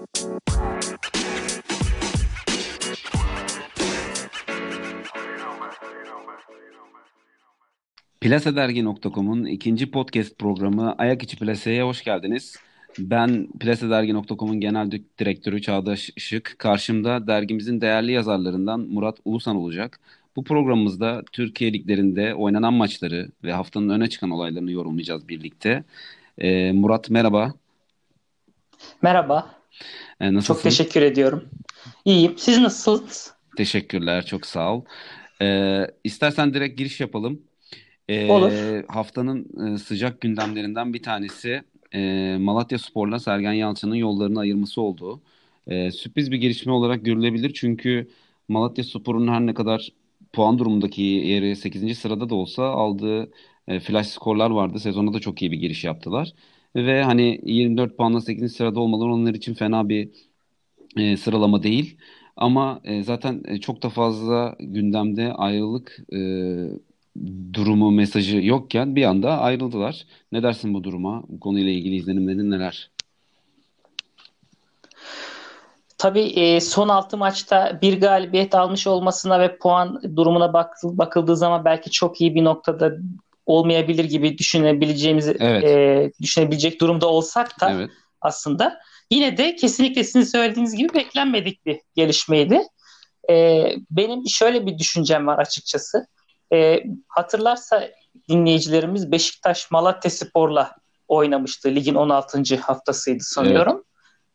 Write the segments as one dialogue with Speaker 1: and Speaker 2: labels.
Speaker 1: Plasedergi.com'un ikinci podcast programı Ayak İçi Plase'ye hoş geldiniz. Ben Plasedergi.com'un genel direktörü Çağdaş Işık. Karşımda dergimizin değerli yazarlarından Murat Ulusan olacak. Bu programımızda Türkiye liglerinde oynanan maçları ve haftanın öne çıkan olaylarını yorumlayacağız birlikte. Murat merhaba.
Speaker 2: Merhaba, çok
Speaker 1: Nasılsın?
Speaker 2: teşekkür ediyorum. İyiyim. Siz nasılsınız?
Speaker 1: Teşekkürler, çok sağ ol. İstersen direkt giriş yapalım.
Speaker 2: Olur.
Speaker 1: Haftanın sıcak gündemlerinden bir tanesi Malatyaspor'la Sergen Yalçın'ın yollarını ayırması oldu. Sürpriz bir gelişme olarak görülebilir çünkü Malatyaspor'un her ne kadar puan durumundaki yeri 8. sırada da olsa aldığı flash skorlar vardı. Sezonda da çok iyi bir giriş yaptılar. Ve hani 24 puanla 8. sırada olmaları onlar için fena bir sıralama değil. Ama zaten çok da fazla gündemde ayrılık durumu mesajı yokken bir anda ayrıldılar. Ne dersin bu duruma? Bu konuyla ilgili izlenimlerin neler?
Speaker 2: Tabii son 6 maçta bir galibiyet almış olmasına ve puan durumuna bakıldığı zaman belki çok iyi bir noktada olmayabilir gibi
Speaker 1: Evet,
Speaker 2: düşünebilecek durumda olsak da
Speaker 1: evet.
Speaker 2: aslında yine de kesinlikle sizin söylediğiniz gibi beklenmedik bir gelişmeydi. Benim şöyle bir düşüncem var açıkçası. Hatırlarsa dinleyicilerimiz Beşiktaş Malatyaspor'la oynamıştı. Ligin 16. haftasıydı
Speaker 1: Evet.
Speaker 2: sanıyorum.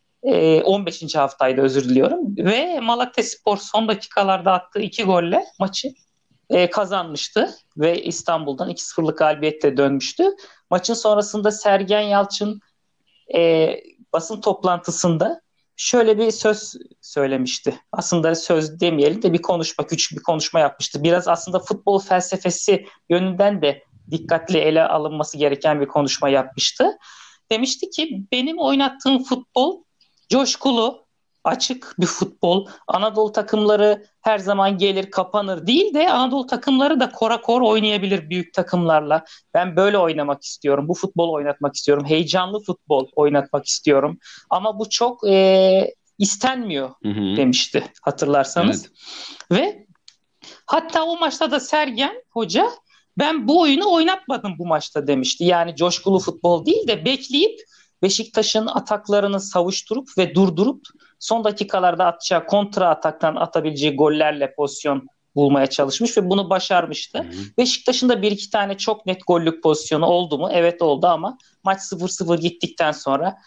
Speaker 2: 15. haftaydı, özür diliyorum. Ve Malatyaspor son dakikalarda attığı 2 golle maçı kazanmıştı. Ve İstanbul'dan 2-0'lık galibiyetle dönmüştü. Maçın sonrasında Sergen Yalçın e, basın toplantısında şöyle bir söz söylemişti. Aslında söz demeyelim de küçük bir konuşma yapmıştı. Biraz aslında futbol felsefesi yönünden de dikkatli ele alınması gereken bir konuşma yapmıştı. Demişti ki benim oynattığım futbol coşkulu, açık bir futbol. Anadolu takımları her zaman gelir kapanır değil de Anadolu takımları da kora kor oynayabilir büyük takımlarla. Ben böyle oynamak istiyorum. Bu futbol oynatmak istiyorum. Heyecanlı futbol oynatmak istiyorum. Ama bu çok istenmiyor
Speaker 1: Hı hı.
Speaker 2: demişti hatırlarsanız.
Speaker 1: Evet.
Speaker 2: Ve hatta o maçta da Sergen Hoca ben bu oyunu oynatmadım bu maçta demişti. Yani coşkulu futbol değil de bekleyip Beşiktaş'ın ataklarını savuşturup ve durdurup son dakikalarda atacağı kontra ataktan atabileceği gollerle pozisyon bulmaya çalışmış ve bunu
Speaker 1: Hı
Speaker 2: başarmıştı.
Speaker 1: hı.
Speaker 2: Beşiktaş'ın da bir iki tane çok net gollük pozisyonu oldu mu? Evet oldu ama maç 0-0 gittikten sonra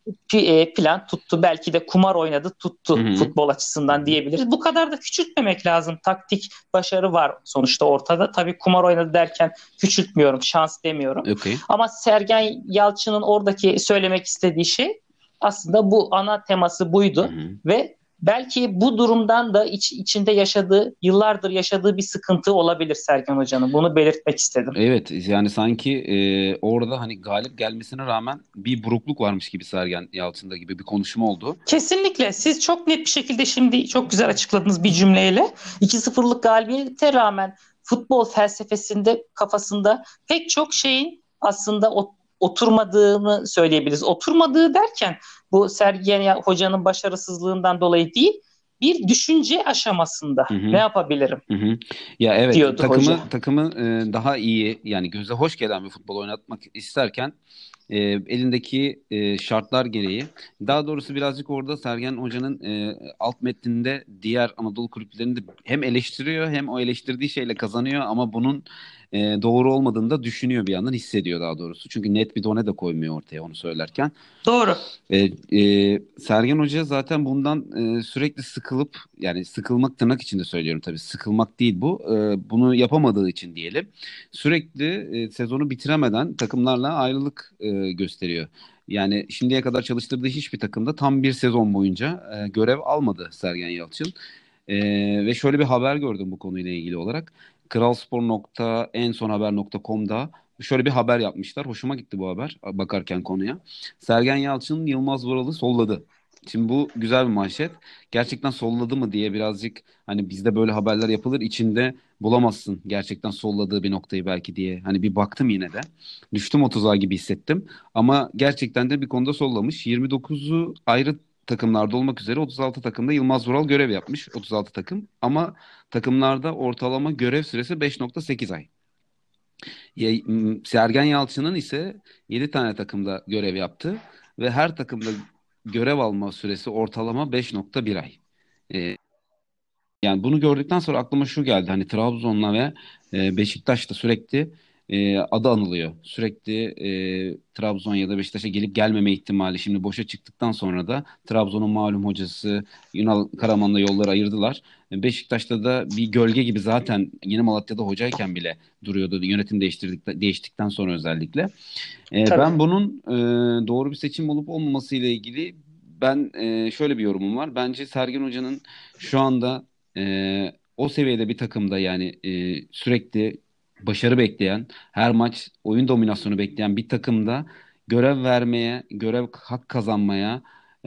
Speaker 2: plan tuttu. Belki de kumar oynadı
Speaker 1: Hı
Speaker 2: tuttu
Speaker 1: hı.
Speaker 2: futbol
Speaker 1: Hı
Speaker 2: açısından
Speaker 1: hı.
Speaker 2: diyebiliriz. Bu kadar da küçültmemek lazım. Taktik başarı var sonuçta ortada. Tabii kumar oynadı derken küçültmüyorum, şans demiyorum.
Speaker 1: Okey.
Speaker 2: Ama Sergen Yalçın'ın oradaki söylemek istediği şey aslında bu ana teması
Speaker 1: Hı
Speaker 2: buydu
Speaker 1: hı.
Speaker 2: ve belki bu durumdan da içinde yaşadığı, yıllardır yaşadığı bir sıkıntı olabilir Sergen Hoca'nın. Bunu belirtmek istedim.
Speaker 1: Evet yani sanki orada hani galip gelmesine rağmen bir burukluk varmış gibi Sergen Yalçın'da gibi bir konuşma oldu.
Speaker 2: Kesinlikle. Siz çok net bir şekilde şimdi çok güzel açıkladınız bir cümleyle. 2-0'lık galibiyete rağmen futbol felsefesinde, kafasında pek çok şeyin aslında oturmadığını söyleyebiliriz. Oturmadığı derken bu Sergen Hoca'nın başarısızlığından dolayı değil, bir düşünce aşamasında
Speaker 1: Hı
Speaker 2: ne
Speaker 1: hı.
Speaker 2: yapabilirim
Speaker 1: Hı hı. Ya evet
Speaker 2: diyordu hoca.
Speaker 1: takımı daha iyi yani göze hoş gelen bir futbol oynatmak isterken elindeki şartlar gereği daha doğrusu birazcık orada Sergen Hoca'nın alt metninde diğer Anadolu kulüplerini de hem eleştiriyor hem o eleştirdiği şeyle kazanıyor ama bunun doğru olmadığını da düşünüyor bir yandan hissediyor daha doğrusu. Çünkü net bir done de koymuyor ortaya onu söylerken.
Speaker 2: Doğru.
Speaker 1: Sergen Hoca zaten bundan sürekli sıkılıp yani sıkılmak tırnak içinde söylüyorum tabii sıkılmak değil bu. Bunu yapamadığı için diyelim. Sürekli sezonu bitiremeden takımlarla ayrılık gösteriyor. Yani şimdiye kadar çalıştırdığı hiçbir takımda tam bir sezon boyunca görev almadı Sergen Yalçın. Ve şöyle bir haber gördüm bu konuyla ilgili olarak. Kralspor.ensonhaber.com'da şöyle bir haber yapmışlar. Hoşuma gitti bu haber bakarken konuya. Sergen Yalçın Yılmaz Vural'ı solladı. Şimdi bu güzel bir manşet. Gerçekten solladı mı diye birazcık hani bizde böyle haberler yapılır içinde bulamazsın gerçekten solladığı bir noktayı belki diye. Hani bir baktım yine de. Düştüm o tuzağa gibi hissettim. Ama gerçekten de bir konuda sollamış. 29'u ayrı takımlarda olmak üzere 36 takımda Yılmaz Vural görev yapmış. 36 takım ama takımlarda ortalama görev süresi 5,8 ay. Sergen Yalçın'ın ise 7 tane takımda görev yaptı ve her takımda görev alma süresi ortalama 5,1 ay. E, Yani bunu gördükten sonra aklıma şu geldi. Hani Trabzon'la ve Beşiktaş'ta sürekli adı anılıyor. Sürekli Trabzon ya da Beşiktaş'a gelip gelmeme ihtimali şimdi boşa çıktıktan sonra da Trabzon'un malum hocası Ünal Karaman'la yolları ayırdılar. Beşiktaş'ta da bir gölge gibi zaten yeni Malatya'da hocayken bile duruyordu. Yönetim değiştikten sonra özellikle.
Speaker 2: Tabii.
Speaker 1: Ben bunun doğru bir seçim olup olmaması ile ilgili ben şöyle bir yorumum var. Bence Sergen Hoca'nın şu anda o seviyede bir takımda yani sürekli başarı bekleyen, her maç oyun dominasyonu bekleyen bir takımda görev vermeye, görev hak kazanmaya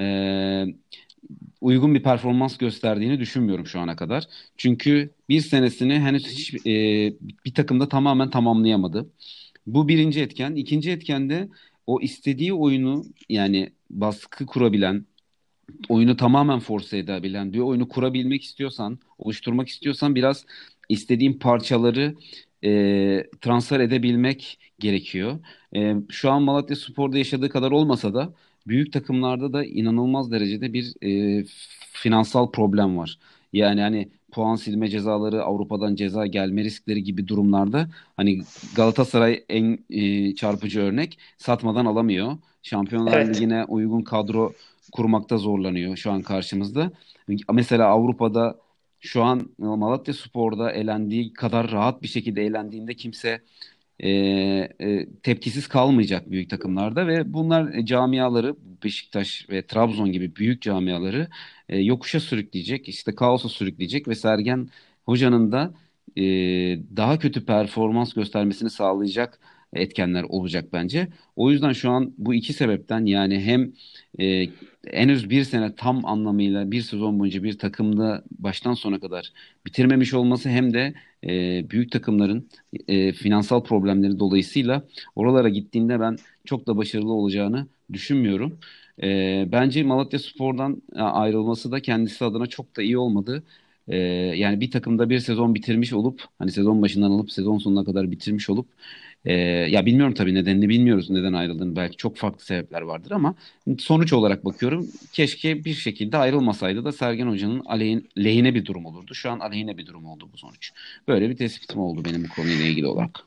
Speaker 1: uygun bir performans gösterdiğini düşünmüyorum şu ana kadar. Çünkü bir senesini henüz hiç bir takımda tamamen tamamlayamadı. Bu birinci etken. İkinci etken de o istediği oyunu yani baskı kurabilen, oyunu tamamen force edebilen bir oyunu kurabilmek istiyorsan, oluşturmak istiyorsan biraz istediğin parçaları transfer edebilmek gerekiyor. Şu an Malatyaspor'da yaşadığı kadar olmasa da büyük takımlarda da inanılmaz derecede bir finansal problem var. Yani hani puan silme cezaları, Avrupa'dan ceza gelme riskleri gibi durumlarda hani Galatasaray en çarpıcı örnek satmadan alamıyor. Şampiyonlar
Speaker 2: Evet.
Speaker 1: Ligi'ne uygun kadro kurmakta zorlanıyor şu an karşımızda. Mesela Avrupa'da şu an Malatyaspor'da elendiği kadar rahat bir şekilde elendiğinde kimse tepkisiz kalmayacak büyük takımlarda ve bunlar camiaları Beşiktaş ve Trabzon gibi büyük camiaları yokuşa sürükleyecek, işte kaosa sürükleyecek ve Sergen Hoca'nın da e, daha kötü performans göstermesini sağlayacak etkenler olacak bence. O yüzden şu an bu iki sebepten yani hem e, henüz bir sene tam anlamıyla bir sezon boyunca bir takımda baştan sona kadar bitirmemiş olması hem de büyük takımların finansal problemleri dolayısıyla oralara gittiğinde ben çok da başarılı olacağını düşünmüyorum. Bence Malatyaspor'dan ayrılması da kendisi adına çok da iyi olmadı. Yani bir takımda bir sezon bitirmiş olup hani sezon başından alıp sezon sonuna kadar bitirmiş olup ya bilmiyorum tabii nedenini bilmiyoruz neden ayrıldığını belki çok farklı sebepler vardır ama sonuç olarak bakıyorum keşke bir şekilde ayrılmasaydı da Sergen Hoca'nın lehine bir durum olurdu. Şu an aleyhine bir durum oldu bu sonuç. Böyle bir tespitim oldu benim bu konuyla ilgili olarak.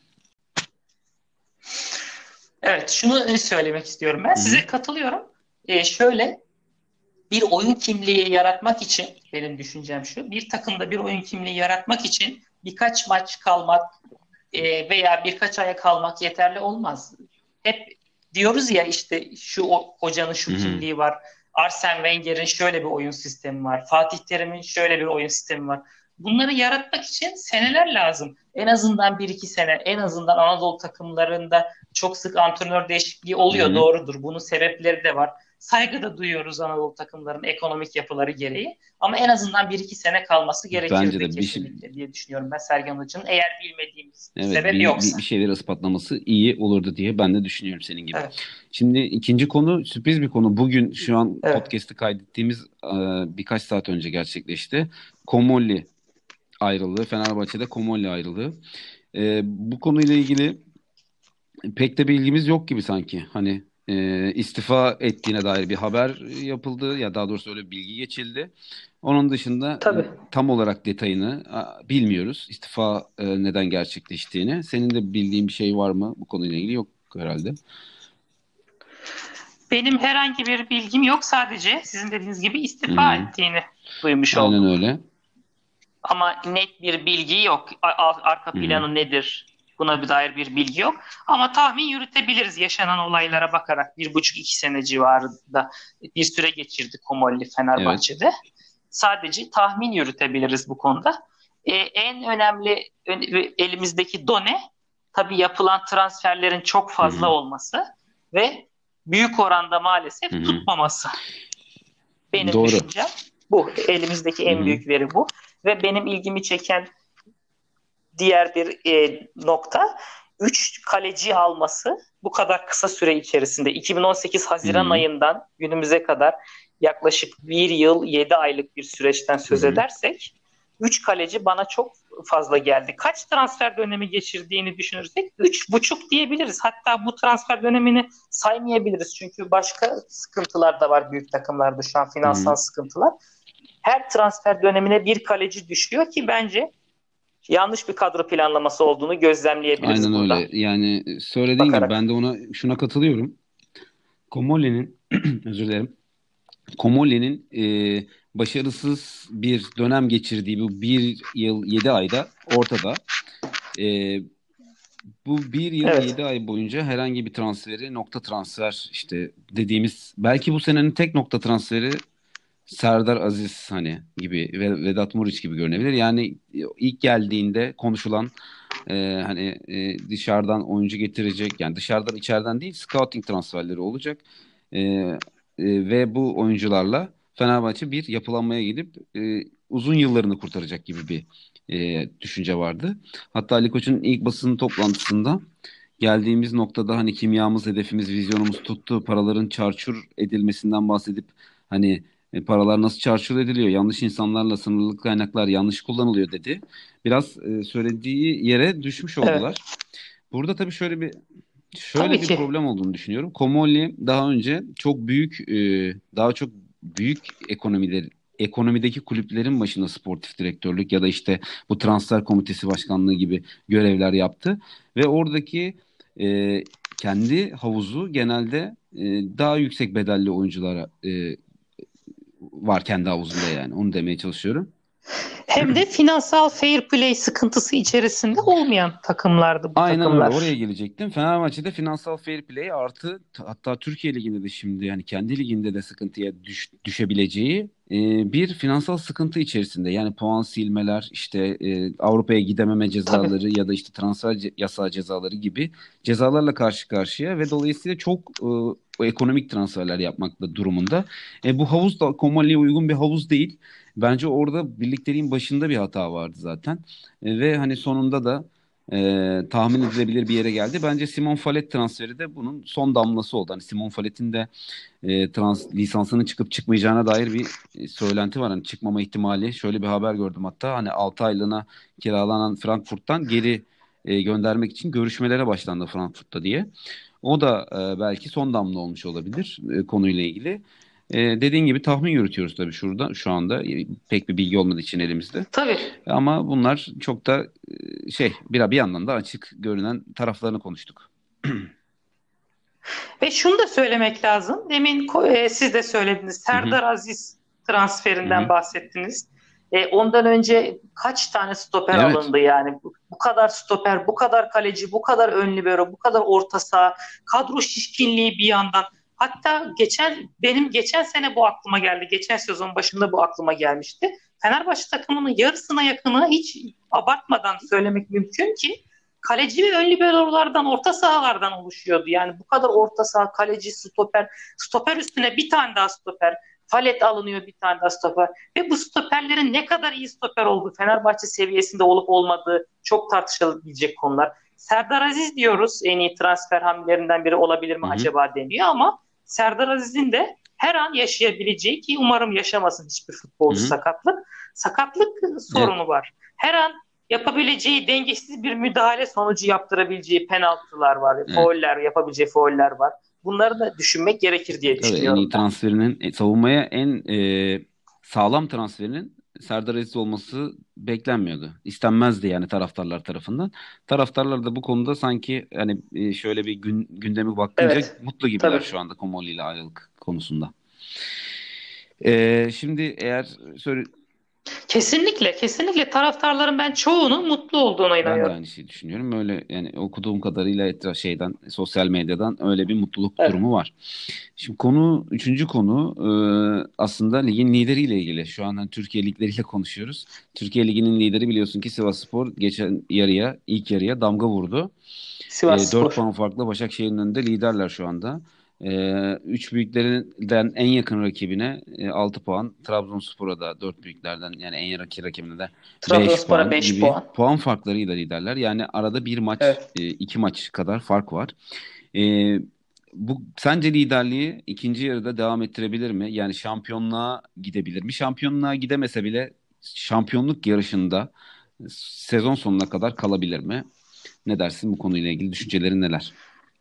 Speaker 2: Evet, şunu söylemek istiyorum. Ben
Speaker 1: Hı hı.
Speaker 2: size katılıyorum. Şöyle bir oyun kimliği yaratmak için benim düşüncem şu. Bir takımda bir oyun kimliği yaratmak için birkaç maç kalmak veya birkaç aya kalmak yeterli olmaz. Hep diyoruz ya işte hocanın
Speaker 1: Hı
Speaker 2: şu
Speaker 1: hı.
Speaker 2: kimliği var. Arsene Wenger'in şöyle bir oyun sistemi var. Fatih Terim'in şöyle bir oyun sistemi var. Bunları yaratmak için seneler lazım. En azından bir iki sene, en azından Anadolu takımlarında çok sık antrenör değişikliği
Speaker 1: Hı
Speaker 2: oluyor,
Speaker 1: hı.
Speaker 2: doğrudur. Bunun sebepleri de var. Saygı da duyuyoruz Anadolu takımlarının ekonomik yapıları gereği. Ama en azından bir iki sene kalması
Speaker 1: Bence
Speaker 2: gerekirdi
Speaker 1: de
Speaker 2: kesinlikle diye düşünüyorum ben Sergen Hoca'nın. Eğer bilmediğimiz bir
Speaker 1: evet
Speaker 2: sebep yoksa.
Speaker 1: bir şeyleri ispatlaması iyi olurdu diye ben de düşünüyorum senin gibi.
Speaker 2: Evet,
Speaker 1: Şimdi ikinci konu sürpriz bir konu. Bugün şu an
Speaker 2: evet.
Speaker 1: podcast'i kaydettiğimiz birkaç saat önce gerçekleşti. Komolli ayrılığı, Fenerbahçe'de Komolli ayrılığı. Bu konuyla ilgili pek de bilgimiz yok gibi sanki. Hani istifa ettiğine dair bir haber yapıldı ya daha doğrusu öyle bir bilgi geçildi. Onun dışında
Speaker 2: Tabii.
Speaker 1: tam olarak detayını bilmiyoruz. İstifa neden gerçekleştiğini. Senin de bildiğin bir şey var mı bu konuyla ilgili? Yok herhalde.
Speaker 2: Benim herhangi bir bilgim yok. Sadece sizin dediğiniz gibi
Speaker 1: Hı
Speaker 2: istifa
Speaker 1: hı.
Speaker 2: ettiğini duymuş
Speaker 1: Aynen
Speaker 2: oldum.
Speaker 1: öyle.
Speaker 2: Ama net bir bilgi yok. Arka
Speaker 1: Hı hı.
Speaker 2: planı nedir? Buna bir dair bir bilgi yok. Ama tahmin yürütebiliriz yaşanan olaylara bakarak. 1,5-2 sene civarında bir süre geçirdi Komolli
Speaker 1: Evet.
Speaker 2: Fenerbahçe'de. Sadece tahmin yürütebiliriz bu konuda. En önemli elimizdeki done tabii yapılan transferlerin çok
Speaker 1: Hı
Speaker 2: fazla
Speaker 1: hı.
Speaker 2: olması ve büyük oranda
Speaker 1: Hı
Speaker 2: maalesef
Speaker 1: hı.
Speaker 2: tutmaması. Benim
Speaker 1: Doğru.
Speaker 2: düşüncem bu. Elimizdeki
Speaker 1: Hı
Speaker 2: en
Speaker 1: hı.
Speaker 2: büyük veri bu. Ve benim ilgimi çeken diğer bir nokta. 3 kaleci alması bu kadar kısa süre içerisinde 2018
Speaker 1: Hı
Speaker 2: Haziran
Speaker 1: hı.
Speaker 2: ayından günümüze kadar yaklaşık 1 yıl 7 aylık bir süreçten
Speaker 1: Hı
Speaker 2: söz
Speaker 1: hı.
Speaker 2: edersek 3 kaleci bana çok fazla geldi. Kaç transfer dönemi geçirdiğini düşünürsek 3,5 diyebiliriz. Hatta bu transfer dönemini saymayabiliriz. Çünkü başka sıkıntılar da var büyük takımlarda şu an,
Speaker 1: Hı
Speaker 2: finansal
Speaker 1: hı.
Speaker 2: sıkıntılar. Her transfer dönemine bir kaleci düşüyor ki bence yanlış bir kadro planlaması olduğunu
Speaker 1: Aynen
Speaker 2: gözlemleyebiliriz burada
Speaker 1: öyle. Yani söylediğin gibi ben
Speaker 2: bakarak.
Speaker 1: de şuna katılıyorum. Komoli'nin özür dilerim. Komoli'nin başarısız bir dönem geçirdiği bu 1 yıl 7 ayda ortada. E, Bu 1 yıl 7 ay boyunca herhangi bir transferi, nokta transfer işte dediğimiz, belki bu senenin tek nokta transferi Serdar Aziz hani gibi ve Vedat Muriç gibi görünebilir. Yani ilk geldiğinde konuşulan hani dışarıdan oyuncu getirecek, yani dışarıdan içeriden değil, scouting transferleri olacak. Ve bu oyuncularla Fenerbahçe bir yapılanmaya gidip uzun yıllarını kurtaracak gibi bir düşünce vardı. Hatta Ali Koç'un ilk basın toplantısında geldiğimiz noktada hani kimyamız, hedefimiz, vizyonumuz tuttu, paraların çarçur edilmesinden bahsedip hani paralar nasıl çarçur ediliyor, yanlış insanlarla sınırlı kaynaklar yanlış kullanılıyor dedi. Biraz söylediği yere düşmüş
Speaker 2: Evet.
Speaker 1: oldular. Burada tabii şöyle
Speaker 2: Tabii
Speaker 1: bir
Speaker 2: ki.
Speaker 1: problem olduğunu düşünüyorum. Komolli daha önce çok büyük, daha çok büyük ekonomideki kulüplerin başında sportif direktörlük ya da işte bu transfer komitesi başkanlığı gibi görevler yaptı ve oradaki e, kendi havuzu genelde daha yüksek bedelli oyunculara var kendi havuzunda, yani onu demeye çalışıyorum.
Speaker 2: Hem de finansal fair play sıkıntısı içerisinde olmayan takımlardı bu
Speaker 1: Aynen öyle. Oraya
Speaker 2: takımlar.
Speaker 1: gelecektim. Fenerbahçe'de finansal fair play artı, hatta Türkiye Ligi'nde de şimdi yani kendi liginde de sıkıntıya düşebileceği bir finansal sıkıntı içerisinde. Yani puan silmeler, işte Avrupa'ya gidememe
Speaker 2: Tabii.
Speaker 1: cezaları ya da işte transfer yasağı cezaları gibi cezalarla karşı karşıya ve dolayısıyla çok ekonomik transferler yapmakla durumunda. Bu havuz da Komali'ye uygun bir havuz değil. Bence orada birlikteliğin başında bir hata vardı zaten. Ve hani sonunda da tahmin edilebilir bir yere geldi. Bence Simon Fallet transferi de bunun son damlası oldu. Hani Simon Fallet'in de lisansının çıkıp çıkmayacağına dair bir söylenti var. Hani çıkmama ihtimali, şöyle bir haber gördüm hatta, hani 6 aylığına kiralanan Frankfurt'tan geri göndermek için görüşmelere başlandı Frankfurt'ta diye. O da belki son damla olmuş olabilir konuyla ilgili. Dediğin gibi tahmin yürütüyoruz tabii şurada şu anda. Pek bir bilgi olmadığı için elimizde.
Speaker 2: Tabii.
Speaker 1: Ama bunlar çok da bir yandan da açık görünen taraflarını konuştuk.
Speaker 2: Ve şunu da söylemek lazım. Demin siz de söylediniz.
Speaker 1: Hı hı,
Speaker 2: Serdar Aziz
Speaker 1: hı
Speaker 2: transferinden
Speaker 1: hı.
Speaker 2: bahsettiniz. Ondan önce kaç tane stoper
Speaker 1: Evet.
Speaker 2: alındı yani? Bu kadar stoper, bu kadar kaleci, bu kadar ön libero, bu kadar orta saha, kadro şişkinliği bir yandan. Hatta benim geçen sene bu aklıma geldi. Geçen sezon başında bu aklıma gelmişti. Fenerbahçe takımının yarısına yakını, hiç abartmadan söylemek mümkün ki, kaleci ve ön liberolardan, orta sahalardan oluşuyordu. Yani bu kadar orta saha, kaleci, stoper, stoper üstüne bir tane daha stoper, Falet alınıyor, bir tane daha stoper. Ve bu stoperlerin ne kadar iyi stoper olduğu, Fenerbahçe seviyesinde olup olmadığı çok tartışılabilecek konular. Serdar Aziz diyoruz, en iyi transfer hamlelerinden biri olabilir mi
Speaker 1: Hı hı,
Speaker 2: acaba deniyor, ama Serdar Aziz'in de her an yaşayabileceği, ki umarım yaşamasın hiçbir
Speaker 1: hı
Speaker 2: futbolcu
Speaker 1: hı.
Speaker 2: sakatlık
Speaker 1: Evet,
Speaker 2: sorunu var. Her an yapabileceği, dengesiz bir müdahale sonucu yaptırabileceği penaltılar var,
Speaker 1: evet.
Speaker 2: fauller, yapabileceği fauller var. Bunları da düşünmek gerekir diye
Speaker 1: Tabii en iyi
Speaker 2: düşünüyorum ben.
Speaker 1: transferinin, savunmaya en sağlam transferinin Serdar Aziz olması beklenmiyordu. İstenmezdi yani taraftarlar tarafından. Taraftarlar da bu konuda sanki hani şöyle bir gündeme bakınca
Speaker 2: Evet,
Speaker 1: mutlu gibiler
Speaker 2: tabii.
Speaker 1: şu anda Komoli ile ayrılık konusunda. Şimdi eğer söyle,
Speaker 2: Kesinlikle, kesinlikle taraftarların ben çoğunun mutlu olduğuna
Speaker 1: ben de
Speaker 2: inanıyorum.
Speaker 1: aynı şeyi düşünüyorum. Öyle yani okuduğum kadarıyla sosyal medyadan öyle bir mutluluk
Speaker 2: Evet,
Speaker 1: durumu var. Şimdi üçüncü konu aslında ligin lideriyle ilgili. Şu an hani Türkiye ligleriyle konuşuyoruz. Türkiye Ligi'nin lideri biliyorsun ki Sivasspor ilk yarıya damga vurdu. 4
Speaker 2: Sivasspor.
Speaker 1: puan farklı Başakşehir'in önünde liderler şu anda. Üç büyüklerinden en yakın rakibine 6 puan. Trabzonspor'a da dört büyüklerden yani en yakın rakibine de 5
Speaker 2: Trabzonspor'a
Speaker 1: puan
Speaker 2: 5
Speaker 1: gibi
Speaker 2: puan.
Speaker 1: puan farklarıyla liderler. Yani arada bir maç,
Speaker 2: Evet.
Speaker 1: iki maç kadar fark var. Ee, Bu sence liderliği ikinci yarıda devam ettirebilir mi? Yani şampiyonluğa gidebilir mi? Şampiyonluğa gidemese bile şampiyonluk yarışında sezon sonuna kadar kalabilir mi? Ne dersin bu konuyla ilgili düşüncelerin neler?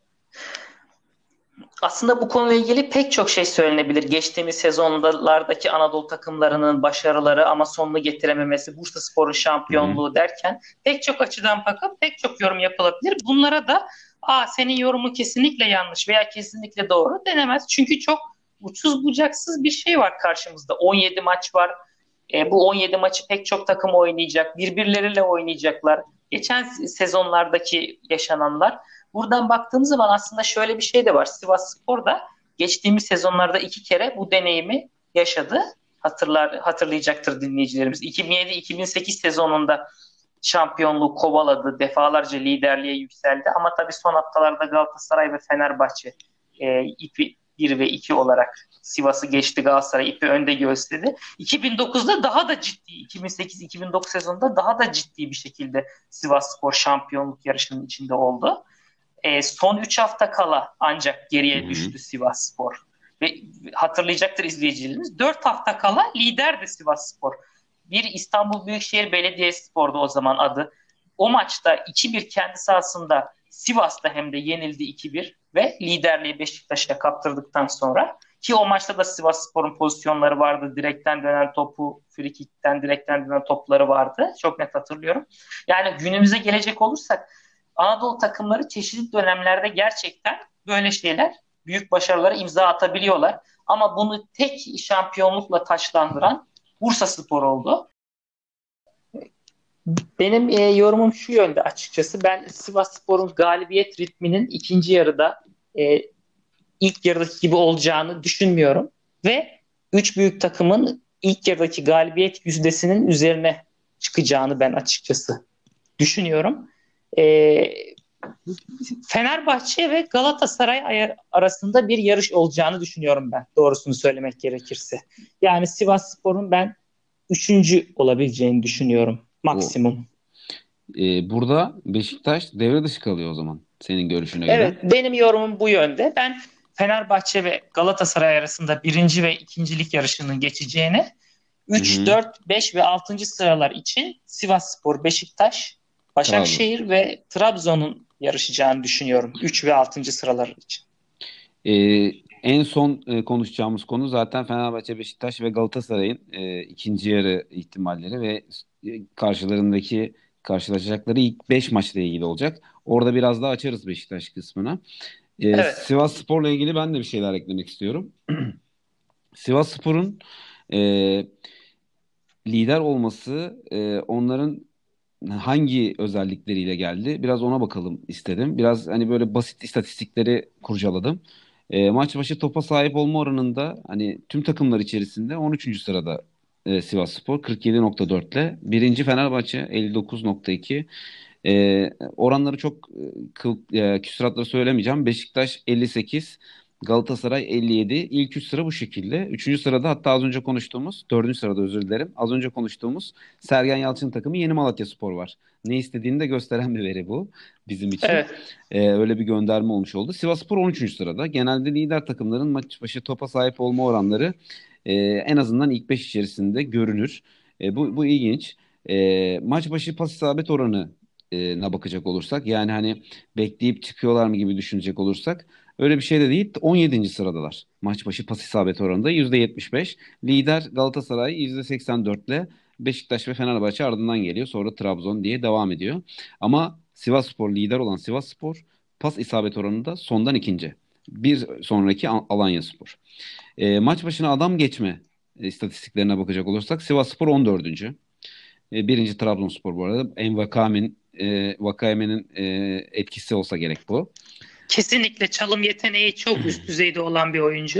Speaker 2: Aslında bu konuyla ilgili pek çok şey söylenebilir. Geçtiğimiz sezonlardaki Anadolu takımlarının başarıları ama sonunu getirememesi, Bursaspor'un
Speaker 1: Hı hı.
Speaker 2: şampiyonluğu derken pek çok açıdan bakıp pek çok yorum yapılabilir. Bunlara da senin yorumu kesinlikle yanlış veya kesinlikle doğru denemez. Çünkü çok uçsuz bucaksız bir şey var karşımızda. 17 maç var. Bu 17 maçı pek çok takım oynayacak. Birbirleriyle oynayacaklar. Geçen sezonlardaki yaşananlar. Buradan baktığımız zaman aslında şöyle bir şey de var. Sivasspor da geçtiğimiz sezonlarda iki kere bu deneyimi yaşadı. Hatırlayacaktır dinleyicilerimiz. 2007-2008 sezonunda şampiyonluğu kovaladı. Defalarca liderliğe yükseldi. Ama tabii son haftalarda Galatasaray ve Fenerbahçe ipi 1 ve 2 olarak Sivas'ı geçti, Galatasaray ipi önde gösterdi. 2009'da daha da ciddi, 2008-2009 sezonunda daha da ciddi bir şekilde Sivasspor şampiyonluk yarışının içinde oldu. Son 3 hafta kala ancak
Speaker 1: Hı
Speaker 2: geriye
Speaker 1: hı.
Speaker 2: düştü Sivasspor. Ve hatırlayacaktır izleyicilerimiz. 4 hafta kala liderdi Sivasspor. Bir İstanbul Büyükşehir Belediyespor'du o zaman adı. O maçta 2-1 kendi sahasında Sivas'ta hem de yenildi 2-1 ve liderliği Beşiktaş'a kaptırdıktan sonra ki o maçta da Sivasspor'un pozisyonları vardı. Direkten dönen topu, frikikten direkten dönen topları vardı. Çok net hatırlıyorum. Yani günümüze gelecek olursak Anadolu takımları çeşitli dönemlerde gerçekten böyle şeyler, büyük başarılara imza atabiliyorlar. Ama bunu tek şampiyonlukla taçlandıran Bursaspor oldu. Benim yorumum şu yönde açıkçası. Ben Sivasspor'un galibiyet ritminin ikinci yarıda e, ilk yarıdaki gibi olacağını düşünmüyorum. Ve üç büyük takımın ilk yarıdaki galibiyet yüzdesinin üzerine çıkacağını ben açıkçası düşünüyorum. E, Fenerbahçe ve Galatasaray arasında bir yarış olacağını düşünüyorum ben. Doğrusunu söylemek gerekirse. Yani Sivasspor'un ben üçüncü olabileceğini düşünüyorum
Speaker 1: O
Speaker 2: maksimum.
Speaker 1: Burada Beşiktaş devre dışı kalıyor o zaman senin görüşüne göre.
Speaker 2: Evet, benim yorumum bu yönde. Ben Fenerbahçe ve Galatasaray arasında birinci ve ikincilik yarışının geçeceğini,
Speaker 1: Hı
Speaker 2: 3,
Speaker 1: hı.
Speaker 2: 4, 5 ve 6. sıralar için Sivasspor, Beşiktaş,
Speaker 1: Trabzon.
Speaker 2: Başakşehir ve Trabzon'un yarışacağını düşünüyorum. 3 ve 6. sıralar için.
Speaker 1: En son konuşacağımız konu zaten Fenerbahçe, Beşiktaş ve Galatasaray'ın ikinci yarı ihtimalleri ve karşılaşacakları ilk 5 maçla ilgili olacak. Orada biraz daha açarız Beşiktaş kısmına.
Speaker 2: Evet.
Speaker 1: Sivasspor'la ilgili ben de bir şeyler eklemek istiyorum. Sivasspor'un e, lider olması onların hangi özellikleriyle geldi? Biraz ona bakalım istedim. Biraz hani böyle basit istatistikleri kurcaladım. Maç başı topa sahip olma oranında hani tüm takımlar içerisinde 13. sırada Sivasspor 47,4 ile. Birinci Fenerbahçe 59,2. Oranları çok küsuratları söylemeyeceğim. Beşiktaş 58, Galatasaray 57. İlk 3 sıra bu şekilde. Üçüncü sırada hatta az önce konuştuğumuz, dördüncü sırada özür dilerim. Az önce konuştuğumuz Sergen Yalçın takımı Yeni Malatyaspor var. Ne istediğini de gösteren bir veri bu bizim için.
Speaker 2: Evet.
Speaker 1: Öyle bir gönderme olmuş oldu. Sivasspor 13. sırada. Genelde lider takımların maç başı topa sahip olma oranları en azından ilk 5 içerisinde görünür. Bu ilginç. Maç başı pas isabet oranı na bakacak olursak yani hani bekleyip çıkıyorlar mı gibi düşünecek olursak öyle bir şey de değil. 17. sıradalar. Maç başı pas isabet oranında %75. Lider Galatasaray %84 ile Beşiktaş ve Fenerbahçe ardından geliyor. Sonra Trabzon diye devam ediyor. Ama Sivasspor lider olan Sivasspor pas isabet oranında sondan ikinci. Bir sonraki Alanyaspor. Maç başına adam geçme istatistiklerine bakacak olursak Sivasspor 14. Birinci Trabzonspor bu arada. Vakayeme'nin etkisi olsa gerek bu.
Speaker 2: Kesinlikle çalım yeteneği çok üst düzeyde olan bir oyuncu.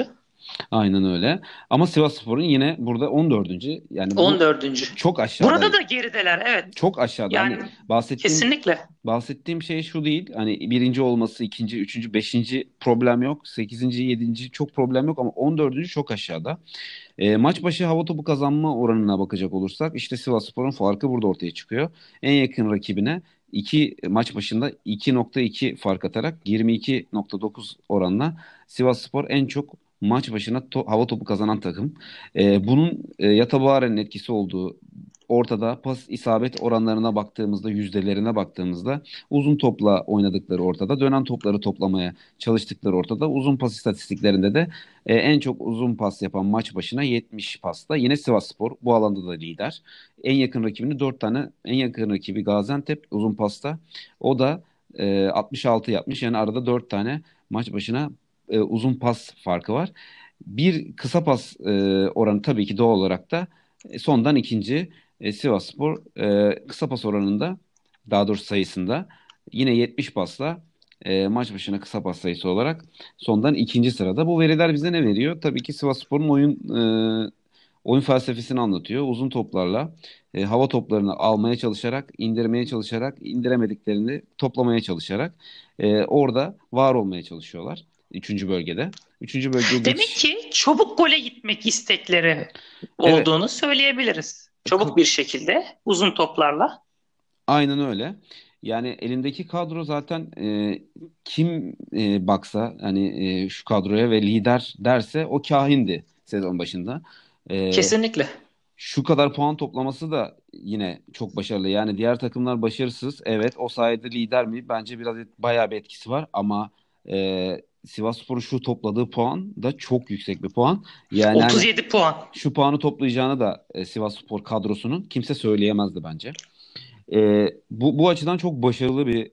Speaker 1: Aynen öyle. Ama Sivasspor'un yine burada 14. Yani bu
Speaker 2: 14.
Speaker 1: çok aşağıda.
Speaker 2: Burada da gerideler, evet.
Speaker 1: Çok aşağıda. Hani
Speaker 2: Yani
Speaker 1: bahsettiğim
Speaker 2: kesinlikle.
Speaker 1: bahsettiğim şey şu değil. Hani birinci olması, ikinci, üçüncü, beşinci problem yok. Sekizinci, yedinci çok problem yok ama 14. çok aşağıda. Maç başı hava topu kazanma oranına bakacak olursak işte Sivasspor'un farkı burada ortaya çıkıyor. En yakın rakibine maç başında 2,2 fark atarak 22,9 oranla Sivasspor en çok maç başına hava topu kazanan takım. Bunun Yatabare'nin etkisi olduğu ortada. Pas isabet oranlarına baktığımızda, yüzdelerine baktığımızda uzun topla oynadıkları ortada. Dönen topları toplamaya çalıştıkları ortada. Uzun pas istatistiklerinde de en çok uzun pas yapan maç başına 70 pasta. Yine Sivasspor bu alanda da lider. En yakın rakibi Gaziantep uzun pasta. O da 66 yapmış. Yani arada 4 tane maç başına uzun pas farkı var. Bir kısa pas oranı tabii ki doğal olarak da sondan ikinci. Sivasspor kısa pas oranında, daha doğrusu sayısında yine 70 pasla maç başına kısa pas sayısı olarak sondan ikinci sırada. Bu veriler bize ne veriyor? Tabii ki Sivasspor'un oyun felsefesini anlatıyor. Uzun toplarla hava toplarını almaya çalışarak, indirmeye çalışarak, indiremediklerini toplamaya çalışarak orada var olmaya çalışıyorlar. Üçüncü bölgede. Üçüncü bölgeye
Speaker 2: Demek
Speaker 1: geçiş.
Speaker 2: ki çabuk gole gitmek istekleri
Speaker 1: Evet,
Speaker 2: olduğunu söyleyebiliriz. Çabuk
Speaker 1: ka-
Speaker 2: bir şekilde uzun toplarla.
Speaker 1: aynen öyle. Yani elindeki kadro zaten kim baksa hani şu kadroya ve lider derse o kahindi sezon başında. E,
Speaker 2: Kesinlikle.
Speaker 1: Şu kadar puan toplaması da yine çok başarılı. Yani diğer takımlar başarısız. Evet, o sayede lider mi? Bence bayağı bir etkisi var ama Sivasspor'un şu topladığı puan da çok yüksek bir puan. Yani hani
Speaker 2: 37 puan.
Speaker 1: şu puanı toplayacağını da Sivasspor kadrosunun kimse söyleyemezdi bence. Bu açıdan çok başarılı bir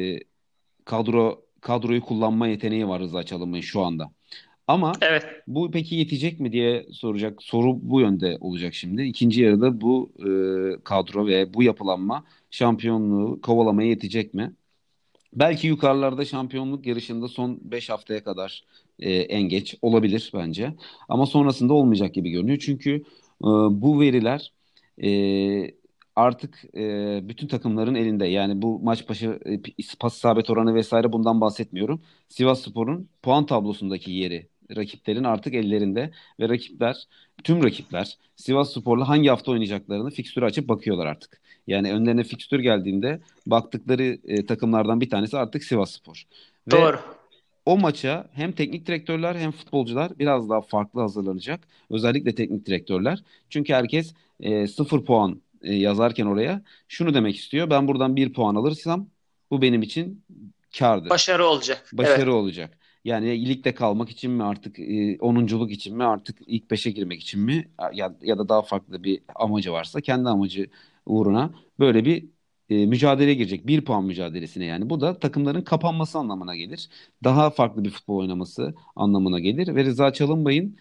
Speaker 1: kadroyu kullanma yeteneği var Rıza Çalınbay'ın şu anda. Ama
Speaker 2: Evet.
Speaker 1: bu peki yetecek mi diye soracak soru bu yönde olacak şimdi. İkinci yarıda bu kadro ve bu yapılanma şampiyonluğu kovalamaya yetecek mi? Belki yukarılarda şampiyonluk yarışında son 5 haftaya kadar en geç olabilir bence. Ama sonrasında olmayacak gibi görünüyor. Çünkü bu veriler e, artık bütün takımların elinde. Yani bu maç başı pas isabet oranı vesaire bundan bahsetmiyorum. Sivasspor'un puan tablosundaki yeri rakiplerin artık ellerinde ve tüm rakipler Sivasspor'la hangi hafta oynayacaklarını fikstürü açıp bakıyorlar artık. Yani önlerine fikstür geldiğinde baktıkları takımlardan bir tanesi artık Sivasspor. Ve
Speaker 2: Doğru.
Speaker 1: o maça hem teknik direktörler hem futbolcular biraz daha farklı hazırlanacak. Özellikle teknik direktörler. Çünkü herkes 0 puan yazarken oraya şunu demek istiyor. Ben buradan 1 puan alırsam bu benim için kârdır.
Speaker 2: Başarı olacak.
Speaker 1: Başarı
Speaker 2: Evet.
Speaker 1: olacak. Yani ligde kalmak için mi artık 10'unculuk için mi artık ilk beşe girmek için mi ya da daha farklı bir amacı varsa kendi amacı uğruna böyle bir mücadeleye girecek. 1 puan mücadelesine yani. Bu da takımların kapanması anlamına gelir. Daha farklı bir futbol oynaması anlamına gelir. Ve Rıza Çalınbay'ın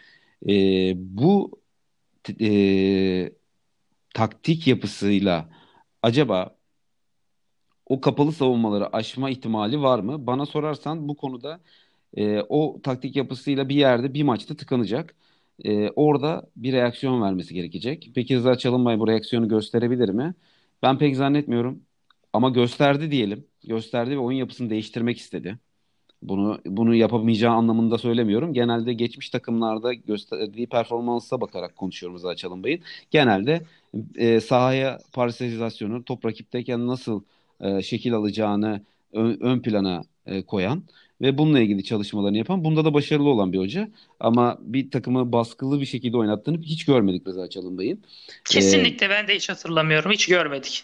Speaker 1: bu e, taktik yapısıyla acaba o kapalı savunmaları aşma ihtimali var mı? Bana sorarsan bu konuda o taktik yapısıyla bir yerde bir maçta tıkanacak. Orada bir reaksiyon vermesi gerekecek. Peki Rıza Çalınbay bu reaksiyonu gösterebilir mi? Ben pek zannetmiyorum. Ama gösterdi diyelim. Gösterdi ve oyun yapısını değiştirmek istedi. Bunu yapamayacağı anlamında söylemiyorum. Genelde geçmiş takımlarda gösterdiği performansa bakarak konuşuyorum Rıza Çalınbay'ın. Genelde sahaya parselizasyonu, top rakipteyken nasıl şekil alacağını ön plana koyan ve bununla ilgili çalışmalarını yapan, bunda da başarılı olan bir hoca. Ama bir takımı baskılı bir şekilde oynattığını hiç görmedik Rıza Çalınbay'ın. E,
Speaker 2: Kesinlikle ben de hiç hatırlamıyorum. Hiç görmedik.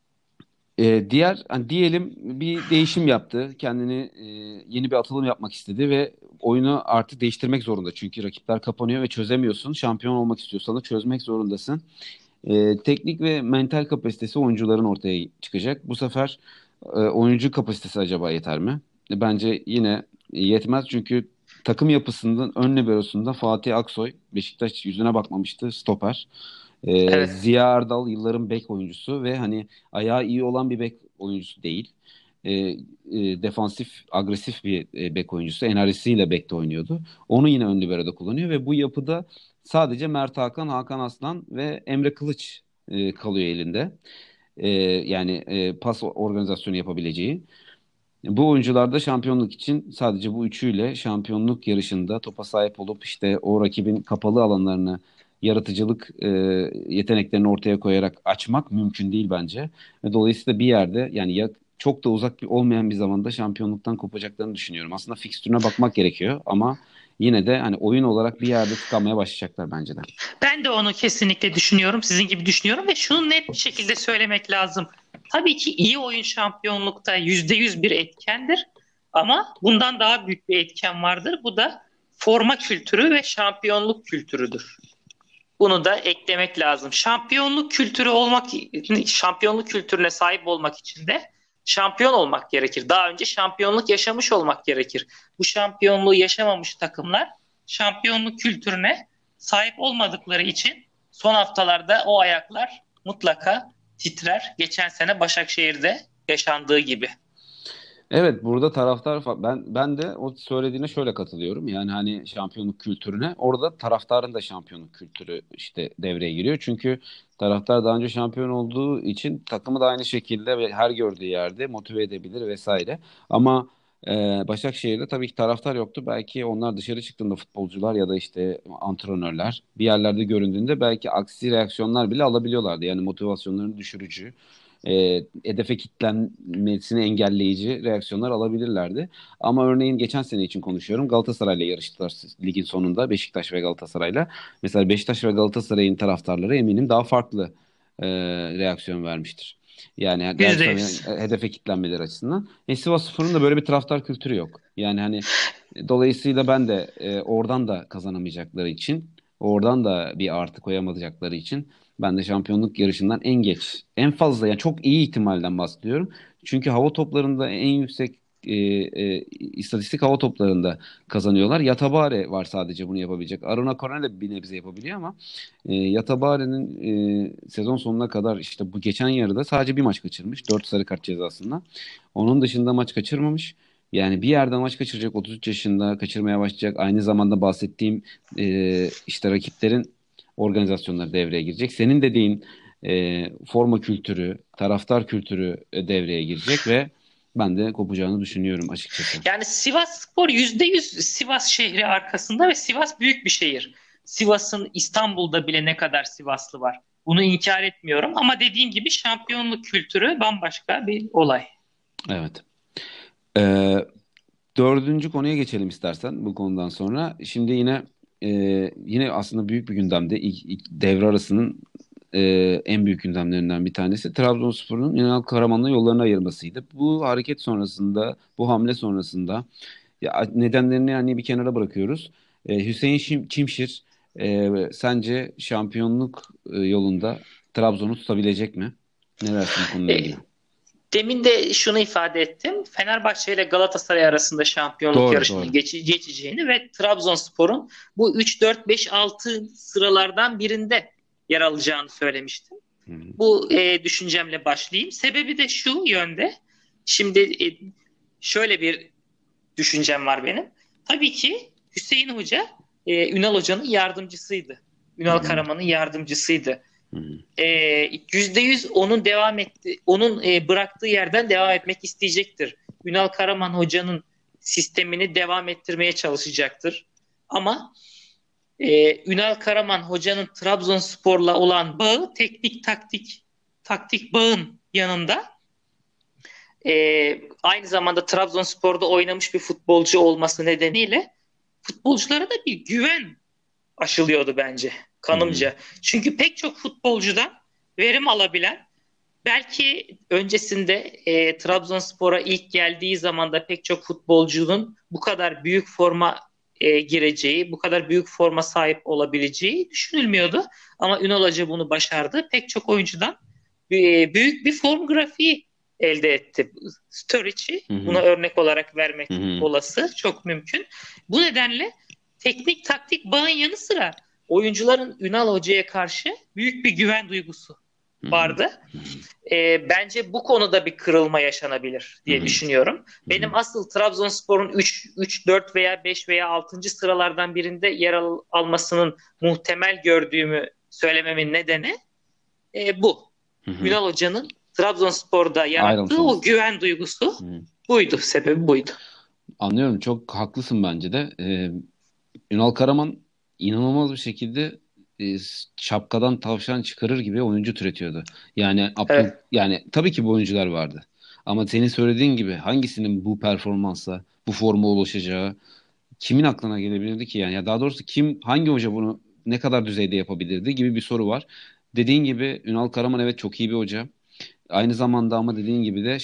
Speaker 1: Hani diyelim bir değişim yaptı. Kendini yeni bir atılım yapmak istedi ve oyunu artık değiştirmek zorunda. Çünkü rakipler kapanıyor ve çözemiyorsun. Şampiyon olmak istiyorsan da çözmek zorundasın. Teknik ve mental kapasitesi oyuncuların ortaya çıkacak. Bu sefer oyuncu kapasitesi acaba yeter mi? Bence yine yetmez çünkü takım yapısından ön liberosunda Fatih Aksoy Beşiktaş yüzüne bakmamıştı, stoper.
Speaker 2: Evet.
Speaker 1: Ziya Erdal yılların bek oyuncusu ve hani ayağı iyi olan bir bek oyuncusu değil. defansif, agresif bir bek oyuncusu. Enerjisiyle bekte oynuyordu. Onu yine ön libero'da kullanıyor ve bu yapıda sadece Mert Hakan, Hakan Aslan ve Emre Kılıç kalıyor elinde. Yani pas organizasyonu yapabileceği. Bu oyuncular da şampiyonluk için sadece bu üçüyle şampiyonluk yarışında topa sahip olup işte o rakibin kapalı alanlarını yaratıcılık yeteneklerini ortaya koyarak açmak mümkün değil bence. Ve dolayısıyla bir yerde yani ya çok da uzak olmayan bir zamanda şampiyonluktan kopacaklarını düşünüyorum. Aslında fikstürüne bakmak gerekiyor ama yine de hani oyun olarak bir yerde tıkanmaya başlayacaklar bence de.
Speaker 2: Ben de onu kesinlikle düşünüyorum. Sizin gibi düşünüyorum ve şunu net bir şekilde söylemek lazım. Tabii ki iyi oyun şampiyonlukta %100 bir etkendir. Ama bundan daha büyük bir etken vardır. Bu da forma kültürü ve şampiyonluk kültürüdür. Bunu da eklemek lazım. Şampiyonluk kültürüne sahip olmak için de şampiyon olmak gerekir. Daha önce şampiyonluk yaşamış olmak gerekir. Bu şampiyonluğu yaşamamış takımlar şampiyonluk kültürüne sahip olmadıkları için son haftalarda o ayaklar mutlaka titrer. Geçen sene Başakşehir'de yaşandığı gibi.
Speaker 1: Evet, burada ben de o söylediğine şöyle katılıyorum. Yani hani şampiyonluk kültürüne orada taraftarın da şampiyonluk kültürü işte devreye giriyor. Çünkü taraftar daha önce şampiyon olduğu için takımı da aynı şekilde ve her gördüğü yerde motive edebilir vesaire. Ama Başakşehir'de tabii ki taraftar yoktu. Belki onlar dışarı çıktığında futbolcular ya da işte antrenörler bir yerlerde göründüğünde belki aksi reaksiyonlar bile alabiliyorlardı. Yani motivasyonlarını düşürücü hedefe kitlenmesini engelleyici reaksiyonlar alabilirlerdi. Ama örneğin geçen sene için konuşuyorum. Galatasaray'la yarıştılar ligin sonunda Beşiktaş ve Galatasaray'la. Mesela Beşiktaş ve Galatasaray'ın taraftarları eminim daha farklı reaksiyon vermiştir. Yani reaksiyon
Speaker 2: %100.
Speaker 1: hedefe kitlenmeleri açısından. Sivasspor'un da böyle bir taraftar kültürü yok. Yani hani dolayısıyla ben de oradan da kazanamayacakları için, oradan da bir artı koyamayacakları için ben de şampiyonluk yarışından en geç, en fazla yani çok iyi ihtimalden bahsediyorum. Çünkü hava toplarında en yüksek istatistik hava toplarında kazanıyorlar. Yatabare var sadece bunu yapabilecek. Aruna Cornell de bir nebze yapabiliyor ama Yatabare'nin sezon sonuna kadar işte bu geçen yarıda sadece bir maç kaçırmış. 4 sarı kart cezasından. Onun dışında maç kaçırmamış. Yani bir yerde maç kaçıracak 33 yaşında kaçırmaya başlayacak. Aynı zamanda bahsettiğim işte rakiplerin organizasyonları devreye girecek. Senin dediğin forma kültürü, taraftar kültürü devreye girecek ve ben de kopacağını düşünüyorum açıkçası.
Speaker 2: Yani Sivasspor %100 Sivas şehri arkasında ve Sivas büyük bir şehir. Sivas'ın İstanbul'da bile ne kadar Sivaslı var. Bunu inkar etmiyorum ama dediğim gibi şampiyonluk kültürü bambaşka bir olay.
Speaker 1: Evet. Ee, Dördüncü konuya geçelim istersen bu konudan sonra. Şimdi yine aslında büyük bir gündemde ilk devre arasının e, en büyük gündemlerinden bir tanesi Trabzonspor'un Ünal Karaman'la yollarını ayırmasıydı. Bu hareket sonrasında, bu hamle sonrasında ya nedenlerini yani bir kenara bırakıyoruz. Hüseyin Çimşir sence şampiyonluk yolunda Trabzon'u tutabilecek mi? Ne dersin bu konuyla ilgili?
Speaker 2: E, Demin de şunu ifade ettim. Fenerbahçe ile Galatasaray arasında şampiyonluk
Speaker 1: Doğru,
Speaker 2: yarışının
Speaker 1: doğru.
Speaker 2: geçeceğini ve Trabzonspor'un bu 3, 4, 5, 6 sıralardan birinde yer alacağını söylemiştim.
Speaker 1: Hı hı.
Speaker 2: Bu düşüncemle başlayayım. Sebebi de şu yönde. Şimdi şöyle bir düşüncem var benim. Tabii ki Hüseyin Hoca Ünal Hoca'nın yardımcısıydı.
Speaker 1: Hı
Speaker 2: Ünal
Speaker 1: hı.
Speaker 2: Karaman'ın yardımcısıydı.
Speaker 1: Hı hı.
Speaker 2: %100 onun bıraktığı yerden devam etmek isteyecektir. Ünal Karaman Hoca'nın sistemini devam ettirmeye çalışacaktır. Ama Ünal Karaman Hoca'nın Trabzonspor'la olan bağı taktik bağın yanında aynı zamanda Trabzonspor'da oynamış bir futbolcu olması nedeniyle futbolculara da bir güven aşılıyordu bence
Speaker 1: Hı hı.
Speaker 2: kanımca. Çünkü pek çok futbolcudan verim alabilen, belki öncesinde Trabzonspor'a ilk geldiği zaman da pek çok futbolcunun bu kadar büyük forma gireceği, bu kadar büyük forma sahip olabileceği düşünülmüyordu. Ama Ünal Hoca bunu başardı. Pek çok oyuncudan büyük bir form grafiği elde etti. Sturridge'i
Speaker 1: Hı
Speaker 2: buna
Speaker 1: hı.
Speaker 2: örnek olarak
Speaker 1: Hı
Speaker 2: vermek
Speaker 1: hı.
Speaker 2: olası, çok mümkün. Bu nedenle teknik taktik bağın yanı sıra oyuncuların Ünal Hoca'ya karşı büyük bir güven duygusu.
Speaker 1: Hı hı.
Speaker 2: vardı.
Speaker 1: Hı hı.
Speaker 2: Bence bu konuda bir kırılma yaşanabilir
Speaker 1: Hı
Speaker 2: diye
Speaker 1: hı.
Speaker 2: düşünüyorum.
Speaker 1: Hı hı.
Speaker 2: Benim asıl Trabzonspor'un 3, 4 veya 5 veya 6. sıralardan birinde yer almasının muhtemel gördüğümü söylememin nedeni bu.
Speaker 1: Hı hı.
Speaker 2: Ünal Hoca'nın Trabzonspor'da
Speaker 1: Ayrılmış
Speaker 2: yarattığı o
Speaker 1: olması.
Speaker 2: güven duygusu
Speaker 1: Hı hı.
Speaker 2: buydu, sebebi buydu.
Speaker 1: Anlıyorum. Çok haklısın bence de. Ünal Karaman inanılmaz bir şekilde şapkadan tavşan çıkarır gibi oyuncu türetiyordu.
Speaker 2: Evet.
Speaker 1: Yani tabii ki bu oyuncular vardı. Ama senin söylediğin gibi hangisinin bu performansa, bu forma ulaşacağı kimin aklına gelebilirdi ki yani? Ya daha doğrusu hangi hoca bunu ne kadar düzeyde yapabilirdi gibi bir soru var. Dediğin gibi Ünal Karaman evet çok iyi bir hoca. Aynı zamanda ama dediğin gibi de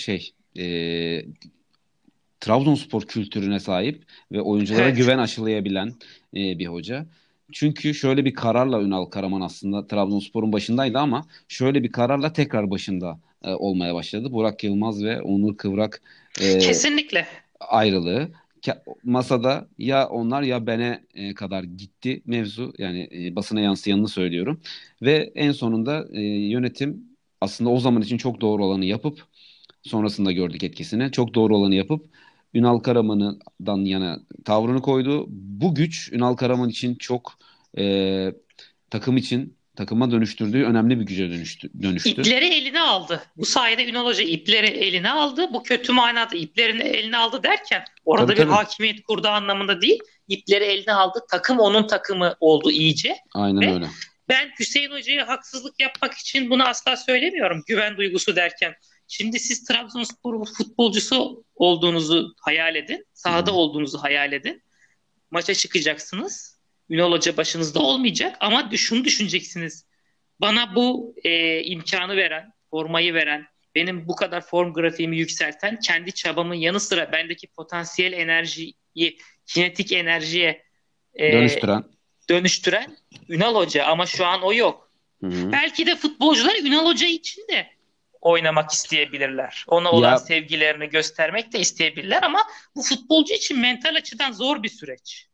Speaker 1: Trabzonspor kültürüne sahip ve oyunculara
Speaker 2: Evet.
Speaker 1: güven aşılayabilen bir hoca. Çünkü şöyle bir kararla Ünal Karaman aslında Trabzonspor'un başındaydı ama şöyle bir kararla tekrar başında olmaya başladı. Burak Yılmaz ve Onur Kıvrak e,
Speaker 2: Kesinlikle.
Speaker 1: ayrılığı. Masada ya onlar ya bene kadar gitti mevzu. Yani basına yansıyanını söylüyorum. Ve en sonunda yönetim aslında o zaman için çok doğru olanı yapıp sonrasında gördük etkisini. Çok doğru olanı yapıp Ünal Karaman'dan yana tavrını koydu. Bu güç Ünal Karaman için çok e, takıma dönüştürdüğü önemli bir güce dönüştü.
Speaker 2: İpleri eline aldı. Bu sayede Ünal Hoca ipleri eline aldı. Bu kötü manada iplerini eline aldı derken
Speaker 1: Tabii
Speaker 2: orada bir
Speaker 1: tabii.
Speaker 2: hakimiyet kurduğu anlamında değil. İpleri eline aldı. Takım onun takımı oldu iyice.
Speaker 1: Aynen
Speaker 2: Ve
Speaker 1: öyle.
Speaker 2: ben Hüseyin Hoca'ya haksızlık yapmak için bunu asla söylemiyorum. Güven duygusu derken. Şimdi siz Trabzonspor futbolcusu olduğunuzu hayal edin.
Speaker 1: Hı
Speaker 2: Sahada
Speaker 1: hı.
Speaker 2: olduğunuzu hayal edin. Maça çıkacaksınız. Ünal Hoca başınızda olmayacak ama şunu düşüneceksiniz. Bana bu imkanı veren, formayı veren, benim bu kadar form grafiğimi yükselten, kendi çabamın yanı sıra bendeki potansiyel enerjiyi, kinetik enerjiye e,
Speaker 1: Dönüştüren.
Speaker 2: dönüştüren Ünal Hoca ama şu an o yok.
Speaker 1: Hı hı.
Speaker 2: Belki de futbolcular Ünal Hoca için de oynamak isteyebilirler. Ona olan
Speaker 1: Ya
Speaker 2: sevgilerini göstermek de isteyebilirler ama bu futbolcu için mental açıdan zor bir süreç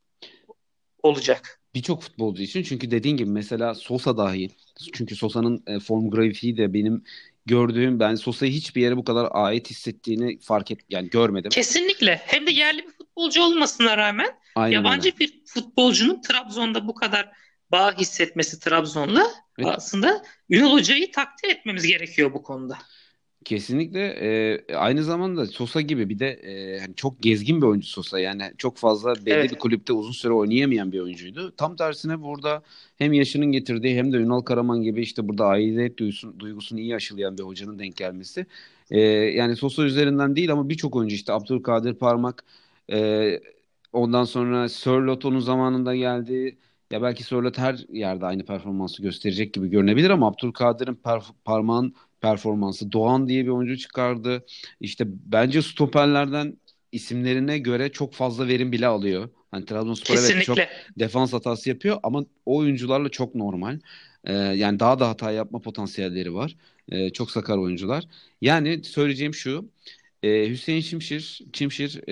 Speaker 2: olacak.
Speaker 1: birçok futbolcu için çünkü dediğin gibi mesela Sosa dahil. Çünkü Sosa'nın form grafiği de benim ben Sosa'yı hiçbir yere bu kadar ait hissettiğini yani görmedim.
Speaker 2: Kesinlikle. Hem de yerli bir futbolcu olmasına rağmen
Speaker 1: Aynen öyle.
Speaker 2: yabancı bir futbolcunun Trabzon'da bu kadar bağ hissetmesi Trabzon'la
Speaker 1: Ve
Speaker 2: aslında Ünal Hoca'yı takdir etmemiz gerekiyor bu konuda.
Speaker 1: kesinlikle aynı zamanda Sosa gibi bir de hani çok gezgin bir oyuncu Sosa. Yani çok fazla belli bir
Speaker 2: Evet.
Speaker 1: kulüpte uzun süre oynayamayan bir oyuncuydu. Tam tersine burada hem yaşının getirdiği hem de Ünal Karaman gibi işte burada aidiyet duygusunu iyi aşılayan bir hocanın denk gelmesi. Yani Sosa üzerinden değil ama birçok oyuncu işte Abdülkadir Parmak e, ondan sonra Sörloth onun zamanında geldi. Ya belki Sörloth her yerde aynı performansı gösterecek gibi görünebilir ama Abdülkadir'in parmağın performansı. Doğan diye bir oyuncu çıkardı. İşte bence stoperlerden isimlerine göre çok fazla verim bile alıyor. Hani Trabzonspor evet çok
Speaker 2: Kesinlikle.
Speaker 1: defans hatası yapıyor ama o oyuncularla çok normal. Yani daha da hata yapma potansiyelleri var. Çok sakar oyuncular. Yani söyleyeceğim şu. Hüseyin Çimşir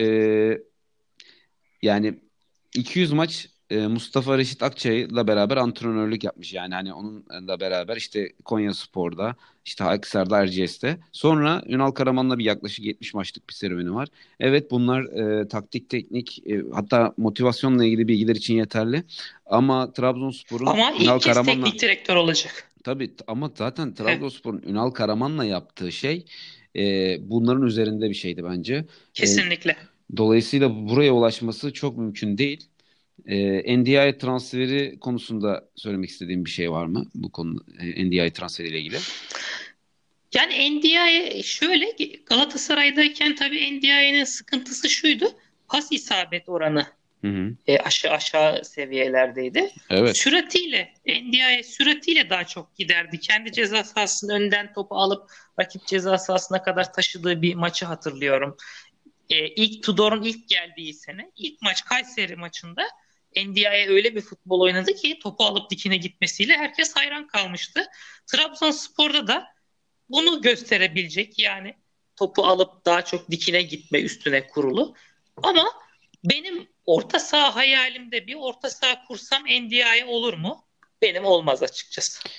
Speaker 1: yani 200 maç Mustafa Reşit Akçay'la beraber antrenörlük yapmış. Yani hani onunla beraber işte Konyaspor'da, işte Akhisar'da, Erciyes'te. Sonra Ünal Karaman'la bir yaklaşık 70 maçlık bir serüveni var. Evet bunlar taktik, teknik hatta motivasyonla ilgili bilgiler için yeterli. Ama Trabzonspor'un
Speaker 2: Ama
Speaker 1: Ünal
Speaker 2: ilk kez
Speaker 1: Karaman'la
Speaker 2: teknik direktör olacak.
Speaker 1: tabii ama zaten
Speaker 2: Evet.
Speaker 1: Trabzonspor'un Ünal Karaman'la yaptığı şey bunların üzerinde bir şeydi bence. E,
Speaker 2: Kesinlikle.
Speaker 1: Dolayısıyla buraya ulaşması çok mümkün değil. NDI transferi konusunda söylemek istediğim bir şey var mı? Bu konu NDI transferiyle ilgili.
Speaker 2: Yani NDI'ye şöyle Galatasaray'dayken tabii NDI'nin sıkıntısı şuydu. Pas isabet oranı
Speaker 1: Hı hı.
Speaker 2: aşağı seviyelerdeydi.
Speaker 1: Evet.
Speaker 2: NDI'ye süratiyle daha çok giderdi. Kendi ceza sahasının önden topu alıp rakip ceza sahasına kadar taşıdığı bir maçı hatırlıyorum. İlk Tudor'un ilk geldiği sene, ilk maç Kayseri maçında NDI'ye öyle bir futbol oynadı ki topu alıp dikine gitmesiyle herkes hayran kalmıştı. Trabzonspor'da da bunu gösterebilecek yani topu alıp daha çok dikine gitme üstüne kurulu. Ama benim orta saha hayalimde bir orta saha kursam NDI olur mu? Benim olmaz açıkçası.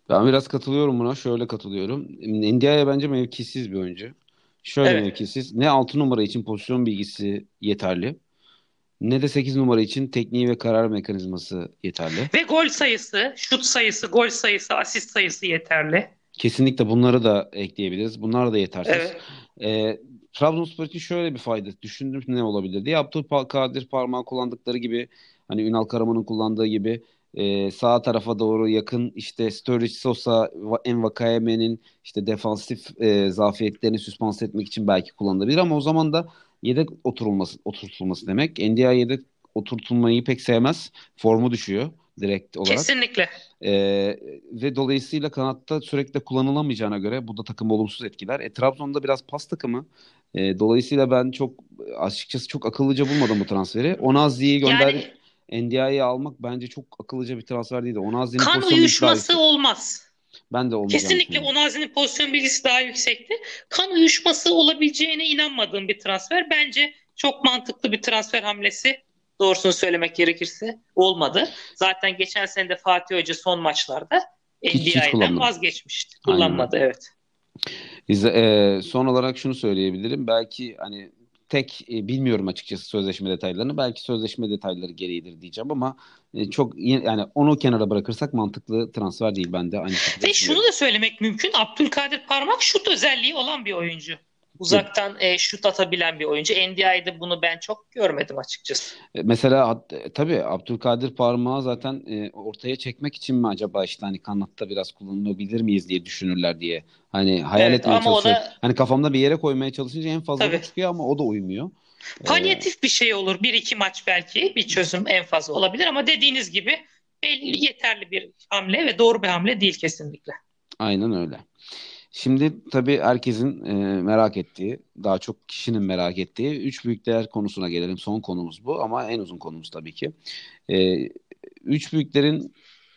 Speaker 1: Ben biraz katılıyorum buna. Şöyle katılıyorum. Ndiaye bence mevkisiz bir oyuncu. Şöyle
Speaker 2: Evet.
Speaker 1: mevkisiz. Ne 6 numara için pozisyon bilgisi yeterli, ne de 8 numara için tekniği ve karar mekanizması yeterli.
Speaker 2: Ve gol sayısı, şut sayısı, gol sayısı, asist sayısı yeterli.
Speaker 1: Kesinlikle bunları da ekleyebiliriz. Bunlar da yetersiz.
Speaker 2: Evet.
Speaker 1: Ee, Trabzonspor için şöyle bir fayda düşündüm, ne olabilir diye. Abdülkadir Parmağı kullandıkları gibi, hani Ünal Karaman'ın kullandığı gibi sağ tarafa doğru yakın, işte Sturridge, Sosa, Envakayeme'nin işte defansif zafiyetlerini süspans etmek için belki kullanılabilir, ama o zaman da yedek oturtulması demek. Ndiaye yedek oturtulmayı pek sevmez. Formu düşüyor direkt olarak.
Speaker 2: Kesinlikle.
Speaker 1: Ve dolayısıyla kanatta sürekli kullanılamayacağına göre bu da takımı olumsuz etkiler. Trabzon'da biraz pas takımı. Dolayısıyla ben çok, açıkçası çok akıllıca bulmadım bu transferi. Onazi'yi gönderip
Speaker 2: Yani
Speaker 1: Ndiaye'yi almak bence çok akıllıca bir transfer değildi. Onazi'nin
Speaker 2: kan
Speaker 1: pozisyon bilgisi daha
Speaker 2: uyuşması
Speaker 1: yüksek.
Speaker 2: olmaz.
Speaker 1: Ben de olmayacağını
Speaker 2: Kesinlikle
Speaker 1: düşünüyorum.
Speaker 2: Onazi'nin pozisyon bilgisi daha yüksekti. Kan uyuşması olabileceğine inanmadığım bir transfer. Bence çok mantıklı bir transfer hamlesi. Doğrusunu söylemek gerekirse olmadı. Zaten geçen sene de Fatih Hoca son maçlarda
Speaker 1: Hiç
Speaker 2: NDI'den
Speaker 1: kullanmadı.
Speaker 2: vazgeçmişti.
Speaker 1: Aynen öyle.
Speaker 2: Kullanmadı, evet.
Speaker 1: Son olarak şunu söyleyebilirim. Belki hani bilmiyorum açıkçası sözleşme detaylarını. Belki sözleşme detayları gereğidir diyeceğim, ama yani onu kenara bırakırsak mantıklı transfer değil. Ben de aynı şekilde
Speaker 2: Ve şunu
Speaker 1: düşünüyorum.
Speaker 2: da söylemek mümkün. Abdülkadir Parmak şut özelliği olan bir oyuncu.
Speaker 1: Ya,
Speaker 2: Uzaktan şut atabilen bir oyuncu. NDI'de bunu ben çok görmedim açıkçası.
Speaker 1: mesela tabii Abdülkadir Parmağı zaten ortaya çekmek için mi acaba, işte hani kanatta biraz kullanılabilir miyiz diye düşünürler diye. Hani hayal
Speaker 2: Evet,
Speaker 1: etmeye
Speaker 2: ama o
Speaker 1: çalışıyorum.
Speaker 2: da
Speaker 1: Hani kafamda bir yere koymaya çalışınca en fazla bu
Speaker 2: tabii
Speaker 1: çıkıyor, ama o da uymuyor. E,
Speaker 2: palyatif bir şey olur. Bir iki maç belki bir çözüm en fazla olabilir ama dediğiniz gibi yeterli bir hamle ve doğru bir hamle değil kesinlikle.
Speaker 1: aynen öyle. Şimdi tabii herkesin merak ettiği, daha çok kişinin merak ettiği üç büyükler konusuna gelelim. Son konumuz bu, ama en uzun konumuz tabii ki. E, Üç büyüklerin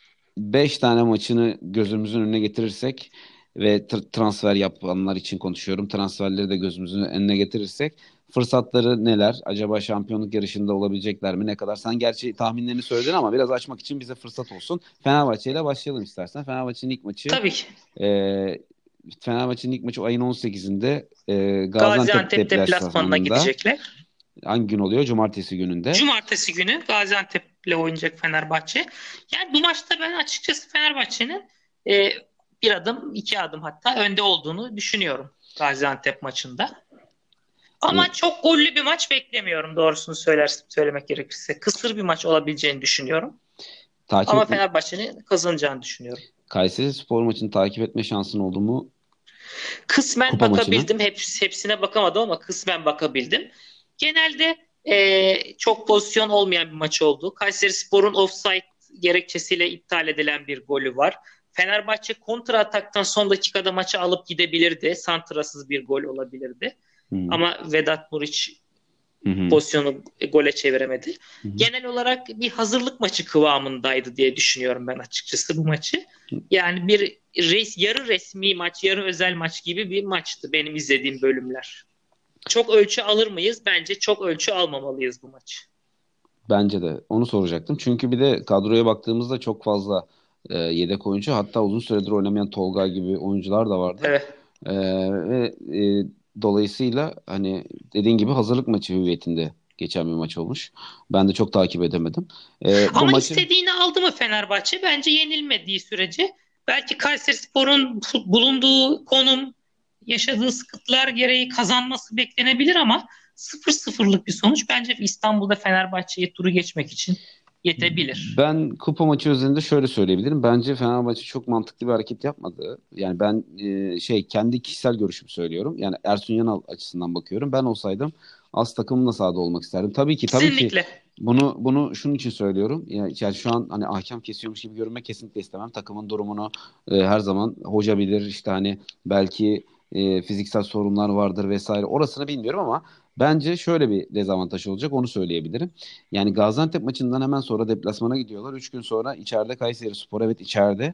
Speaker 1: 5 tane maçını gözümüzün önüne getirirsek ve transfer yapanlar için konuşuyorum. Transferleri de gözümüzün önüne getirirsek fırsatları neler? Acaba şampiyonluk yarışında olabilecekler mi? Ne kadar? Sen gerçi tahminlerini söyledin, ama biraz açmak için bize fırsat olsun. Fenerbahçe ile başlayalım istersen.
Speaker 2: Tabii ki.
Speaker 1: E, Fenerbahçe'nin ilk maçı ayın 18'inde Gaziantep
Speaker 2: Gaziantep deplasmanına
Speaker 1: deplasmanında.
Speaker 2: gidecekler.
Speaker 1: Hangi gün oluyor? Cumartesi gününde.
Speaker 2: Cumartesi günü Gaziantep'le oynayacak Fenerbahçe. Yani bu maçta ben açıkçası Fenerbahçe'nin e, bir adım, iki adım hatta önde olduğunu düşünüyorum Gaziantep maçında.
Speaker 1: E,
Speaker 2: Ama çok gollü bir maç beklemiyorum doğrusunu söylemek gerekirse. Kısır bir maç olabileceğini düşünüyorum.
Speaker 1: takip
Speaker 2: Ama
Speaker 1: etme
Speaker 2: Fenerbahçe'nin kazanacağını düşünüyorum.
Speaker 1: Kayseri Spor maçını takip etme şansın oldu mu?
Speaker 2: Kısmen
Speaker 1: Kupa maçını.
Speaker 2: bakabildim. Hepsine bakamadım ama kısmen bakabildim. Genelde çok pozisyon olmayan bir maç oldu. Kayserispor'un offside gerekçesiyle iptal edilen bir golü var. Fenerbahçe kontra ataktan son dakikada maçı alıp gidebilirdi. Santrasız bir gol olabilirdi.
Speaker 1: Hı hı.
Speaker 2: Ama Vedat Muriç
Speaker 1: Hı hı.
Speaker 2: pozisyonu gole çeviremedi.
Speaker 1: Hı hı.
Speaker 2: Genel olarak bir hazırlık maçı kıvamındaydı diye düşünüyorum ben açıkçası bu maçı. Yani bir yarı resmi maç, yarı özel maç gibi bir maçtı benim izlediğim bölümler. Çok ölçü alır mıyız? Bence çok ölçü almamalıyız bu maçı.
Speaker 1: Bence de onu soracaktım. Çünkü bir de kadroya baktığımızda çok fazla yedek oyuncu, hatta uzun süredir oynamayan Tolga gibi oyuncular da vardı.
Speaker 2: Evet.
Speaker 1: E, ve dolayısıyla hani dediğin gibi hazırlık maçı hüviyetinde geçen bir maç olmuş. Ben de çok takip edemedim. Bu
Speaker 2: Ama
Speaker 1: maçı
Speaker 2: istediğini aldı mı Fenerbahçe? Bence yenilmediği sürece belki Kayserispor'un bulunduğu konum, yaşadığı sıkıntılar gereği kazanması beklenebilir ama 0-0'lık bir sonuç bence İstanbul'da Fenerbahçe'ye turu geçmek için yetebilir.
Speaker 1: Ben kupa maçı özelinde şöyle söyleyebilirim. Bence Fenerbahçe çok mantıklı bir hareket yapmadı. Yani ben kendi kişisel görüşümü söylüyorum. Yani Ersun Yanal açısından bakıyorum. Ben olsaydım az takımımla sahada olmak isterdim. Tabii ki
Speaker 2: Kesinlikle.
Speaker 1: bunu şunun için söylüyorum. Yani şu an hani ahkam kesiyormuş gibi görünmek kesinlikle istemem. Takımın durumunu her zaman hoca bilir. İşte hani belki fiziksel sorunlar vardır vesaire. Orasını bilmiyorum, ama bence şöyle bir dezavantaj olacak, onu söyleyebilirim. Yani Gaziantep maçından hemen sonra deplasmana gidiyorlar. 3 gün sonra içeride Kayserispor, evet içeride.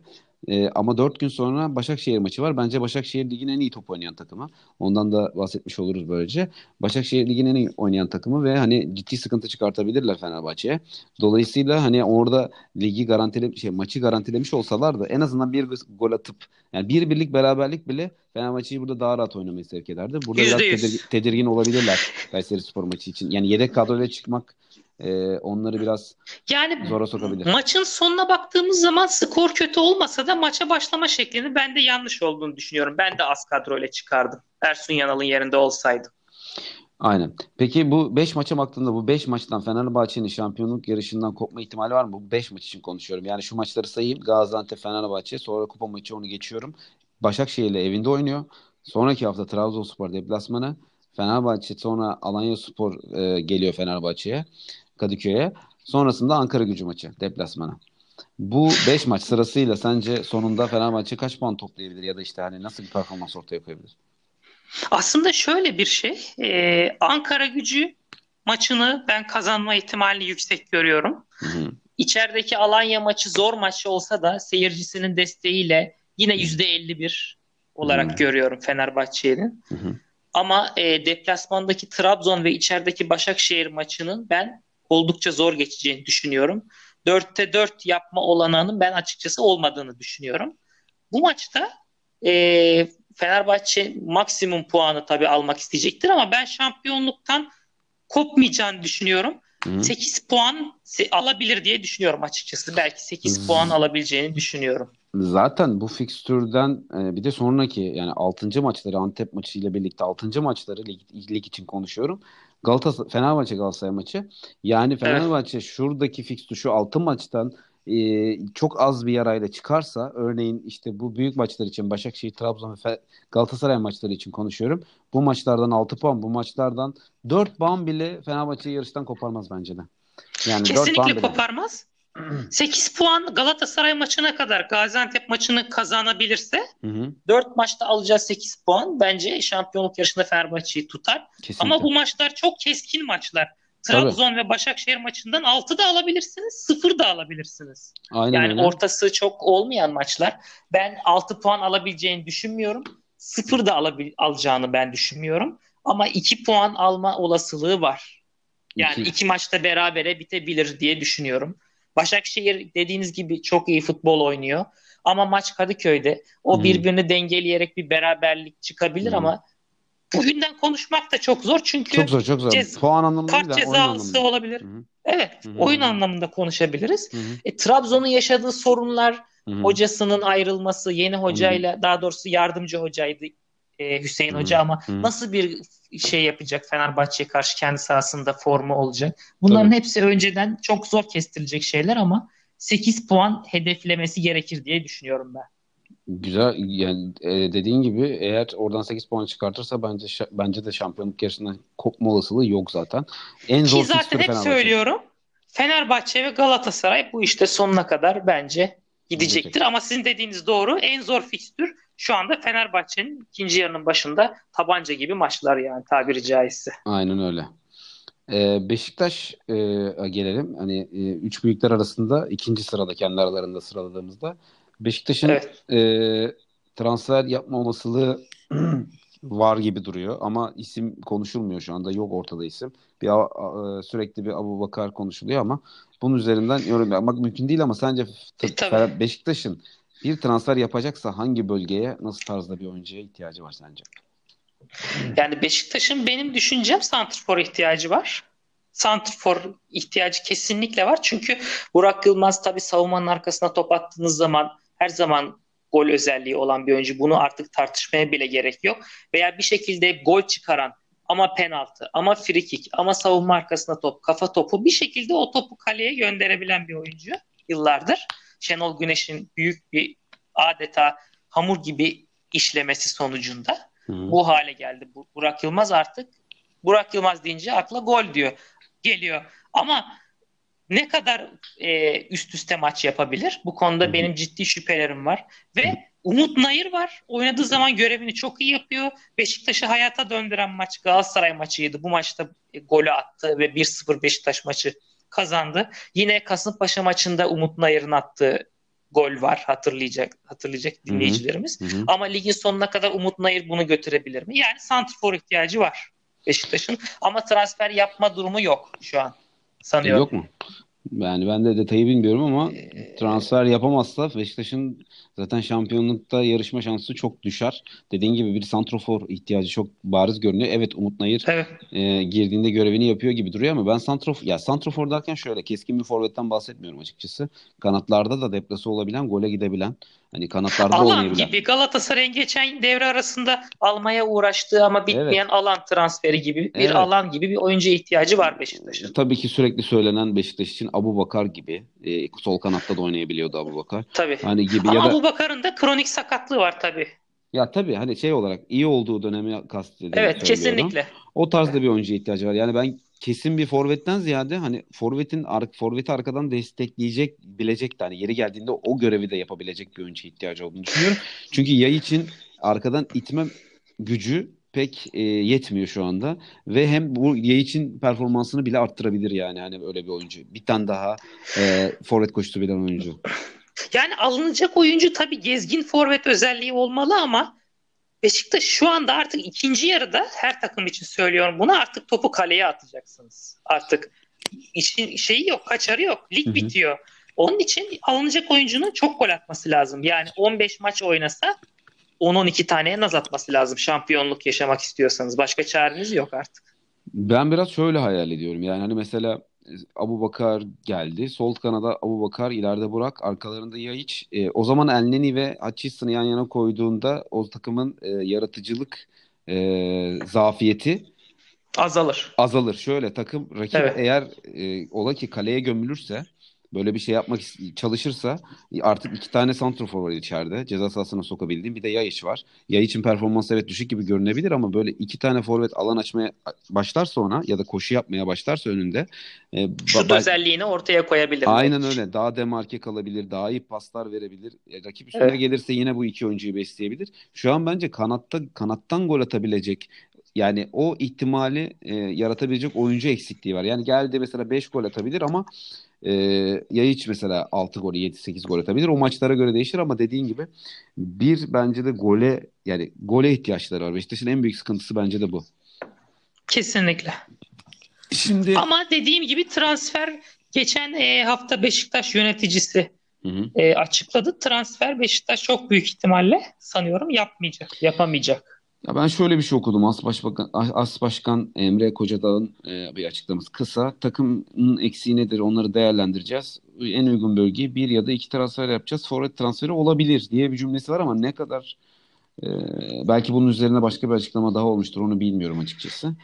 Speaker 1: Ama 4 gün sonra Başakşehir maçı var. Bence Başakşehir ligin en iyi top oynayan takımı. Ondan da bahsetmiş oluruz böylece. Başakşehir ligin en iyi oynayan takımı ve hani ciddi sıkıntı çıkartabilirler Fenerbahçe'ye. Dolayısıyla hani orada ligi maçı garantilemiş olsalar da en azından bir gol atıp yani bir birlik beraberlik bile Fenerbahçe'yi burada daha rahat oynamayı sevk ederdi. Burada biraz
Speaker 2: %100.
Speaker 1: tedirgin olabilirler Kayserispor maçı için. Yani yedek kadroyla çıkmak onları biraz
Speaker 2: Yani
Speaker 1: zora sokabilir.
Speaker 2: maçın sonuna baktığımız zaman skor kötü olmasa da maça başlama şeklinin ben de yanlış olduğunu düşünüyorum. Ben de az kadroyla çıkardım. Ersun Yanal'ın yerinde olsaydım.
Speaker 1: Aynen. Peki bu 5 maça baktığında bu 5 maçtan Fenerbahçe'nin şampiyonluk yarışından kopma ihtimali var mı? Bu 5 maç için konuşuyorum. Yani şu maçları sayayım. Gaziantep, Fenerbahçe, sonra kupa maçı onu geçiyorum. Başakşehir'le evinde oynuyor. Sonraki hafta Trabzonspor deplasmanı. Fenerbahçe sonra Alanyaspor geliyor Fenerbahçe'ye, Kadıköy'e. Sonrasında Ankaragücü maçı deplasmanı. Bu 5 maç sırasıyla sence sonunda Fenerbahçe kaç puan toplayabilir ya da işte hani nasıl bir performans ortaya koyabilir?
Speaker 2: Aslında şöyle bir şey. Ankara Gücü maçını ben kazanma ihtimalini yüksek görüyorum.
Speaker 1: Hı hı.
Speaker 2: İçerideki Alanya maçı zor maç olsa da seyircisinin desteğiyle yine
Speaker 1: Hı
Speaker 2: %51
Speaker 1: hı.
Speaker 2: olarak görüyorum Fenerbahçe'nin.
Speaker 1: Hı hı.
Speaker 2: Ama deplasmandaki Trabzon ve içerideki Başakşehir maçının ben oldukça zor geçeceğini düşünüyorum. 4'te 4 yapma olanağının ben açıkçası olmadığını düşünüyorum. Bu maçta Fenerbahçe maksimum puanı tabii almak isteyecektir ama ben şampiyonluktan kopmayacağını düşünüyorum.
Speaker 1: Hı hı.
Speaker 2: 8 puan alabilir diye düşünüyorum açıkçası. Belki 8 puan
Speaker 1: Z-
Speaker 2: alabileceğini düşünüyorum.
Speaker 1: Zaten bu fikstürden bir de sonraki yani 6. maçları Antep maçı ile birlikte 6. maçları lig için konuşuyorum. Fenerbahçe Galatasaray maçı. Yani
Speaker 2: Evet.
Speaker 1: Fenerbahçe şuradaki fikstür şu 6 maçtan çok az bir yarayla çıkarsa örneğin işte bu büyük maçlar için Başakşehir, Trabzon ve Galatasaray maçları için konuşuyorum. Bu maçlardan 6 puan, bu maçlardan 4 puan bile Fenerbahçe'yi yarıştan koparmaz bence de. Yani 4 puan
Speaker 2: Kesinlikle
Speaker 1: bile.
Speaker 2: koparmaz. 8 puan Galatasaray maçına kadar Gaziantep maçını kazanabilirse
Speaker 1: Hı hı.
Speaker 2: 4 maçta alacağı 8 puan bence şampiyonluk yarışında Fenerbahçe'yi tutar. Ama
Speaker 1: Kesinlikle.
Speaker 2: bu maçlar çok keskin maçlar.
Speaker 1: Tabii.
Speaker 2: Trabzon ve Başakşehir maçından 6 da alabilirsiniz, 0 da alabilirsiniz.
Speaker 1: Aynen
Speaker 2: Yani
Speaker 1: öyle.
Speaker 2: ortası çok olmayan maçlar. Ben 6 puan alabileceğini düşünmüyorum. 0 da alacağını ben düşünmüyorum. Ama 2 puan alma olasılığı var. Yani
Speaker 1: İki.
Speaker 2: iki maçta berabere bitebilir diye düşünüyorum. Başakşehir dediğiniz gibi çok iyi futbol oynuyor. Ama maç Kadıköy'de.
Speaker 1: Hı
Speaker 2: O
Speaker 1: hı.
Speaker 2: birbirini dengeleyerek bir beraberlik
Speaker 1: Hı
Speaker 2: çıkabilir
Speaker 1: hı.
Speaker 2: ama bugünden konuşmak da çok zor.
Speaker 1: Çok
Speaker 2: Çünkü
Speaker 1: zor, çok zor.
Speaker 2: cez
Speaker 1: Puan anlamında değil
Speaker 2: kart
Speaker 1: de oyun
Speaker 2: cezası
Speaker 1: anlamında.
Speaker 2: olabilir.
Speaker 1: Hı hı.
Speaker 2: Evet,
Speaker 1: Hı hı. Hı
Speaker 2: oyun
Speaker 1: hı.
Speaker 2: anlamında konuşabiliriz.
Speaker 1: Hı hı.
Speaker 2: Trabzon'un yaşadığı sorunlar,
Speaker 1: Hı hı.
Speaker 2: hocasının ayrılması, yeni
Speaker 1: Onun.
Speaker 2: hocayla daha doğrusu yardımcı hocaydı Hüseyin
Speaker 1: Hı
Speaker 2: Hoca
Speaker 1: hı.
Speaker 2: ama
Speaker 1: Hı hı.
Speaker 2: nasıl bir şey yapacak Fenerbahçe'ye karşı kendi sahasında formu olacak. Bunların
Speaker 1: Tabii.
Speaker 2: hepsi önceden çok zor kestirilecek şeyler ama 8 puan hedeflemesi gerekir diye düşünüyorum ben.
Speaker 1: Güzel yani dediğin gibi eğer oradan 8 puan çıkartırsa bence de şampiyonluk yarışından kopma olasılığı yok zaten. En
Speaker 2: Ki
Speaker 1: zor
Speaker 2: zaten
Speaker 1: fikstürü
Speaker 2: hep
Speaker 1: Fenerbahçe'nin.
Speaker 2: söylüyorum Fenerbahçe ve Galatasaray bu işte sonuna kadar bence gidecektir.
Speaker 1: Gidecek.
Speaker 2: Ama sizin dediğiniz doğru. En zor fikstür şu anda Fenerbahçe'nin ikinci yarının başında tabanca gibi maçlar yani tabiri caizse.
Speaker 1: Aynen öyle. Beşiktaş gelelim. Hani üç büyükler arasında ikinci sırada kendi aralarında sıraladığımızda Beşiktaş'ın
Speaker 2: Evet.
Speaker 1: transfer yapma olasılığı var gibi duruyor ama isim konuşulmuyor şu anda. Yok ortada isim. Sürekli bir Abubakar konuşuluyor ama bunun üzerinden yorum yapmak mümkün değil ama sence
Speaker 2: Tabii.
Speaker 1: Beşiktaş'ın bir transfer yapacaksa hangi bölgeye, nasıl tarzda bir oyuncuya ihtiyacı var sence?
Speaker 2: Yani Beşiktaş'ın benim düşüncem santrfor ihtiyacı var. Santrfor ihtiyacı kesinlikle var. Çünkü Burak Yılmaz tabii savunmanın arkasına top attığınız zaman her zaman gol özelliği olan bir oyuncu. Bunu artık tartışmaya bile gerek yok. Veya bir şekilde gol çıkaran ama penaltı, ama frikik, ama savunma arkasına top, kafa topu bir şekilde o topu kaleye gönderebilen bir oyuncu yıllardır. Şenol Güneş'in büyük bir adeta hamur gibi işlemesi sonucunda
Speaker 1: Hı hı.
Speaker 2: bu hale geldi. Burak Yılmaz artık Burak Yılmaz deyince akla gol diyor geliyor. Ama ne kadar üst üste maç yapabilir? Bu
Speaker 1: Hı
Speaker 2: konuda
Speaker 1: hı.
Speaker 2: benim ciddi şüphelerim var.
Speaker 1: Hı hı.
Speaker 2: Ve Umut Nayır var. Oynadığı zaman görevini çok iyi yapıyor. Beşiktaş'ı hayata döndüren maç Galatasaray maçıydı. Bu maçta golü attı ve 1-0 Beşiktaş maçı kazandı. Yine Kasımpaşa maçında Umut Nayır'ın attığı gol var, hatırlayacak
Speaker 1: Hı hı.
Speaker 2: dinleyicilerimiz.
Speaker 1: Hı hı.
Speaker 2: Ama ligin sonuna kadar Umut Nayır bunu götürebilir mi? Yani santrfor ihtiyacı var Beşiktaş'ın ama transfer yapma durumu yok şu an sanıyorum.
Speaker 1: Yok mu? Yani ben de detayı bilmiyorum ama
Speaker 2: Ee,
Speaker 1: transfer yapamazsa Beşiktaş'ın zaten şampiyonlukta yarışma şansı çok düşer. Dediğin gibi bir santrofor ihtiyacı çok bariz görünüyor. Evet, Umut Nayır
Speaker 2: evet.
Speaker 1: girdiğinde görevini yapıyor gibi duruyor ama ben santrofor derken şöyle keskin bir forvetten bahsetmiyorum açıkçası. Kanatlarda da deplase olabilen, gole gidebilen, hani kanatlarda da
Speaker 2: Alan
Speaker 1: oynayabilen.
Speaker 2: gibi Galatasaray'ın geçen devre arasında almaya uğraştığı ama bitmeyen
Speaker 1: Evet.
Speaker 2: alan transferi gibi bir
Speaker 1: Evet.
Speaker 2: alan gibi bir oyuncu ihtiyacı var Beşiktaş'ın.
Speaker 1: Tabii ki sürekli söylenen Beşiktaş için Abubakar gibi sol kanatta da oynayabiliyordu Abubakar.
Speaker 2: Tabii.
Speaker 1: Hani gibi ya
Speaker 2: Ama
Speaker 1: da
Speaker 2: Abubakar'ın da kronik sakatlığı var tabii.
Speaker 1: ya tabii hani şey olarak iyi olduğu dönemi kastederek
Speaker 2: Evet,
Speaker 1: söylüyorum.
Speaker 2: kesinlikle.
Speaker 1: O tarzda bir oyuncuya ihtiyacı var. Yani ben kesin bir forvetten ziyade hani forveti arkadan destekleyecek, bilecek de hani yeri geldiğinde o görevi de yapabilecek bir oyuncuya ihtiyacı olduğunu düşünüyorum. Çünkü yay için arkadan itme gücü pek yetmiyor şu anda ve hem bu yay için performansını bile arttırabilir yani hani öyle bir oyuncu. Bir tane daha forvet koşusu bilen oyuncu.
Speaker 2: Yani alınacak oyuncu tabii gezgin forvet özelliği olmalı ama Beşiktaş şu anda artık ikinci yarıda her takım için söylüyorum bunu artık topu kaleye atacaksınız. Artık işin şeyi yok, kaçarı yok.
Speaker 1: Hı
Speaker 2: Lig
Speaker 1: hı.
Speaker 2: bitiyor. Onun için alınacak oyuncunun çok gol atması lazım. Yani 15 maç oynasa 10-12 tane en az atması lazım şampiyonluk yaşamak istiyorsanız. Başka çareniz yok artık.
Speaker 1: Ben biraz şöyle hayal ediyorum. Yani hani mesela Abubakar geldi. Sol kanada Abubakar, ileride Burak, arkalarında Yayiç. O zaman Elneny ve Hutchison'ı yan yana koyduğunda o takımın yaratıcılık zafiyeti
Speaker 2: Azalır.
Speaker 1: azalır. Şöyle takım rakip
Speaker 2: Evet.
Speaker 1: eğer ola ki kaleye gömülürse böyle bir şey yapmak çalışırsa artık iki tane santrafor var içeride. Ceza sahasına sokabildiğim bir de Yayiç var. Yayiç'in performansı evet düşük gibi görünebilir ama böyle iki tane forvet alan açmaya başlarsa ona ya da koşu yapmaya başlarsa önünde
Speaker 2: Şut özelliğini ortaya koyabilir
Speaker 1: aynen
Speaker 2: Yayiç.
Speaker 1: öyle. Daha demarke kalabilir, daha iyi paslar verebilir. Rakip üstüne
Speaker 2: Evet.
Speaker 1: gelirse yine bu iki oyuncuyu besleyebilir. Şu an bence kanattan gol atabilecek yani o ihtimali yaratabilecek oyuncu eksikliği var. Yani geldi mesela 5 gol atabilir ama e, Yayiç mesela 6 gol, 7-8 gol atabilir. O maçlara göre değişir ama dediğin gibi bir bence de gole ihtiyaçları var. Beşiktaş'ın en büyük sıkıntısı bence de bu.
Speaker 2: Kesinlikle.
Speaker 1: Şimdi
Speaker 2: Ama dediğim gibi transfer geçen hafta Beşiktaş yöneticisi
Speaker 1: hı hı.
Speaker 2: açıkladı. Transfer Beşiktaş çok büyük ihtimalle sanıyorum yapmayacak, yapamayacak.
Speaker 1: Ya ben şöyle bir şey okudum. As Başkan Emre Kocadağ'ın bir açıklaması. Kısa, takımın eksiği nedir onları değerlendireceğiz. En uygun bölgeyi bir ya da iki transfer yapacağız. Forvet transferi olabilir diye bir cümlesi var ama ne kadar e, belki bunun üzerine başka bir açıklama daha olmuştur onu bilmiyorum açıkçası.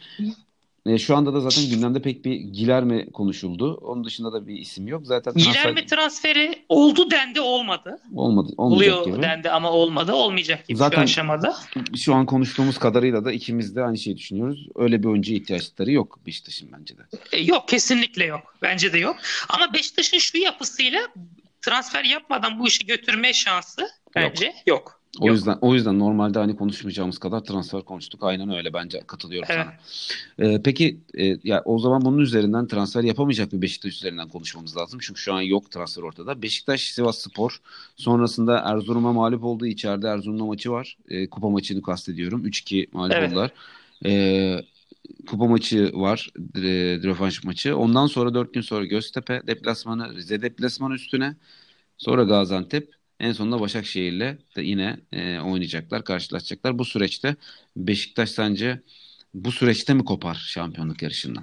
Speaker 1: Şu anda da zaten gündemde pek bir Gilerme konuşuldu. Onun dışında da bir isim yok. Zaten transfer
Speaker 2: Gilerme transferi oldu dendi olmadı.
Speaker 1: olmayacak
Speaker 2: Oluyor
Speaker 1: gibi.
Speaker 2: dendi ama olmadı. Olmayacak gibi şu
Speaker 1: Zaten
Speaker 2: aşamada.
Speaker 1: şu an konuştuğumuz kadarıyla da ikimiz de aynı şeyi düşünüyoruz. Öyle bir oyuncuya ihtiyaçları yok Beşiktaş'ın bence de.
Speaker 2: Yok kesinlikle yok. Bence de yok. Ama Beşiktaş'ın şu yapısıyla transfer yapmadan bu işi götürme şansı
Speaker 1: Yok.
Speaker 2: bence yok.
Speaker 1: O
Speaker 2: Yok.
Speaker 1: yüzden o yüzden normalde hani konuşmayacağımız kadar transfer konuştuk. Aynen öyle bence katılıyorum
Speaker 2: Evet.
Speaker 1: sana. Peki ya o zaman bunun üzerinden transfer yapamayacak bir Beşiktaş üzerinden konuşmamız lazım. Çünkü şu an yok transfer ortada. Beşiktaş Sivasspor sonrasında Erzurum'a mağlup olduğu içeride Erzurum'la maçı var. Kupa maçını kastediyorum. 3-2 mağlup
Speaker 2: Evet.
Speaker 1: oldular. E, Kupa maçı var. Rövanş maçı. Ondan sonra 4 gün sonra Göztepe deplasmanı, Rize deplasmanı üstüne. Sonra Gaziantep. En sonunda Başakşehir'le de yine oynayacaklar, karşılaşacaklar. Bu süreçte Beşiktaş sence bu süreçte mi kopar şampiyonluk yarışından?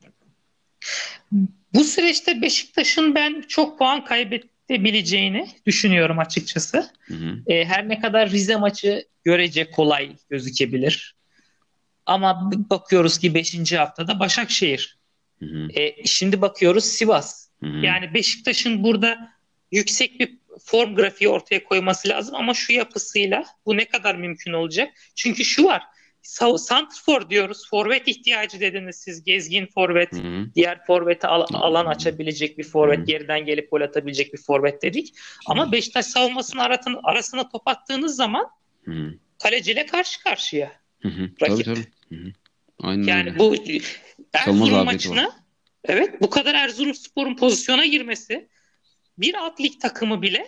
Speaker 2: Bu süreçte Beşiktaş'ın ben çok puan kaybedebileceğini düşünüyorum açıkçası.
Speaker 1: Hı hı.
Speaker 2: Her ne kadar Rize maçı görece kolay gözükebilir. Ama bakıyoruz ki beşinci haftada Başakşehir.
Speaker 1: Hı hı.
Speaker 2: Şimdi bakıyoruz Sivas.
Speaker 1: Hı hı.
Speaker 2: Yani Beşiktaş'ın burada yüksek bir form grafiği ortaya koyması lazım ama şu yapısıyla bu ne kadar mümkün olacak? Çünkü şu var. Santrfor diyoruz. Forvet ihtiyacı dediniz siz. Gezgin
Speaker 1: Hı
Speaker 2: forvet.
Speaker 1: hı.
Speaker 2: Diğer forvete alan
Speaker 1: Hı
Speaker 2: açabilecek bir
Speaker 1: hı.
Speaker 2: forvet. Geriden gelip gol atabilecek bir forvet dedik. Ama Beşiktaş savunmasının arasına top attığınız zaman
Speaker 1: Hı hı.
Speaker 2: kaleciyle karşı karşıya
Speaker 1: Hı hı. Tabii
Speaker 2: rakip.
Speaker 1: tabii. Hı hı. Aynen öyle.
Speaker 2: Yani bu
Speaker 1: Savunma
Speaker 2: Erzurum
Speaker 1: zafiyeti var.
Speaker 2: maçına evet bu kadar Erzurumspor'un pozisyona girmesi bir alt lig takımı bile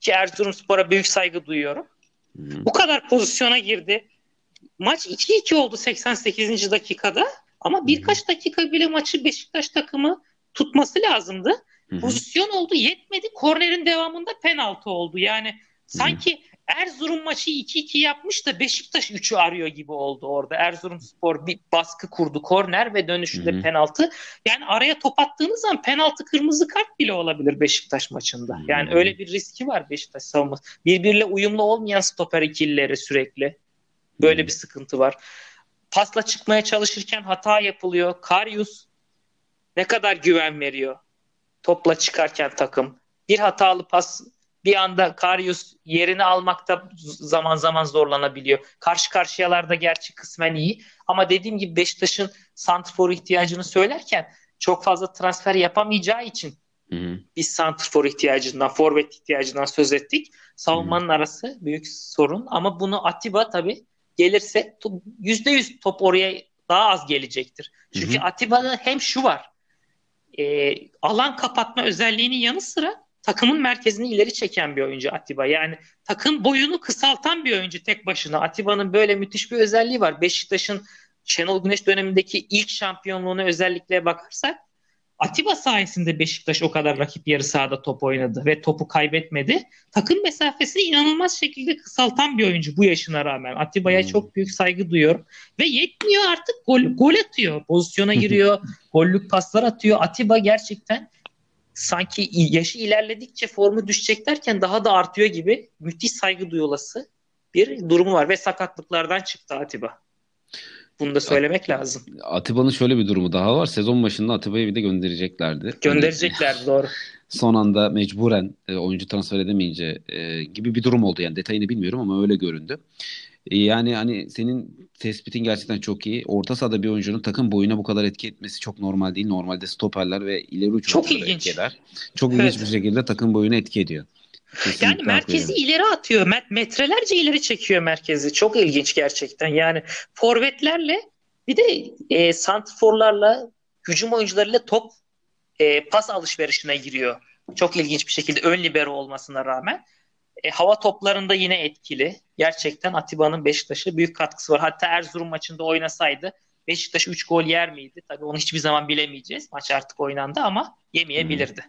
Speaker 2: ki Erzurumspor'a büyük saygı duyuyorum.
Speaker 1: Hı
Speaker 2: Bu kadar pozisyona girdi. Maç 2-2 oldu 88. dakikada ama
Speaker 1: hı.
Speaker 2: birkaç dakika bile maçı Beşiktaş takımı tutması lazımdı.
Speaker 1: Hı hı.
Speaker 2: Pozisyon oldu, yetmedi. Kornerin devamında penaltı oldu. Yani
Speaker 1: Hı hı.
Speaker 2: sanki Erzurum maçı 2-2 yapmış da Beşiktaş 3'ü arıyor gibi oldu orada. Erzurumspor bir baskı kurdu. Korner ve
Speaker 1: Hı
Speaker 2: dönüşünde
Speaker 1: hı.
Speaker 2: penaltı. Yani araya top attığınız zaman penaltı, kırmızı kart bile olabilir Beşiktaş
Speaker 1: Hı
Speaker 2: maçında. Yani
Speaker 1: hı.
Speaker 2: öyle bir riski var Beşiktaş savunması. Birbiriyle uyumlu olmayan stoper ikilileri sürekli.
Speaker 1: Hı
Speaker 2: Böyle
Speaker 1: hı.
Speaker 2: bir sıkıntı var. Pasla çıkmaya çalışırken hata yapılıyor. Karius ne kadar güven veriyor topla çıkarken takım. Bir hatalı pas, bir anda Karius yerini almakta zaman zaman zorlanabiliyor. Karşı karşıyalarda gerçi kısmen iyi ama dediğim gibi Beşiktaş'ın santrfor ihtiyacını söylerken çok fazla transfer yapamayacağı için
Speaker 1: Hı hı.
Speaker 2: biz santrfor ihtiyacından, forvet ihtiyacından söz ettik.
Speaker 1: Hı hı.
Speaker 2: Savunmanın arası büyük sorun ama bunu Atiba tabii gelirse %100 top oraya daha az gelecektir.
Speaker 1: Hı
Speaker 2: Çünkü
Speaker 1: hı.
Speaker 2: Atiba'da hem şu var, alan kapatma özelliğinin yanı sıra takımın merkezini ileri çeken bir oyuncu Atiba. Yani takım boyunu kısaltan bir oyuncu tek başına. Atiba'nın böyle müthiş bir özelliği var. Beşiktaş'ın Şenol Güneş dönemindeki ilk şampiyonluğuna özellikle bakarsak Atiba sayesinde Beşiktaş o kadar rakip yarı sahada top oynadı ve topu kaybetmedi. Takım mesafesini inanılmaz şekilde kısaltan bir oyuncu bu yaşına rağmen. Atiba'ya çok büyük saygı duyuyorum. Ve yetmiyor artık gol atıyor. Pozisyona giriyor. Gollük paslar atıyor. Atiba gerçekten sanki yaşı ilerledikçe formu düşecek derken daha da artıyor gibi müthiş saygı duyulası bir durumu var. Ve sakatlıklardan çıktı Atiba. Bunu da
Speaker 1: At-
Speaker 2: söylemek lazım.
Speaker 1: Atiba'nın şöyle bir durumu daha var. Sezon başında Atiba'yı bir de göndereceklerdi. Hani
Speaker 2: Göndereceklerdi doğru.
Speaker 1: son anda mecburen oyuncu transfer edemeyince gibi bir durum oldu. Yani detayını bilmiyorum ama öyle göründü. Yani hani senin tespitin gerçekten çok iyi. Orta sahada bir oyuncunun takım boyuna bu kadar etki etmesi çok normal değil. Normalde stoperler ve ileri uç
Speaker 2: Çok
Speaker 1: oyuncuları etki
Speaker 2: ilginç.
Speaker 1: eder. Çok ilginç bir
Speaker 2: Evet.
Speaker 1: şekilde takım boyuna etki ediyor.
Speaker 2: Yani
Speaker 1: Kesinlikle hak
Speaker 2: merkezi
Speaker 1: veriyorum.
Speaker 2: ileri atıyor. Metrelerce ileri çekiyor merkezi. Çok ilginç gerçekten. Yani forvetlerle bir de santrforlarla hücum oyuncularıyla top pas alışverişine giriyor. Çok ilginç bir şekilde ön libero olmasına rağmen. Hava toplarında yine etkili. Gerçekten Atiba'nın Beşiktaş'a büyük katkısı var. Hatta Erzurum maçında oynasaydı Beşiktaş 3 gol yer miydi? Tabii onu hiçbir zaman bilemeyeceğiz. Maç artık oynandı ama
Speaker 1: Hı hı.
Speaker 2: yemeyebilirdi.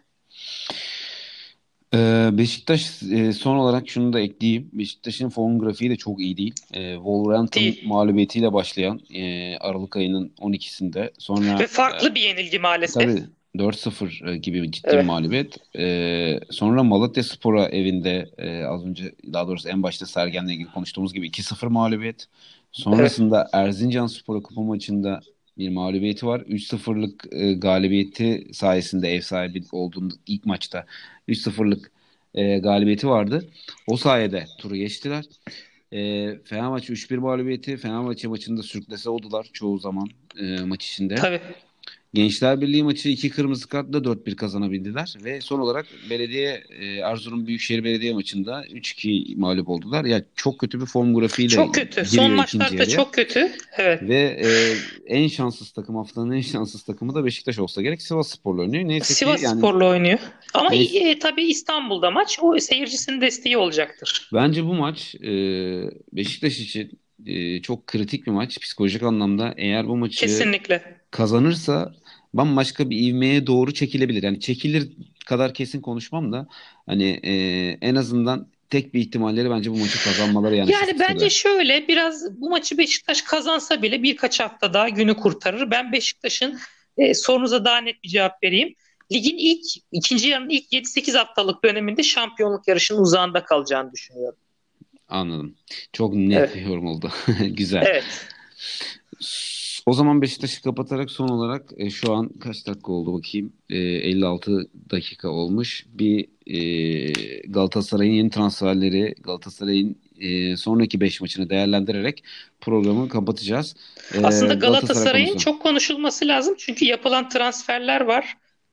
Speaker 1: Beşiktaş son olarak şunu da ekleyeyim. Beşiktaş'ın form grafiği de çok iyi değil. Wolverhampton
Speaker 2: Değil.
Speaker 1: mağlubiyetiyle başlayan Aralık ayının 12'sinde. Sonra
Speaker 2: Ve farklı bir yenilgi maalesef.
Speaker 1: tabii 4-0 gibi ciddi bir
Speaker 2: Evet.
Speaker 1: mağlubiyet. Sonra Malatyaspor'a evinde az önce daha doğrusu en başta Sergen'le ilgili konuştuğumuz gibi 2-0 mağlubiyet.
Speaker 2: Evet.
Speaker 1: Sonrasında Erzincanspor'a kupa maçında bir mağlubiyeti var. 3-0'lık galibiyeti sayesinde ev sahibi olduğunda ilk maçta 3-0'lık galibiyeti vardı. O sayede turu geçtiler. Fenerbahçe 3-1 mağlubiyeti. Fenerbahçe maçında sürklese oldular çoğu zaman maç içinde.
Speaker 2: Tabii.
Speaker 1: Gençler Birliği maçı 2 kırmızı kartla 4-1 kazanabildiler ve son olarak Erzurum Büyükşehir Belediye maçında 3-2 mağlup oldular. Ya çok kötü bir form grafiğiyle
Speaker 2: Çok kötü. Son
Speaker 1: giriyor ikinci
Speaker 2: maçlarda
Speaker 1: yarıya
Speaker 2: çok kötü. Evet.
Speaker 1: ve en şanssız takım haftanın en şanssız takımı da Beşiktaş olsa gerek Sivasspor'la oynuyor. Neyse ki yani
Speaker 2: Sivasspor'la oynuyor. Ama
Speaker 1: neyse,
Speaker 2: tabii İstanbul'da maç o seyircisinin desteği olacaktır.
Speaker 1: bence bu maç Beşiktaş için çok kritik bir maç psikolojik anlamda. Eğer bu maçı
Speaker 2: Kesinlikle.
Speaker 1: kazanırsa bambaşka bir ivmeye doğru çekilebilir. Yani çekilir kadar kesin konuşmam da hani en azından tek bir ihtimalleri bence bu maçı kazanmaları yani şu
Speaker 2: Yani bence
Speaker 1: fikstürde.
Speaker 2: şöyle biraz bu maçı Beşiktaş kazansa bile birkaç hafta daha günü kurtarır. Ben Beşiktaş'ın sorunuza daha net bir cevap vereyim. Ligin ikinci yarının ilk 7-8 haftalık döneminde şampiyonluk yarışının uzağında kalacağını düşünüyorum.
Speaker 1: Anladım. Çok net bir
Speaker 2: Evet.
Speaker 1: yorum oldu. Güzel.
Speaker 2: Evet.
Speaker 1: O zaman Beşiktaş'ı kapatarak son olarak şu an kaç dakika oldu bakayım. 56 dakika olmuş. Galatasaray'ın yeni transferleri, Galatasaray'ın sonraki 5 maçını değerlendirerek programı kapatacağız.
Speaker 2: Aslında
Speaker 1: Galatasaray
Speaker 2: Galatasaray'ın
Speaker 1: konusu.
Speaker 2: çok konuşulması lazım çünkü yapılan transferler var.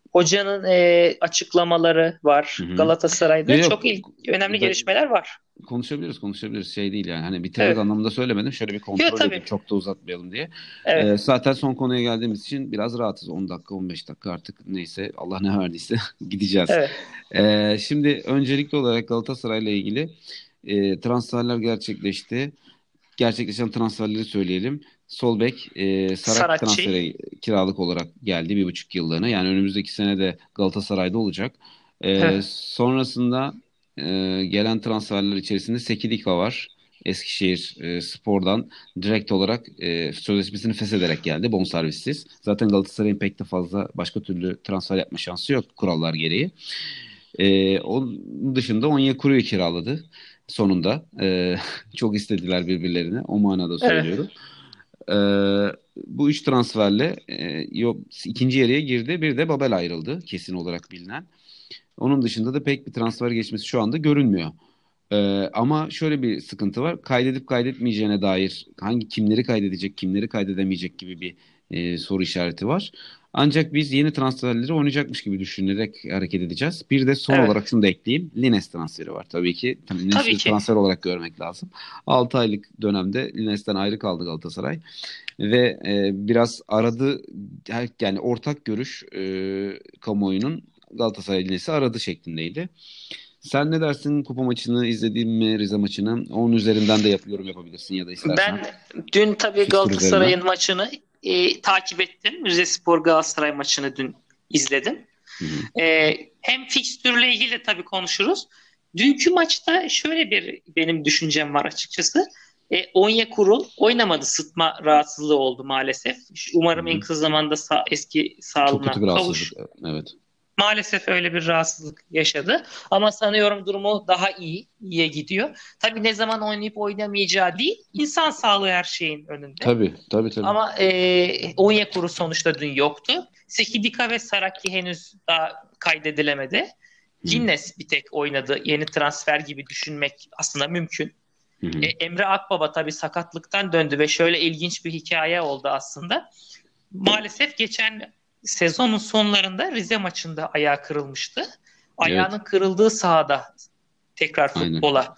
Speaker 2: Hocanın açıklamaları var
Speaker 1: Hı hı.
Speaker 2: Galatasaray'da.
Speaker 1: Yok
Speaker 2: Çok
Speaker 1: yok.
Speaker 2: önemli
Speaker 1: Da-
Speaker 2: gelişmeler var.
Speaker 1: konuşabiliriz. Şey değil yani. Hani bitirmek
Speaker 2: Evet.
Speaker 1: anlamında söylemedim. Şöyle bir
Speaker 2: Yok
Speaker 1: kontrol edeyim.
Speaker 2: tabii.
Speaker 1: Çok da uzatmayalım diye.
Speaker 2: Evet.
Speaker 1: Zaten son konuya geldiğimiz için biraz rahatız. 10 dakika, 15 dakika artık neyse Allah ne verdiyse gideceğiz.
Speaker 2: Evet.
Speaker 1: Şimdi öncelikli olarak Galatasaray'la ilgili transferler gerçekleşti. Gerçekleşen transferleri söyleyelim. Sol bek Saraki
Speaker 2: Saratçı.
Speaker 1: transferi kiralık olarak geldi 1,5 yıllığına. Yani önümüzdeki sene de Galatasaray'da olacak.
Speaker 2: Evet.
Speaker 1: Sonrasında e, gelen transferler içerisinde Sekidika var. Eskişehir Spor'dan direkt olarak sözleşmesini feshederek geldi bonservissiz. Zaten Galatasaray'ın pek de fazla başka türlü transfer yapma şansı yok kurallar gereği. Onun dışında Onyekuru'yu kiraladı sonunda. Çok istediler birbirlerini. O manada
Speaker 2: Evet.
Speaker 1: söylüyorum. Bu üç transferle ikinci yarıya girdi. Bir de Babel ayrıldı kesin olarak bilinen. Onun dışında da pek bir transfer geçmesi şu anda görünmüyor. Ama şöyle bir sıkıntı var. Kaydedip kaydetmeyeceğine dair kimleri kaydedecek, kimleri kaydedemeyecek gibi bir soru işareti var. Ancak biz yeni transferleri oynayacakmış gibi düşünerek hareket edeceğiz. Bir de son
Speaker 2: Evet.
Speaker 1: olarak şunu da ekleyeyim. Lines transferi var tabii ki. Tabii
Speaker 2: Tabii
Speaker 1: Lines'i
Speaker 2: ki.
Speaker 1: transfer olarak görmek lazım. 6 aylık dönemde Lines'ten ayrı kaldı Galatasaray. Ve biraz aradı, yani ortak görüş kamuoyunun Galatasaray Lines'i aradı şeklindeydi. Sen ne dersin kupa maçını izledin mi Rize maçını? Onun üzerinden de yorum yapabilirsin ya da istersen.
Speaker 2: Ben dün tabii
Speaker 1: Fikstür üzerinden.
Speaker 2: Galatasaray'ın maçını takip ettim. Rizespor Galatasaray maçını dün izledim.
Speaker 1: Hı hı.
Speaker 2: Hem fikstürle ilgili de tabii konuşuruz. Dünkü maçta şöyle bir benim düşüncem var açıkçası. Onyekuru oynamadı. Sıtma rahatsızlığı oldu maalesef.
Speaker 1: Hı
Speaker 2: Umarım en
Speaker 1: hı.
Speaker 2: kısa zamanda eski
Speaker 1: Çok kötü
Speaker 2: sağlığına
Speaker 1: bir rahatsızlık.
Speaker 2: kavuşur.
Speaker 1: Evet.
Speaker 2: Maalesef öyle bir rahatsızlık yaşadı. Ama sanıyorum durumu daha iyiye gidiyor. Tabii ne zaman oynayıp oynamayacağı değil, insan sağlığı her şeyin önünde.
Speaker 1: Tabii, tabii, tabii.
Speaker 2: Ama Onyekuru sonuçta dün yoktu. Sekidika ve Saraki henüz daha kaydedilemedi.
Speaker 1: Hı hı.
Speaker 2: Ginnes bir tek oynadı. Yeni transfer gibi düşünmek aslında mümkün.
Speaker 1: Hı hı.
Speaker 2: Emre Akbaba tabii sakatlıktan döndü ve şöyle ilginç bir hikaye oldu aslında. Maalesef geçen sezonun sonlarında Rize maçında ayağı kırılmıştı.
Speaker 1: Evet,
Speaker 2: Ayağının kırıldığı sahada tekrar
Speaker 1: aynen.
Speaker 2: futbola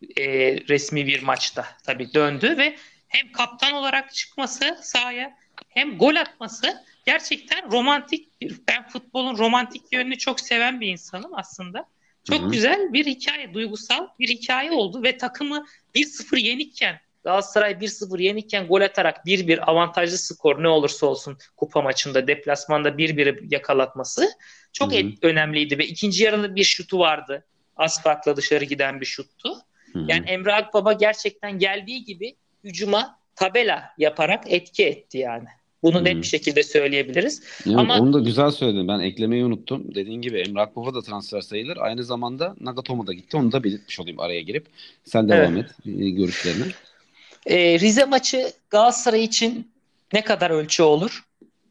Speaker 2: resmi bir maçta tabii döndü ve hem kaptan olarak çıkması sahaya hem gol atması gerçekten romantik bir. Ben futbolun romantik yönünü çok seven bir insanım aslında.
Speaker 1: Hı
Speaker 2: Çok
Speaker 1: hı.
Speaker 2: güzel bir hikaye, duygusal bir hikaye oldu ve takımı 1-0 yenikken Galatasaray 1-0 yenikken gol atarak 1-1 avantajlı skor ne olursa olsun kupa maçında deplasmanda 1-1'i yakalatması
Speaker 1: Hı
Speaker 2: çok
Speaker 1: hı.
Speaker 2: önemliydi ve ikinci yarıda bir şutu vardı. Az farkla dışarı giden bir şuttu.
Speaker 1: Hı
Speaker 2: Yani
Speaker 1: hı.
Speaker 2: Emre Akbaba gerçekten geldiği gibi hücuma tabela yaparak etki etti yani. Bunu
Speaker 1: Hı
Speaker 2: net bir
Speaker 1: hı.
Speaker 2: şekilde söyleyebiliriz.
Speaker 1: Evet,
Speaker 2: Ama
Speaker 1: onu da güzel söyledin. Ben eklemeyi unuttum. Dediğin gibi Emre Akbaba da transfer sayılır. Aynı zamanda Nagatomo da gitti. Onu da belirtmiş olayım araya girip. Sen devam
Speaker 2: evet,
Speaker 1: et görüşlerine.
Speaker 2: Rize maçı Galatasaray için ne kadar ölçü olur?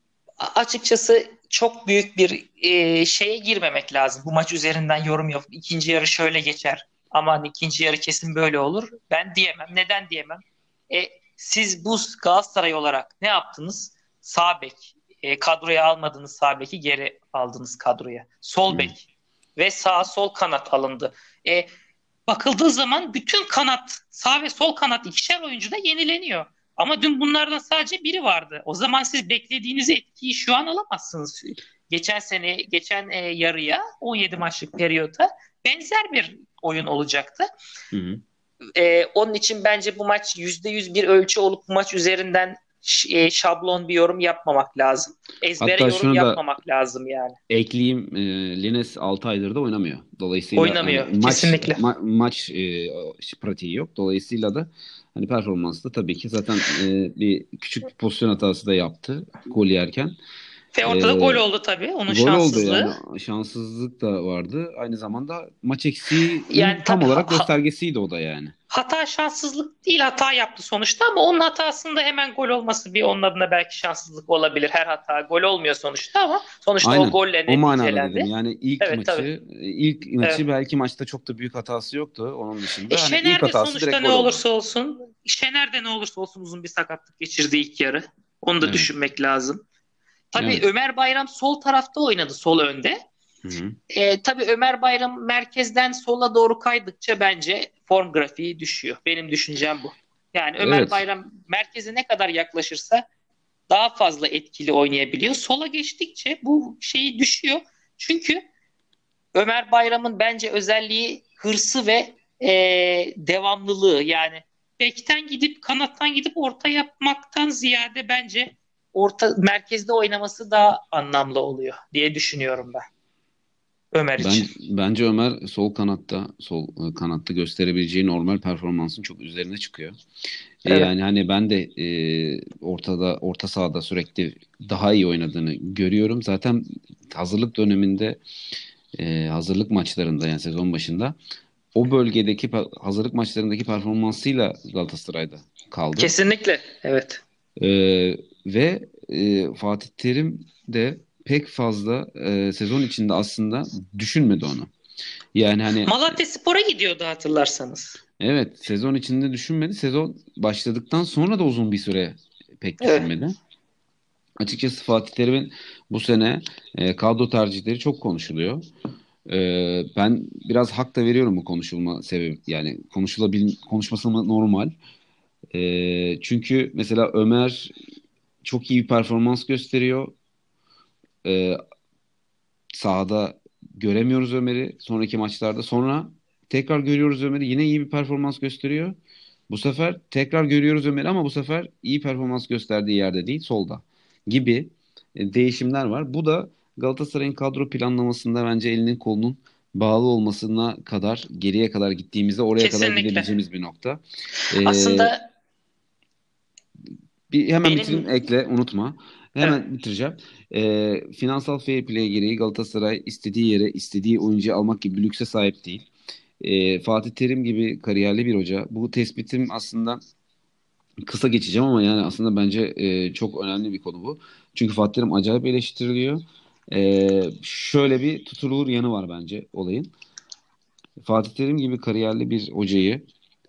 Speaker 2: Açıkçası çok büyük bir şeye girmemek lazım. Bu maç üzerinden yorum yok. İkinci yarı şöyle geçer. Aman ikinci yarı kesin böyle olur. Ben diyemem. Neden diyemem? E, Siz bu Galatasaray olarak ne yaptınız? Sağ bek. Kadroya almadığınız sağ beki geri aldınız kadroya.
Speaker 1: Hı
Speaker 2: Sol
Speaker 1: hı.
Speaker 2: bek ve sağ sol kanat alındı. E, Bakıldığı zaman bütün kanat, sağ ve sol kanat ikişer oyuncu da yenileniyor. Ama dün bunlardan sadece biri vardı. O zaman siz beklediğiniz etkiyi şu an alamazsınız. Geçen sene, geçen yarıya 17 maçlık periyota benzer bir oyun olacaktı.
Speaker 1: Hı hı.
Speaker 2: Onun için bence bu maç %100 bir ölçü olup bu maç üzerinden şablon bir yorum yapmamak lazım. Ezbere
Speaker 1: Hatta
Speaker 2: yorum
Speaker 1: şunu da
Speaker 2: yapmamak lazım yani.
Speaker 1: ekleyeyim. Lines 6 aydır da oynamıyor. Dolayısıyla hani
Speaker 2: Oynamıyor kesinlikle.
Speaker 1: maç pratiği yok. Dolayısıyla da hani performansı da tabii ki zaten bir küçük bir pozisyon hatası da yaptı gol yerken.
Speaker 2: Ve ortada gol
Speaker 1: E,
Speaker 2: oldu tabii onun
Speaker 1: Gol oldu
Speaker 2: şanssızlığı.
Speaker 1: yani şanssızlık da vardı. Aynı zamanda maç eksiğinin
Speaker 2: Yani
Speaker 1: tam
Speaker 2: tabii
Speaker 1: olarak göstergesiydi o da yani.
Speaker 2: hata şanssızlık değil hata yaptı sonuçta ama onun hatasında hemen gol olması bir onun adına belki şanssızlık olabilir. Her hata gol olmuyor sonuçta ama sonuçta o
Speaker 1: Aynen.
Speaker 2: golle
Speaker 1: O manada
Speaker 2: neticelendi.
Speaker 1: dedim. Yani
Speaker 2: Evet tabii.
Speaker 1: ilk
Speaker 2: Evet.
Speaker 1: maçı belki maçta çok da büyük hatası yoktu onun dışında. Hani ilk
Speaker 2: Şener de
Speaker 1: hatası
Speaker 2: sonuçta
Speaker 1: direkt
Speaker 2: ne
Speaker 1: gol oldu.
Speaker 2: olursa olsun Şener de ne olursa olsun uzun bir sakatlık geçirdi ilk yarı. Onu da
Speaker 1: Evet.
Speaker 2: düşünmek lazım. Tabii
Speaker 1: Evet.
Speaker 2: Ömer Bayram sol tarafta oynadı, sol önde.
Speaker 1: Hı hı.
Speaker 2: Tabii Ömer Bayram merkezden sola doğru kaydıkça bence form grafiği düşüyor. Benim düşüncem bu. Yani Ömer
Speaker 1: Evet.
Speaker 2: Bayram merkeze ne kadar yaklaşırsa daha fazla etkili oynayabiliyor. Sola geçtikçe bu şeyi düşüyor. Çünkü Ömer Bayram'ın bence özelliği hırsı ve devamlılığı. Yani bekten gidip kanattan gidip orta yapmaktan ziyade bence orta merkezde oynaması daha anlamlı oluyor diye düşünüyorum ben Ömer için.
Speaker 1: Bence Ömer sol kanatta gösterebileceği normal performansın çok üzerine çıkıyor.
Speaker 2: Evet.
Speaker 1: Yani hani ben de orta sahada sürekli daha iyi oynadığını görüyorum. Zaten hazırlık döneminde, hazırlık maçlarında, yani sezon başında o bölgedeki hazırlık maçlarındaki performansıyla Galatasaray'da kaldı.
Speaker 2: Kesinlikle. Evet.
Speaker 1: Ve Fatih Terim de pek fazla sezon içinde aslında düşünmedi onu. Yani hani
Speaker 2: Malatyaspor'a gidiyordu hatırlarsanız.
Speaker 1: evet, sezon içinde düşünmedi. Sezon başladıktan sonra da uzun bir süre pek
Speaker 2: Evet.
Speaker 1: düşünmedi. Açıkçası Fatih Terim'in bu sene kadro tercihleri çok konuşuluyor. Ben biraz hak da veriyorum bu konuşulma sebebi, yani konuşması normal. Çünkü mesela Ömer çok iyi bir performans gösteriyor. E, Sahada göremiyoruz Ömer'i sonraki maçlarda. Sonra tekrar görüyoruz Ömer'i, yine iyi bir performans gösteriyor. Bu sefer tekrar görüyoruz Ömer'i ama bu sefer iyi performans gösterdiği yerde değil, solda gibi değişimler var. Bu da Galatasaray'ın kadro planlamasında bence elinin kolunun bağlı olmasına kadar, geriye kadar gittiğimizde oraya kadar
Speaker 2: Kesinlikle.
Speaker 1: gidebileceğimiz bir nokta. E,
Speaker 2: Aslında
Speaker 1: Bir hemen bitireyim,
Speaker 2: benim
Speaker 1: ekle, unutma.
Speaker 2: evet,
Speaker 1: Hemen bitireceğim. Finansal fair play gereği Galatasaray istediği yere istediği oyuncuyu almak gibi bir lükse sahip değil. Fatih Terim gibi kariyerli bir hoca. Bu tespitim aslında kısa geçeceğim ama yani aslında bence çok önemli bir konu bu. Çünkü Fatih Terim acayip eleştiriliyor. Şöyle bir tutulur yanı var bence olayın. Fatih Terim gibi kariyerli bir hocayı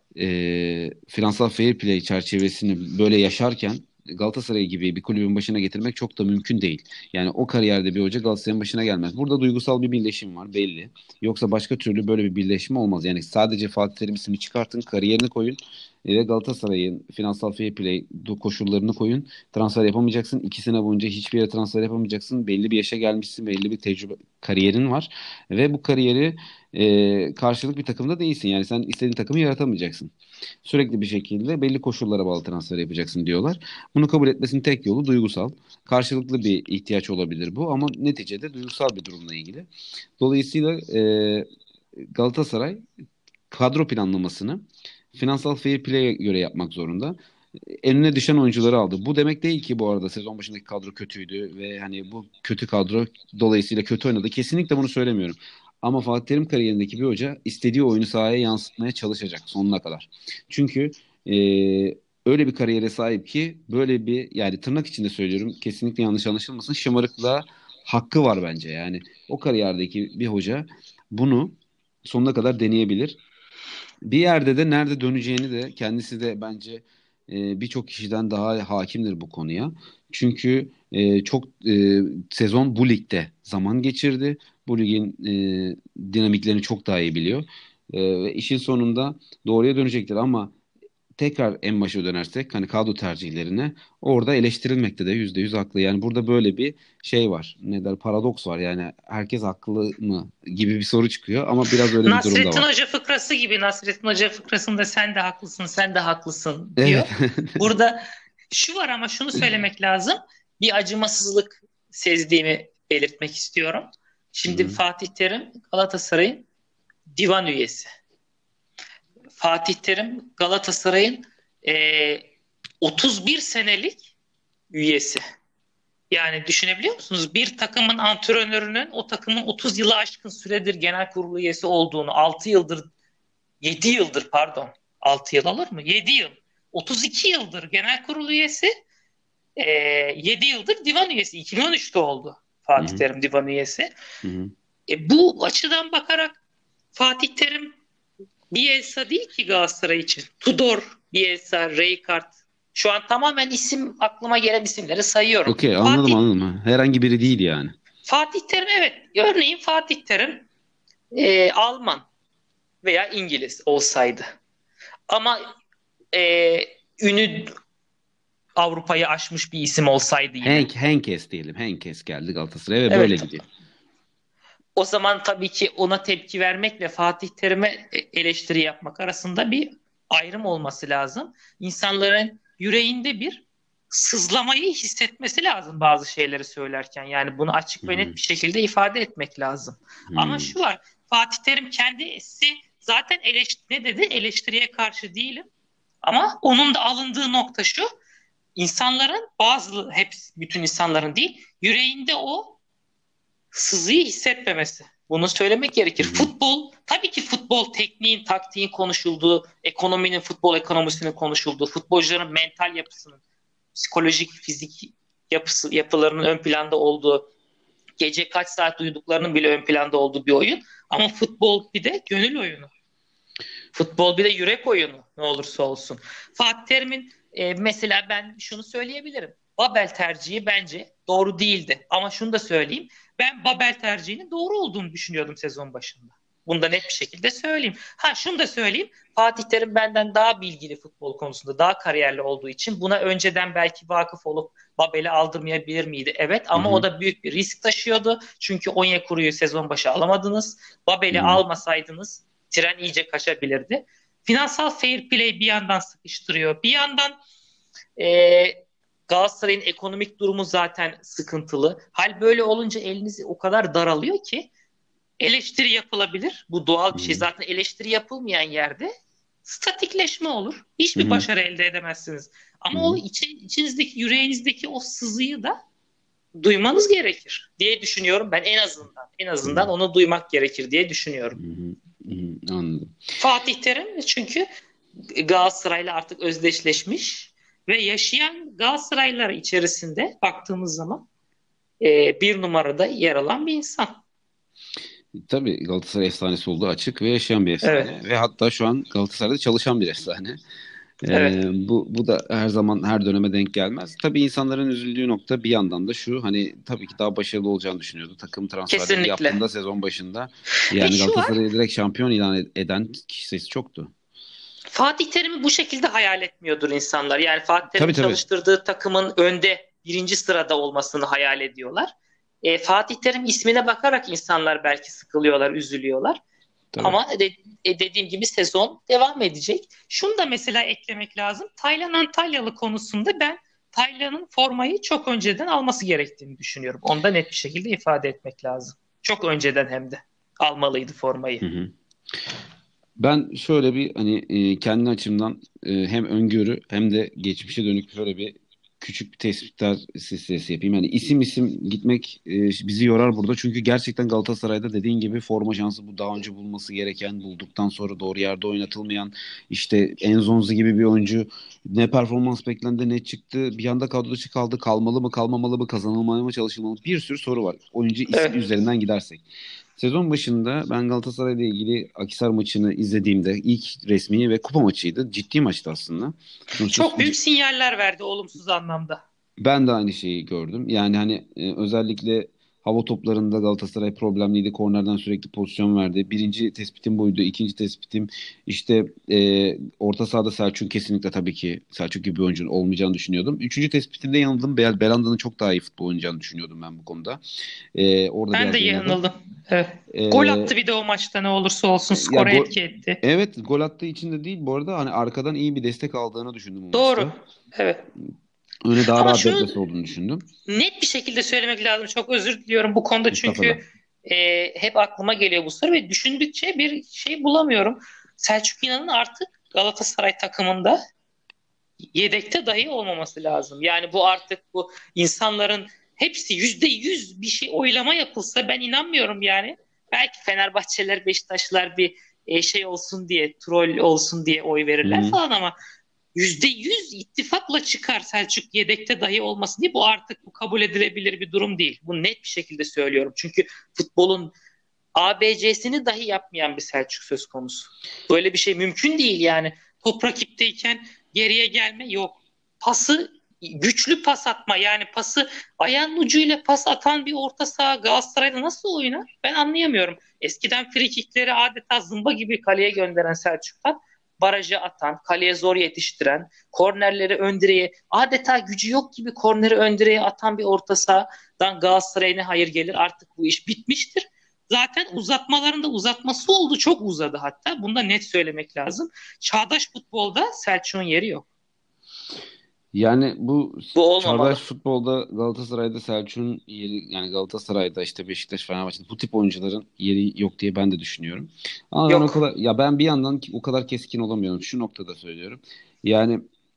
Speaker 1: finansal fair play çerçevesini böyle yaşarken Galatasaray gibi bir kulübün başına getirmek çok da mümkün değil. Yani o kariyerde bir hoca Galatasaray'ın başına gelmez. Burada duygusal bir birleşim var belli. Yoksa başka türlü böyle bir birleşim olmaz. Yani sadece Fatih Terim ismini çıkartın, kariyerini koyun ve Galatasaray'ın finansal fair play koşullarını koyun. Transfer yapamayacaksın. 2 sene boyunca hiçbir yere transfer yapamayacaksın. Belli bir yaşa gelmişsin, belli bir tecrübe, kariyerin var ve bu kariyeri karşılık bir takımda değilsin. Yani sen istediğin takımı yaratamayacaksın. Sürekli bir şekilde belli koşullara bağlı transfer yapacaksın diyorlar. Bunu kabul etmesinin tek yolu duygusal. Karşılıklı bir ihtiyaç olabilir bu ama neticede duygusal bir durumla ilgili. Dolayısıyla Galatasaray kadro planlamasını finansal fair play'e göre yapmak zorunda. Eline düşen oyuncuları aldı. Bu demek değil ki bu arada sezon başındaki kadro kötüydü ve hani bu kötü kadro dolayısıyla kötü oynadı. Kesinlikle bunu söylemiyorum. Ama Fatih Terim kariyerindeki bir hoca istediği oyunu sahaya yansıtmaya çalışacak sonuna kadar. Çünkü e, öyle bir kariyere sahip ki böyle bir, yani tırnak içinde söylüyorum, kesinlikle yanlış anlaşılmasın, şımarıklığa hakkı var bence. Yani o kariyerdeki bir hoca bunu sonuna kadar deneyebilir. Bir yerde de nerede döneceğini de kendisi de bence birçok kişiden daha hakimdir bu konuya. Çünkü çok sezon bu ligde zaman geçirdi. Bu ligin dinamiklerini çok daha iyi biliyor. Ve işin sonunda doğruya dönecektir ama tekrar en başa dönersek hani kadro tercihlerine, orada eleştirilmekte de %100 haklı. Yani burada böyle bir şey var. Ne der, paradoks var. Yani herkes haklı mı gibi bir soru çıkıyor ama biraz öyle bir durum da
Speaker 2: Nasrettin
Speaker 1: var.
Speaker 2: Hoca fıkrası gibi, Nasrettin Hoca fıkrasında sen de haklısın, sen de haklısın diyor.
Speaker 1: Evet.
Speaker 2: Burada şu var ama şunu söylemek lazım. Bir acımasızlık sezdiğimi belirtmek istiyorum.
Speaker 1: Hı
Speaker 2: Şimdi
Speaker 1: hı.
Speaker 2: Fatih Terim Galatasaray'ın divan üyesi. Fatih Terim Galatasaray'ın eee, 31 senelik üyesi. Yani düşünebiliyor musunuz? Bir takımın antrenörünün o takımın 30 yılı aşkın süredir genel kurulu üyesi olduğunu, 6 yıldır, 7 yıldır pardon, 6 yıl olur mu? 7 yıl. 32 yıldır genel kurulu üyesi, 7 yıldır divan üyesi. 2013'te oldu
Speaker 1: Hı
Speaker 2: Fatih
Speaker 1: hı.
Speaker 2: Terim divan üyesi.
Speaker 1: Hı hı.
Speaker 2: Bu açıdan bakarak Fatih Terim Bielsa değil ki Galatasaray için. Tudor, Bielsa, Rijkaard. Şu an tamamen isim aklıma gelen isimleri sayıyorum.
Speaker 1: Okey, anladım
Speaker 2: Fatih
Speaker 1: anladım. Herhangi biri değil yani.
Speaker 2: Fatih Terim, evet. Örneğin Fatih Terim Alman veya İngiliz olsaydı. Ama e, ünü Avrupa'yı aşmış bir isim olsaydı yine.
Speaker 1: Henkes diyelim. Henkes geldi Galatasaray'a ve böyle
Speaker 2: Evet.
Speaker 1: gidiyor.
Speaker 2: O zaman tabii ki ona tepki vermekle Fatih Terim'e eleştiri yapmak arasında bir ayrım olması lazım. İnsanların yüreğinde bir sızlamayı hissetmesi lazım bazı şeyleri söylerken. Yani bunu
Speaker 1: Hı
Speaker 2: açık ve net
Speaker 1: hı.
Speaker 2: bir şekilde ifade etmek lazım. Ama
Speaker 1: Hı
Speaker 2: şu var, Fatih Terim kendisi zaten ne dedi? Eleştiriye karşı değilim. Ama onun da alındığı nokta şu: insanların bazı, hepsi, bütün insanların değil, yüreğinde o sızıyı hissetmemesi. Bunu söylemek gerekir.
Speaker 1: hı.
Speaker 2: Futbol, tabii ki futbol tekniğin, taktiğin konuşulduğu, ekonominin, futbol ekonomisinin konuşulduğu, futbolcuların mental yapısının, psikolojik, fizik yapılarının ön planda olduğu, gece kaç saat uyuduklarının bile ön planda olduğu bir oyun. Ama futbol bir de gönül oyunu. Futbol bir de yürek oyunu, ne olursa olsun. Fatih Terim'in mesela ben şunu söyleyebilirim. Babel tercihi bence doğru değildi. Ama şunu da söyleyeyim. Ben Babel tercihinin doğru olduğunu düşünüyordum sezon başında. Bunu da net bir şekilde söyleyeyim. Ha, şunu da söyleyeyim. Fatih Terim benden daha bilgili futbol konusunda, daha kariyerli olduğu için buna önceden belki vakıf olup Babel'i aldırmayabilir miydi? Evet,
Speaker 1: Hı
Speaker 2: ama o
Speaker 1: hı.
Speaker 2: da büyük bir risk taşıyordu. Çünkü Onyekuru'yu sezon başı alamadınız.
Speaker 1: Hı
Speaker 2: Babel'i
Speaker 1: hı.
Speaker 2: almasaydınız tren iyice kaçabilirdi. Finansal fair play bir yandan sıkıştırıyor. Bir yandan e, Galatasaray'ın ekonomik durumu zaten sıkıntılı. Hal böyle olunca eliniz o kadar daralıyor ki eleştiri yapılabilir. Bu doğal
Speaker 1: Hı
Speaker 2: bir şey.
Speaker 1: hı.
Speaker 2: Zaten eleştiri yapılmayan yerde statikleşme olur.
Speaker 1: Hı
Speaker 2: Hiçbir
Speaker 1: hı.
Speaker 2: başarı elde edemezsiniz.
Speaker 1: Hı
Speaker 2: Ama o
Speaker 1: hı.
Speaker 2: içinizdeki, yüreğinizdeki o sızıyı da duymanız gerekir diye düşünüyorum ben, en azından. En
Speaker 1: Hı
Speaker 2: azından
Speaker 1: hı.
Speaker 2: onu duymak gerekir diye düşünüyorum.
Speaker 1: Hı hı. Hı hı. Anladım.
Speaker 2: Fatih Terim çünkü Galatasaray'la artık özdeşleşmiş ve yaşayan Galatasaraylılar içerisinde baktığımız zaman bir numarada yer alan bir insan.
Speaker 1: Tabii Galatasaray efsanesi olduğu açık ve yaşayan bir
Speaker 2: Evet,
Speaker 1: efsane. Ve hatta şu an Galatasaray'da çalışan bir efsane.
Speaker 2: evet.
Speaker 1: Bu da her zaman her döneme denk gelmez. Tabii insanların üzüldüğü nokta bir yandan da şu, hani tabii ki daha başarılı olacağını düşünüyordu. Takım transferleri
Speaker 2: Kesinlikle.
Speaker 1: yaptığında sezon başında
Speaker 2: Ve
Speaker 1: yani
Speaker 2: şu var,
Speaker 1: Galatasaray'ı direkt şampiyon ilan eden kişi sayısı çoktu.
Speaker 2: Fatih Terim'i bu şekilde hayal etmiyordur insanlar. Yani Fatih
Speaker 1: Tabii
Speaker 2: Terim'in
Speaker 1: tabii.
Speaker 2: çalıştırdığı takımın önde, birinci sırada olmasını hayal ediyorlar. Fatih Terim ismine bakarak insanlar belki sıkılıyorlar, üzülüyorlar.
Speaker 1: Tabii.
Speaker 2: Ama dediğim gibi sezon devam edecek. Şunu da mesela eklemek lazım. Taylan Antalyalı konusunda ben Taylan'ın formayı çok önceden alması gerektiğini düşünüyorum. Onu da net bir şekilde ifade etmek lazım. Çok önceden hem de almalıydı formayı.
Speaker 1: Hı hı. Ben şöyle bir hani kendi açımdan hem öngörü hem de geçmişe dönük şöyle bir küçük bir tespitler silsilesi yapayım. Yani isim gitmek bizi yorar burada. Çünkü gerçekten Galatasaray'da dediğin gibi forma şansı bu daha önce bulması gereken, bulduktan sonra doğru yerde oynatılmayan, işte Enzonzi gibi bir oyuncu ne performans beklendi ne çıktı. Bir anda kadro dışı kaldı. Kalmalı mı kalmamalı mı, kazanılmaya mı çalışılmalı mı? Bir sürü soru var. Oyuncu ismi
Speaker 2: Evet.
Speaker 1: üzerinden gidersek. Sezon başında ben Galatasaray'la ilgili Akhisar maçını izlediğimde ilk resmi ve kupa maçıydı. Ciddi maçtı aslında. Sonuçta
Speaker 2: Çok büyük sinyaller verdi olumsuz anlamda.
Speaker 1: ben de aynı şeyi gördüm. Yani hani özellikle hava toplarında Galatasaray problemliydi. Kornerden sürekli pozisyon verdi. Birinci tespitim buydu. İkinci tespitim işte orta sahada Selçuk kesinlikle tabii ki Selçuk gibi bir oyuncunun olmayacağını düşünüyordum. Üçüncü tespitimde yanıldım. Belanda'nın çok daha iyi futbol oynayacağını düşünüyordum ben bu konuda. Orada
Speaker 2: Ben de
Speaker 1: biraz yanıldım.
Speaker 2: yanıldım. Evet. Gol attı
Speaker 1: E,
Speaker 2: bir de o maçta, ne olursa olsun
Speaker 1: Ya
Speaker 2: skora etki etti.
Speaker 1: evet, gol attığı için de değil bu arada, hani arkadan iyi bir destek aldığını düşündüm bu
Speaker 2: Doğru.
Speaker 1: maçta.
Speaker 2: Evet.
Speaker 1: Öne daha
Speaker 2: Ama
Speaker 1: rahat
Speaker 2: şunu
Speaker 1: deplese olduğunu düşündüm.
Speaker 2: net bir şekilde söylemek lazım. Çok özür diliyorum bu konuda,
Speaker 1: Estağfurullah.
Speaker 2: çünkü hep aklıma geliyor bu soru ve düşündükçe bir şey bulamıyorum. Selçuk İnan'ın artık Galatasaray takımında yedekte dahi olmaması lazım. Yani bu artık, bu insanların hepsi %100 bir şey oylama yapılsa ben inanmıyorum yani. Belki Fenerbahçeliler, Beşiktaşlılar bir şey olsun diye, troll olsun diye oy
Speaker 1: Hı
Speaker 2: verirler
Speaker 1: hı.
Speaker 2: falan, ama %100 ittifakla çıkar Selçuk yedekte dahi olmasın diye, bu artık bu kabul edilebilir bir durum değil. Bunu net bir şekilde söylüyorum. Çünkü futbolun ABC'sini dahi yapmayan bir Selçuk söz konusu. Böyle bir şey mümkün değil yani. Top rakipteyken geriye gelme yok. pası güçlü pas atma, yani pası ayağın ucuyla pas atan bir orta saha Galatasaray'da nasıl oynar? Ben anlayamıyorum. Eskiden frikikleri adeta zımba gibi kaleye gönderen Selçuk'tan barajı atan, kaleye zor yetiştiren, kornerleri ön direğe, adeta gücü yok gibi korneri ön direğe atan bir orta sahadan Galatasaray'a ne hayır gelir? Artık bu iş bitmiştir. Zaten uzatmalarında uzatması oldu. Çok uzadı hatta. Bunu da net söylemek lazım. Çağdaş futbolda Selçuk'un yeri yok.
Speaker 1: Yani bu
Speaker 2: Bu
Speaker 1: çağdaş
Speaker 2: olmamalı.
Speaker 1: futbolda Galatasaray'da Selçuk'un yeri, yani Galatasaray'da işte Beşiktaş, Fenerbahçe'de bu tip oyuncuların yeri yok diye ben de düşünüyorum. Ama ben o
Speaker 2: Yok.
Speaker 1: kadar, ya ben bir yandan o kadar keskin olamıyorum. Şu noktada söylüyorum. Yani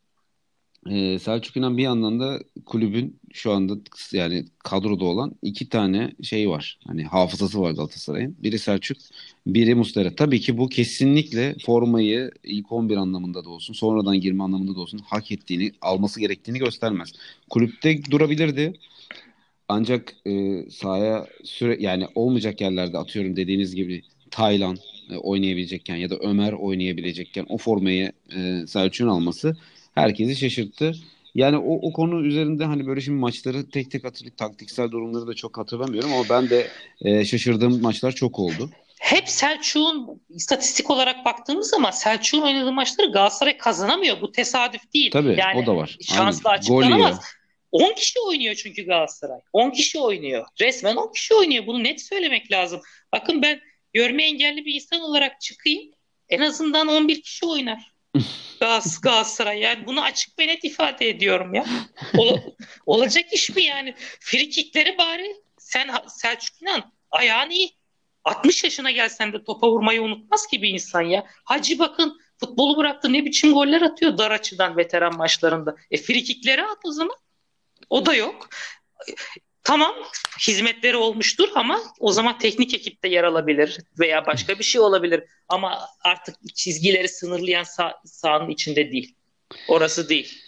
Speaker 1: Selçuk İnan bir yandan da kulübün şu anda yani kadroda olan iki tane şey var. Hani hafızası var Galatasaray'ın. Biri Selçuk, biri Muslera. Tabii ki bu kesinlikle formayı ilk 11 anlamında da olsun, sonradan girme anlamında da olsun hak ettiğini, alması gerektiğini göstermez. Kulüpte durabilirdi. Ancak sahaya yani olmayacak yerlerde atıyorum dediğiniz gibi Taylan oynayabilecekken ya da Ömer oynayabilecekken o formayı Selçuk'un alması herkesi şaşırttı. Yani o konu üzerinde hani böyle şimdi maçları tek tek hatırlayıp taktiksel durumları da çok hatırlamıyorum ama ben de şaşırdığım maçlar çok oldu.
Speaker 2: Hep Selçuk'un istatistik olarak baktığımız zaman Selçuk'un oynadığı maçları Galatasaray kazanamıyor. Bu tesadüf değil.
Speaker 1: Tabii o
Speaker 2: Yani
Speaker 1: da var. Aynen.
Speaker 2: şansla
Speaker 1: Gol
Speaker 2: açıklanamaz.
Speaker 1: yiyor.
Speaker 2: 10 kişi oynuyor çünkü Galatasaray. 10 kişi oynuyor. Resmen 10 kişi oynuyor. Bunu net söylemek lazım. Bakın ben görme engelli bir insan olarak çıkayım. En azından 11 kişi oynar. Galatasaray, yani bunu açık ve net ifade ediyorum ya. Ola- olacak iş mi yani? Frikikleri bari sen Selçuk İnan ayağın iyi. 60 yaşına gelsen de topa vurmayı unutmaz ki bir insan ya. Hacı bakın futbolu bıraktı, ne biçim goller atıyor dar açıdan veteran maçlarında. Frikikleri at o zaman. O da yok. Tamam, hizmetleri olmuştur ama o zaman teknik ekipte yer alabilir veya başka bir şey olabilir. Ama artık çizgileri sınırlayan sahanın içinde değil. Orası değil.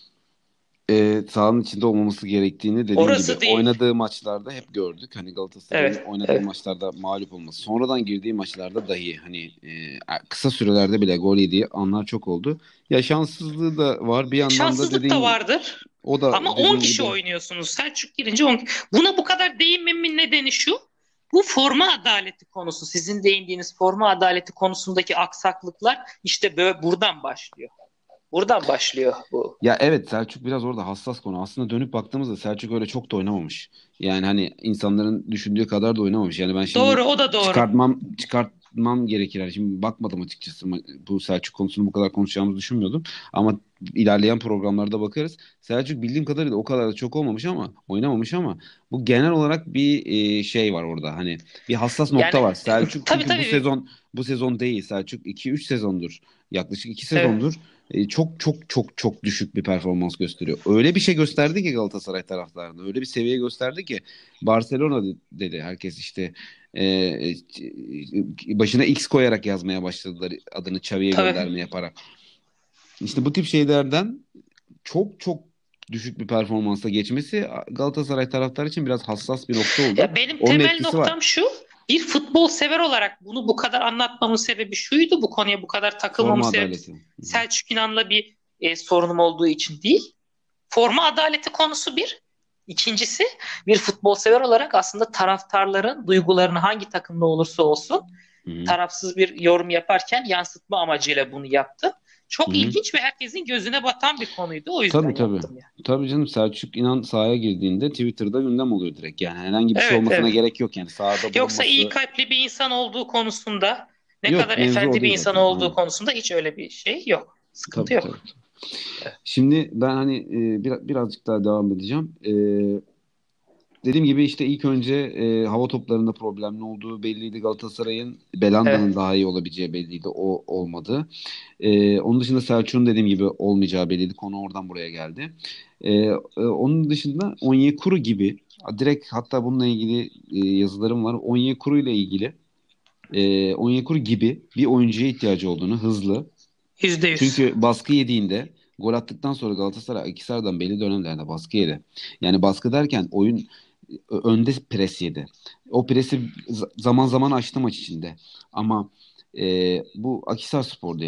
Speaker 1: Sahanın içinde olmaması gerektiğini dediğin gibi
Speaker 2: Orası değil.
Speaker 1: oynadığı maçlarda hep gördük. Hani Galatasaray'ın
Speaker 2: Evet,
Speaker 1: oynadığı
Speaker 2: evet.
Speaker 1: maçlarda mağlup olması. Sonradan girdiği maçlarda dahi hani kısa sürelerde bile gol yediği anlar çok oldu. Ya şanssızlığı da var. Bir yandan da
Speaker 2: Şanssızlık da
Speaker 1: dediğin
Speaker 2: vardır.
Speaker 1: o da
Speaker 2: Ama 10
Speaker 1: dediğin
Speaker 2: kişi
Speaker 1: gibi
Speaker 2: oynuyorsunuz. Selçuk girince 10. Buna bu kadar değinmemin nedeni şu. Bu forma adaleti konusu. Sizin değindiğiniz forma adaleti konusundaki aksaklıklar işte böyle buradan başlıyor. Buradan başlıyor bu.
Speaker 1: ya evet Selçuk biraz orada hassas konu. Aslında dönüp baktığımızda Selçuk öyle çok da oynamamış. Yani hani insanların düşündüğü kadar da oynamamış. Yani ben şimdi
Speaker 2: Doğru, o da doğru.
Speaker 1: çıkartmam gerekir. Yani şimdi bakmadım açıkçası bu Selçuk konusunu bu kadar konuşacağımızı düşünmüyordum. Ama ilerleyen programlarda bakarız. Selçuk bildiğim kadarıyla o kadar da çok olmamış ama oynamamış ama bu genel olarak bir şey var orada. Hani bir hassas nokta
Speaker 2: Yani
Speaker 1: var. Selçuk
Speaker 2: tabii
Speaker 1: çünkü bu
Speaker 2: tabii.
Speaker 1: sezon değil. Selçuk 2-3 sezondur. Yaklaşık 2
Speaker 2: Evet.
Speaker 1: sezondur çok çok çok çok düşük bir performans gösteriyor. Öyle bir şey gösterdi ki Galatasaray taraftarına. Öyle bir seviye gösterdi ki Barcelona dedi herkes işte e, başına X koyarak yazmaya başladılar adını Xavi'ye
Speaker 2: Tabii.
Speaker 1: gönderme yaparak. İşte bu tip şeylerden çok çok düşük bir performansa geçmesi Galatasaray taraftarı için biraz hassas bir nokta oldu.
Speaker 2: Ya benim
Speaker 1: Onun
Speaker 2: temel
Speaker 1: etkisi var.
Speaker 2: noktam şu. Bir futbol sever olarak bunu bu kadar anlatmamın sebebi şuydu. Bu konuya bu kadar takılmamın
Speaker 1: Forma
Speaker 2: sebebi
Speaker 1: adaleti. Hı hı.
Speaker 2: Selçuk İnan'la bir sorunum olduğu için değil. Forma adaleti konusu bir. İkincisi, bir futbol sever olarak aslında taraftarların duygularını hangi takımda olursa olsun
Speaker 1: Hı hı.
Speaker 2: tarafsız bir yorum yaparken yansıtma amacıyla bunu yaptım.
Speaker 1: Hı
Speaker 2: Çok
Speaker 1: hı.
Speaker 2: ilginç ve herkesin gözüne batan bir konuydu. O yüzden
Speaker 1: Tabii tabii.
Speaker 2: yaptım yani.
Speaker 1: Tabii canım Selçuk İnan sahaya girdiğinde Twitter'da gündem oluyor direkt. Yani herhangi bir şey
Speaker 2: Evet,
Speaker 1: olmasına
Speaker 2: evet.
Speaker 1: gerek yok yani sahada
Speaker 2: Yoksa iyi
Speaker 1: bulunması
Speaker 2: kalpli bir insan olduğu konusunda, ne
Speaker 1: yok
Speaker 2: kadar
Speaker 1: mevzu o
Speaker 2: efendi bir
Speaker 1: değil
Speaker 2: insan
Speaker 1: zaten.
Speaker 2: olduğu
Speaker 1: Aynen.
Speaker 2: konusunda hiç öyle bir şey yok. Sıkıntı
Speaker 1: Tabii tabii.
Speaker 2: yok.
Speaker 1: Şimdi ben hani birazcık daha devam edeceğim. Dediğim gibi işte ilk önce hava toplarında problemli olduğu belliydi Galatasaray'ın. Belanda'nın
Speaker 2: Evet.
Speaker 1: daha iyi olabileceği belliydi. O olmadı. Onun dışında Selçuk'un dediğim gibi olmayacağı belliydi. Konu oradan buraya geldi. Onun dışında Onyekuru gibi direkt hatta bununla ilgili yazılarım var. Onyekuru ile ilgili Onyekuru gibi bir oyuncuya ihtiyacı olduğunu hızlı.
Speaker 2: %100.
Speaker 1: Çünkü baskı yediğinde gol attıktan sonra Galatasaray Akhisar'dan belli dönemlerde baskı yedi. Yani baskı derken oyun önde pres yedi. O presi zaman zaman açtı maç içinde. Ama bu Akhisarspor'du yani.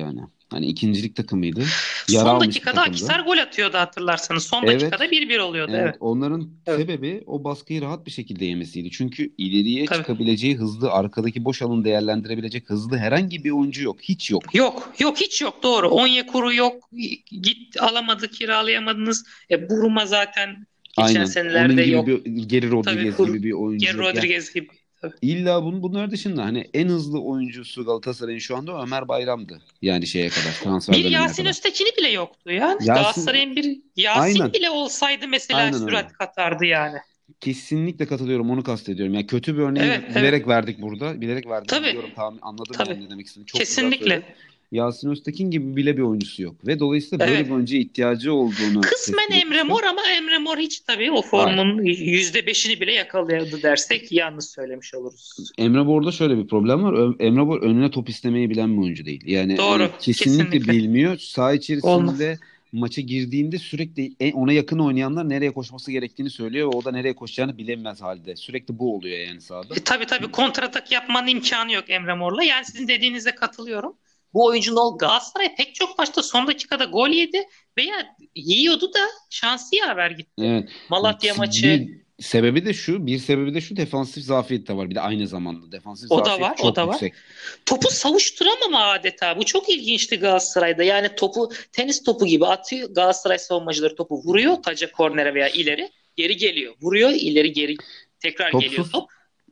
Speaker 1: Hani ikincilik takımıydı. Yara
Speaker 2: Son
Speaker 1: almış bir
Speaker 2: dakikada
Speaker 1: takımdı.
Speaker 2: Akhisar gol atıyordu hatırlarsanız. Son
Speaker 1: Evet.
Speaker 2: dakikada 1-1 oluyordu.
Speaker 1: Evet,
Speaker 2: Evet.
Speaker 1: onların
Speaker 2: Evet.
Speaker 1: sebebi o baskıyı rahat bir şekilde yemesiydi. Çünkü ileriye
Speaker 2: Tabii.
Speaker 1: çıkabileceği hızlı, arkadaki boş alanı değerlendirebilecek hızlı herhangi bir oyuncu yok. Hiç yok.
Speaker 2: Yok, yok hiç yok doğru. Onyekuru yok. Git alamadı, kiralayamadınız. Buruma zaten geçen
Speaker 1: Aynen. Onun
Speaker 2: senelerde
Speaker 1: gibi
Speaker 2: yok.
Speaker 1: bir Geri
Speaker 2: Tabii
Speaker 1: Rodriguez gibi bir oyuncu
Speaker 2: Geri
Speaker 1: yok. Yani
Speaker 2: Rodriguez gibi. Tabii.
Speaker 1: illa bunlar dışında hani en hızlı oyuncusu Galatasaray'ın şu anda Ömer Bayram'dı. Yani şeye kadar, transfer
Speaker 2: Bir
Speaker 1: dönemine
Speaker 2: Yasin
Speaker 1: kadar.
Speaker 2: Öztekin'i bile yoktu. Yani
Speaker 1: Yasin
Speaker 2: Galatasaray'ın bir Yasin
Speaker 1: aynen.
Speaker 2: bile olsaydı mesela
Speaker 1: Aynen öyle.
Speaker 2: sürat katardı yani.
Speaker 1: Kesinlikle katılıyorum. Onu kastediyorum. Yani kötü bir örneği
Speaker 2: Evet, evet.
Speaker 1: bilerek verdik burada. Bilerek verdim.
Speaker 2: Tabii,
Speaker 1: Biliyorum, tamam, anladım
Speaker 2: tabii.
Speaker 1: yani ne demek istediğini. Çok güzel söyledin.
Speaker 2: Kesinlikle.
Speaker 1: Yasin Öztekin gibi bile bir oyuncusu yok. Ve dolayısıyla böyle
Speaker 2: Evet.
Speaker 1: bir oyuncuya ihtiyacı olduğunu
Speaker 2: Kısmen
Speaker 1: tespit
Speaker 2: Emre
Speaker 1: etmişti.
Speaker 2: Mor ama Emre Mor hiç tabii o
Speaker 1: Hayır.
Speaker 2: formun %5'ini bile yakalayadı dersek yanlış söylemiş oluruz.
Speaker 1: Emre Bor'da şöyle bir problem var. Emre Bor önüne top istemeyi bilen bir oyuncu değil. Yani
Speaker 2: Doğru.
Speaker 1: kesinlikle
Speaker 2: Kesinlikle.
Speaker 1: bilmiyor. Saha
Speaker 2: Olmaz.
Speaker 1: içerisinde maça girdiğinde sürekli ona yakın oynayanlar nereye koşması gerektiğini söylüyor ve o da nereye koşacağını bilemez halde. Sürekli bu oluyor yani sahada.
Speaker 2: Tabii kontratak yapmanın imkanı yok Emre Mor'la. Yani sizin dediğinize katılıyorum. Bu oyuncunun Galatasaray pek çok maçta son dakikada gol yedi veya yiyordu da şansı yaver gitti.
Speaker 1: Evet.
Speaker 2: Malatya maçı
Speaker 1: Bir sebebi de şu defansif zafiyet de var. Bir de aynı zamanda defansif
Speaker 2: o da
Speaker 1: zafiyet
Speaker 2: var, o
Speaker 1: çok
Speaker 2: da var.
Speaker 1: yüksek.
Speaker 2: Topu savuşturamama adeta. Bu çok ilginçti Galatasaray'da. Yani topu tenis topu gibi atıyor. Galatasaray savunmacıları topu vuruyor taca kornere veya ileri geri geliyor. Vuruyor ileri geri tekrar geliyor
Speaker 1: Topsuz
Speaker 2: top.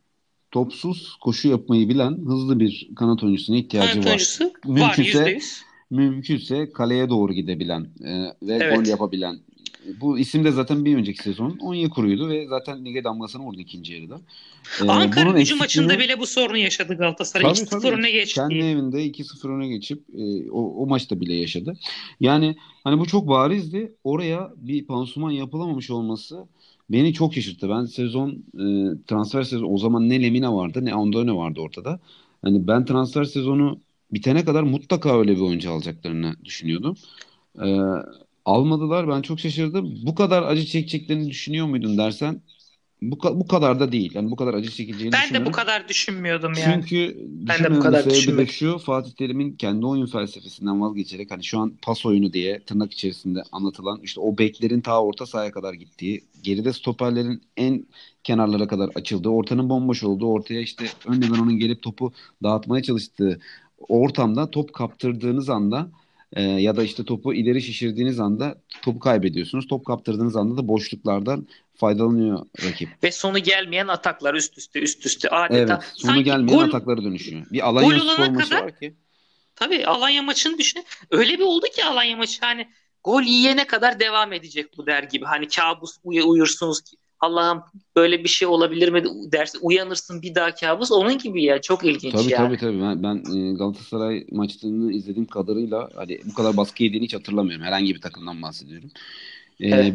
Speaker 1: topsuz koşu yapmayı bilen hızlı bir kanat oyuncusuna ihtiyacı
Speaker 2: Kanat
Speaker 1: var.
Speaker 2: oyuncusu var
Speaker 1: Mümkünse
Speaker 2: %100.
Speaker 1: mümkünse kaleye doğru gidebilen ve gol
Speaker 2: Evet.
Speaker 1: yapabilen. Bu isim de zaten bir önceki sezon Onyekuru'ydu ve zaten lige damgasını vurdu ikinci yarıda.
Speaker 2: Ankara
Speaker 1: Bunun
Speaker 2: Gücü maçında
Speaker 1: eksikliğini
Speaker 2: bile bu sorunu yaşadı Galatasaray.
Speaker 1: tabii
Speaker 2: 2-0
Speaker 1: tabii
Speaker 2: öne
Speaker 1: kendi
Speaker 2: geçti.
Speaker 1: evinde 2-0 öne geçip o maçta bile yaşadı. Yani hani bu çok barizdi. Oraya bir pansuman yapılamamış olması beni çok şaşırttı. Ben transfer sezonu o zaman ne Lemina vardı ne Andone vardı ortada. Hani ben transfer sezonu bitene kadar mutlaka öyle bir oyuncu alacaklarını düşünüyordum. E, Almadılar. Ben çok şaşırdım. Bu kadar acı çekeceklerini düşünüyor muydun dersen bu kadar da değil. Yani bu kadar acı çekeceğini
Speaker 2: Ben de bu
Speaker 1: düşünmüyorum.
Speaker 2: kadar düşünmüyordum yani.
Speaker 1: Çünkü
Speaker 2: Ben de bu
Speaker 1: düşünmememin
Speaker 2: kadar
Speaker 1: sebebi de
Speaker 2: düşünmedim.
Speaker 1: şu: Fatih Terim'in kendi oyun felsefesinden vazgeçerek hani şu an pas oyunu diye tırnak içerisinde anlatılan işte o beklerin ta orta sahaya kadar gittiği, geride stoperlerin en kenarlara kadar açıldığı, ortanın bomboş olduğu, ortaya işte ön libero'nun gelip topu dağıtmaya çalıştığı ortamda top kaptırdığınız anda ya da işte topu ileri şişirdiğiniz anda topu kaybediyorsunuz. Top kaptırdığınız anda da boşluklardan faydalanıyor rakip.
Speaker 2: Ve sonu gelmeyen ataklar üst üste üst üste adeta.
Speaker 1: Evet, sonu
Speaker 2: Sanki
Speaker 1: gelmeyen ataklara dönüşüyor. Bir
Speaker 2: gol
Speaker 1: Alanyaspor
Speaker 2: olana
Speaker 1: maçı
Speaker 2: kadar
Speaker 1: var ki.
Speaker 2: tabii Alanya maçını düşün. Öyle bir oldu ki Alanya maçı hani gol yiyene kadar devam edecek bu der gibi. Hani kabus uyursunuz ki Allah'ım böyle bir şey olabilir mi dersin. Uyanırsın bir daha kabus. Onun gibi ya. Çok ilginç
Speaker 1: Tabii
Speaker 2: yani.
Speaker 1: tabii tabii. Ben Galatasaray maçlarını izlediğim kadarıyla hani bu kadar baskı yediğini hiç hatırlamıyorum. Herhangi bir takımdan bahsediyorum.
Speaker 2: Evet.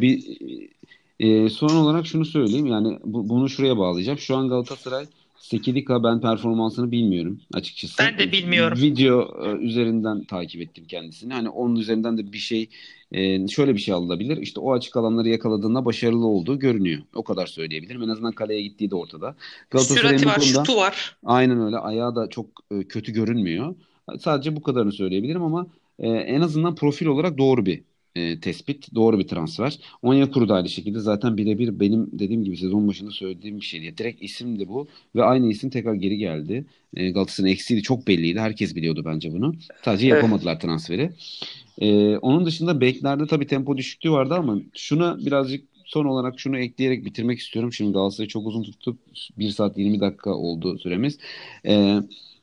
Speaker 1: Son olarak şunu söyleyeyim. Yani bunu şuraya bağlayacağım. Şu an Galatasaray Sekidika, ben performansını bilmiyorum açıkçası.
Speaker 2: Ben de bilmiyorum.
Speaker 1: Video üzerinden takip ettim kendisini. Hani onun üzerinden de şöyle bir şey alınabilir. İşte o açık alanları yakaladığında başarılı olduğu görünüyor. O kadar söyleyebilirim. En azından kaleye gittiği de ortada. Galatasaray'ın
Speaker 2: Sürati
Speaker 1: bu
Speaker 2: var,
Speaker 1: konuda
Speaker 2: şutu var.
Speaker 1: aynen öyle. Ayağı da çok kötü görünmüyor. Sadece bu kadarını söyleyebilirim ama en azından profil olarak doğru bir tespit, doğru bir transfer. Onyekuru da aynı şekilde zaten birebir benim dediğim gibi sezon başında söylediğim bir şeydi. Direkt isim de bu ve aynı isim tekrar geri geldi. Galatasaray'ın eksiği de çok belliydi. Herkes biliyordu bence bunu. Sadece
Speaker 2: Evet.
Speaker 1: yapamadılar transferi. Onun dışında beklerde tabii tempo düşüklüğü vardı ama şuna birazcık son olarak şunu ekleyerek bitirmek istiyorum. Şimdi Galatasaray'ı çok uzun tuttuk. 1 saat 20 dakika oldu süremiz. Ee,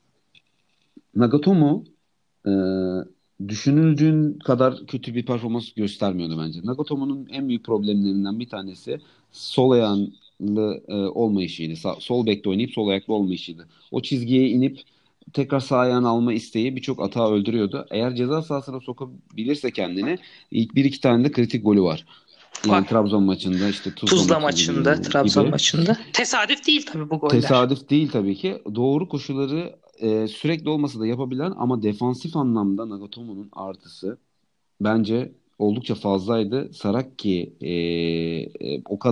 Speaker 1: Nagatomo e, düşünüldüğün kadar kötü bir performans göstermiyordu bence. Nagatomo'nun en büyük problemlerinden bir tanesi sol ayaklı olmayışıydı. Sol bekte oynayıp sol ayaklı olmayışıydı. O çizgiye inip tekrar sağ ayağını alma isteği birçok hata öldürüyordu. Eğer ceza sahasına sokabilirse kendini, ilk bir iki tane de kritik golü var. Yani
Speaker 2: Var.
Speaker 1: Trabzon maçında, işte Tuzla
Speaker 2: Tuzla
Speaker 1: maçı
Speaker 2: maçında, Trabzon
Speaker 1: gibi.
Speaker 2: maçında. Tesadüf değil tabii bu goller.
Speaker 1: Tesadüf değil tabii ki. Doğru koşuları sürekli olmasa da yapabilen ama defansif anlamda Nagatomo'nun artısı bence oldukça fazlaydı. Saracchi o kadar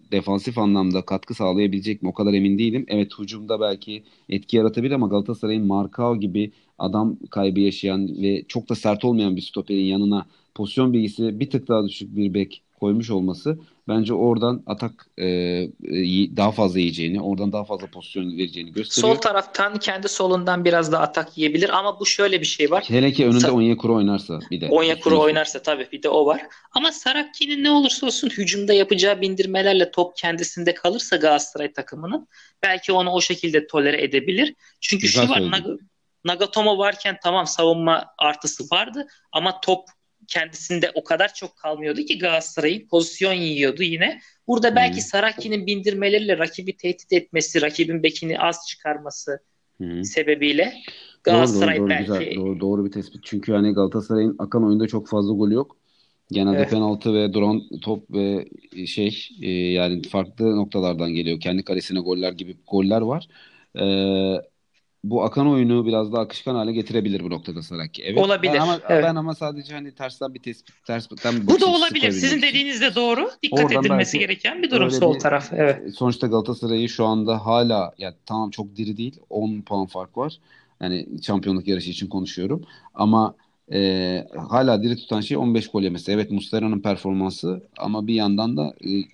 Speaker 1: defansif anlamda katkı sağlayabilecek mi? O kadar emin değilim. Evet, hücumda belki etki yaratabilir ama Galatasaray'ın Markao gibi adam kaybı yaşayan ve çok da sert olmayan bir stoperin yanına pozisyon bilgisi bir tık daha düşük bir bek koymuş olması bence oradan atak daha fazla yiyeceğini, oradan daha fazla pozisyon vereceğini
Speaker 2: Sol
Speaker 1: gösteriyor.
Speaker 2: taraftan kendi solundan biraz daha atak yiyebilir ama bu şöyle bir şey var.
Speaker 1: Hele ki önünde Onyekuru oynarsa bir de
Speaker 2: Onyekuru
Speaker 1: üstüne üstlük.
Speaker 2: oynarsa tabii bir de o var. Ama Saracchi'nin ne olursa olsun hücumda yapacağı bindirmelerle top kendisinde kalırsa Galatasaray takımının belki onu o şekilde tolere edebilir. Çünkü
Speaker 1: Güzel
Speaker 2: şu var,
Speaker 1: söyledin.
Speaker 2: Nagatomo varken tamam savunma artısı vardı ama top kendisinde o kadar çok kalmıyordu ki Galatasaray'ın pozisyon yiyordu yine. Burada
Speaker 1: Hı hı.
Speaker 2: belki Saracchi'nin bindirmeleriyle rakibi tehdit etmesi, rakibin bekini az çıkarması
Speaker 1: Hı hı.
Speaker 2: sebebiyle
Speaker 1: Doğru doğru
Speaker 2: Galatasaray
Speaker 1: doğru, güzel.
Speaker 2: belki
Speaker 1: Doğru bir tespit. Çünkü hani Galatasaray'ın akan oyunda çok fazla gol yok. Genelde
Speaker 2: evet,
Speaker 1: penaltı ve duran top ve yani farklı noktalardan geliyor. Kendi kalesine goller gibi goller var. E, Bu akan oyunu biraz daha akışkan hale getirebilir bu noktada Saraki. Evet.
Speaker 2: olabilir. Evet.
Speaker 1: Ben ama sadece hani tersten bir tespit, tersten bir
Speaker 2: Bu da
Speaker 1: bakış açısı
Speaker 2: olabilir.
Speaker 1: koyabilmek
Speaker 2: Sizin
Speaker 1: için.
Speaker 2: dediğiniz de doğru. Dikkat
Speaker 1: Oradan
Speaker 2: edilmesi
Speaker 1: belki
Speaker 2: gereken bir durum
Speaker 1: öyle
Speaker 2: sol
Speaker 1: bir
Speaker 2: taraf. Evet.
Speaker 1: sonuçta Galatasaray'ı şu anda hala ya tamam çok diri değil. 10 puan fark var. Yani şampiyonluk yarışı için konuşuyorum. Ama hala diri tutan şey 15 gol yemesi. Evet, Muslera'nın performansı ama bir yandan da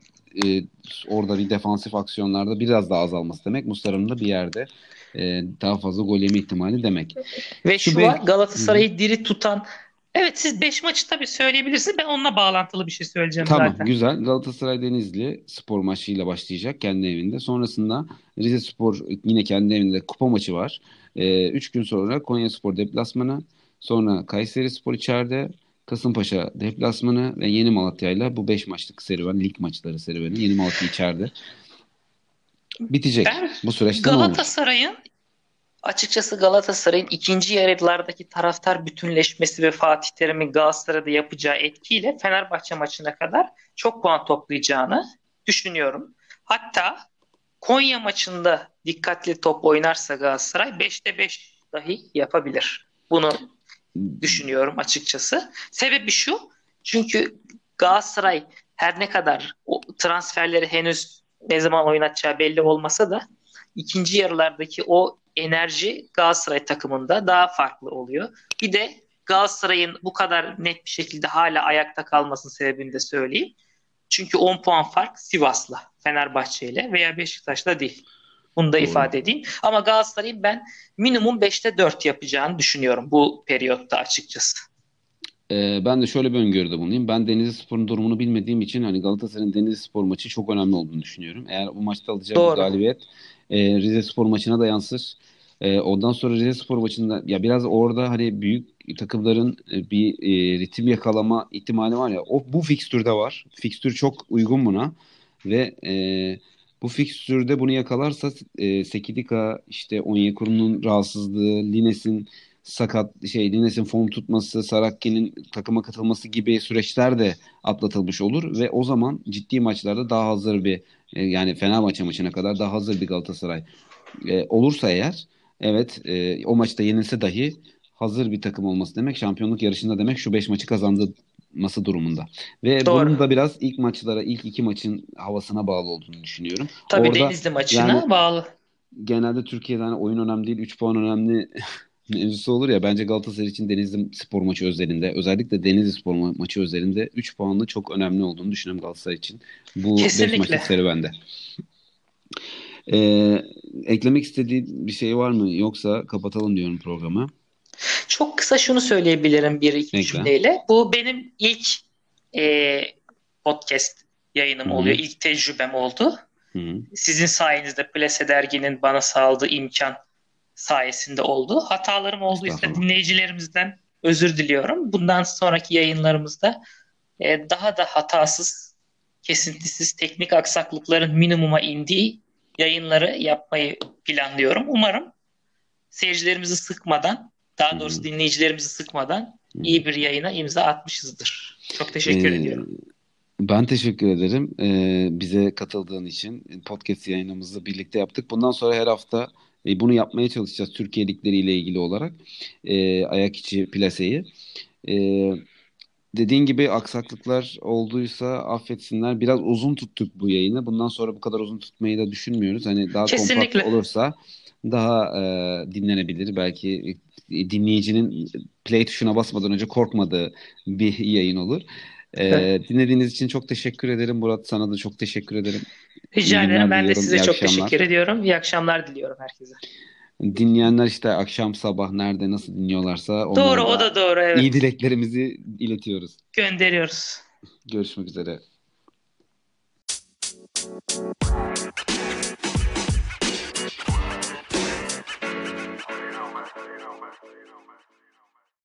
Speaker 1: orada bir defansif aksiyonlarda biraz daha azalması demek. Muslera'nın da bir yerde daha fazla gol yeme ihtimali demek.
Speaker 2: Ve
Speaker 1: Şu
Speaker 2: şu var,
Speaker 1: bek. Hı hı.
Speaker 2: Galatasaray'ı diri tutan, evet, siz 5 maçı tabii söyleyebilirsiniz. Ben onunla bağlantılı bir şey söyleyeceğim
Speaker 1: Tamam,
Speaker 2: zaten.
Speaker 1: güzel. Galatasaray Denizli spor maçıyla başlayacak kendi evinde. Sonrasında Rizespor yine kendi evinde kupa maçı var. 3 gün sonra Konyaspor deplasmanı. Sonra Kayserispor içeride. Kasımpaşa deplasmanı ve Yeni Malatya'yla bu 5 maçlık serüven, lig maçları serüveni. Yeni Malatya içeride. Bitecek.
Speaker 2: Ben
Speaker 1: Bu süreçte ne olur?
Speaker 2: Galatasaray'ın açıkçası Galatasaray'ın ikinci yarılardaki taraftar bütünleşmesi ve Fatih Terim'in Galatasaray'da yapacağı etkiyle Fenerbahçe maçına kadar çok puan toplayacağını düşünüyorum. Hatta Konya maçında dikkatli top oynarsa Galatasaray 5'te 5 dahi yapabilir. Bunu düşünüyorum açıkçası. Sebebi şu. Çünkü Galatasaray her ne kadar o transferleri henüz ne zaman oynatacağı belli olmasa da ikinci yarılardaki o enerji Galatasaray takımında daha farklı oluyor. Bir de Galatasaray'ın bu kadar net bir şekilde hala ayakta kalmasının sebebini de söyleyeyim. Çünkü 10 puan fark Sivas'la, Fenerbahçe ile veya Beşiktaş'la değil. Bunu da
Speaker 1: Doğru.
Speaker 2: ifade edeyim. Ama Galatasaray'ın ben minimum 5'te 4 yapacağını düşünüyorum bu periyotta açıkçası.
Speaker 1: Ben de şöyle bir öngörüde bulunayım. Ben Denizlispor'un durumunu bilmediğim için hani Galatasaray'ın Denizlispor maçı çok önemli olduğunu düşünüyorum. Eğer bu maçta alacağı bir
Speaker 2: Doğru.
Speaker 1: galibiyet Rizespor maçına da yansır. Ondan sonra Rizespor maçında ya biraz orada hani büyük takımların bir ritim yakalama ihtimali var ya. Bu fikstürde var. Fikstür çok uygun buna ve bu fikstürde bunu yakalarsa Sekidika, işte Onyekuru'nun rahatsızlığı, Lines'in Lines'in form tutması, Saracchi'nin takıma katılması gibi süreçler de atlatılmış olur ve o zaman ciddi maçlarda daha hazır bir yani Fenerbahçe maçına kadar daha hazır bir Galatasaray olursa eğer, evet, o maçta yenilse dahi hazır bir takım olması demek, şampiyonluk yarışında demek, şu 5 maçı kazanması durumunda. Ve
Speaker 2: Doğru.
Speaker 1: bunun da biraz ilk maçlara, ilk 2 maçın havasına bağlı olduğunu düşünüyorum.
Speaker 2: Tabii
Speaker 1: Orada
Speaker 2: Denizli
Speaker 1: yani
Speaker 2: maçına bağlı.
Speaker 1: genelde Türkiye'de hani oyun önemli değil, 3 puan önemli mevzusu olur ya. Bence Galatasaray için Denizli spor maçı özelinde, özellikle Denizli spor maçı özelinde 3 puanlı çok önemli olduğunu düşünüyorum Galatasaray için. Bu 5 maçlık
Speaker 2: Kesinlikle.
Speaker 1: serüvende. Ee, Eklemek istediği bir şey var mı? Yoksa kapatalım diyorum programı.
Speaker 2: Çok kısa şunu söyleyebilirim bir iki
Speaker 1: Ekle.
Speaker 2: cümleyle. Bu benim ilk e, podcast
Speaker 1: Hı
Speaker 2: yayınım oluyor.
Speaker 1: hı.
Speaker 2: İlk tecrübem oldu.
Speaker 1: Hı hı.
Speaker 2: Sizin sayenizde Plase Dergi'nin bana sağladığı imkan sayesinde oldu. Hatalarım olduysa
Speaker 1: Estağfurullah.
Speaker 2: dinleyicilerimizden özür diliyorum. Bundan sonraki yayınlarımızda daha da hatasız, kesintisiz, teknik aksaklıkların minimuma indiği yayınları yapmayı planlıyorum. Umarım seyircilerimizi sıkmadan,
Speaker 1: Hı
Speaker 2: daha doğrusu
Speaker 1: hı.
Speaker 2: dinleyicilerimizi sıkmadan
Speaker 1: Hı hı.
Speaker 2: iyi bir yayına imza atmışızdır. Çok teşekkür
Speaker 1: Ee,
Speaker 2: ediyorum.
Speaker 1: Ben teşekkür ederim bize katıldığın için. Podcast yayınımızı birlikte yaptık. Bundan sonra her hafta bunu yapmaya çalışacağız Türkiye ligleriyle ilgili olarak. Ayak içi plaseyi. E, Dediğin gibi aksaklıklar olduysa affetsinler. Biraz uzun tuttuk bu yayını. Bundan sonra bu kadar uzun tutmayı da düşünmüyoruz. Hani daha kompakt
Speaker 2: Kesinlikle.
Speaker 1: olursa daha dinlenebilir. Belki dinleyicinin play tuşuna basmadan önce korkmadığı bir yayın olur. Dinlediğiniz için çok teşekkür ederim. Murat, sana da çok teşekkür ederim. İyi
Speaker 2: Rica ederim.
Speaker 1: günler
Speaker 2: Ben de
Speaker 1: diliyorum.
Speaker 2: size
Speaker 1: İyi
Speaker 2: çok teşekkür
Speaker 1: akşamlar.
Speaker 2: ediyorum. İyi akşamlar diliyorum herkese.
Speaker 1: Dinleyenler işte akşam sabah nerede nasıl dinliyorlarsa
Speaker 2: Doğru,
Speaker 1: onlara
Speaker 2: o
Speaker 1: da
Speaker 2: da doğru,
Speaker 1: iyi
Speaker 2: evet.
Speaker 1: dileklerimizi iletiyoruz.
Speaker 2: Gönderiyoruz.
Speaker 1: Görüşmek üzere.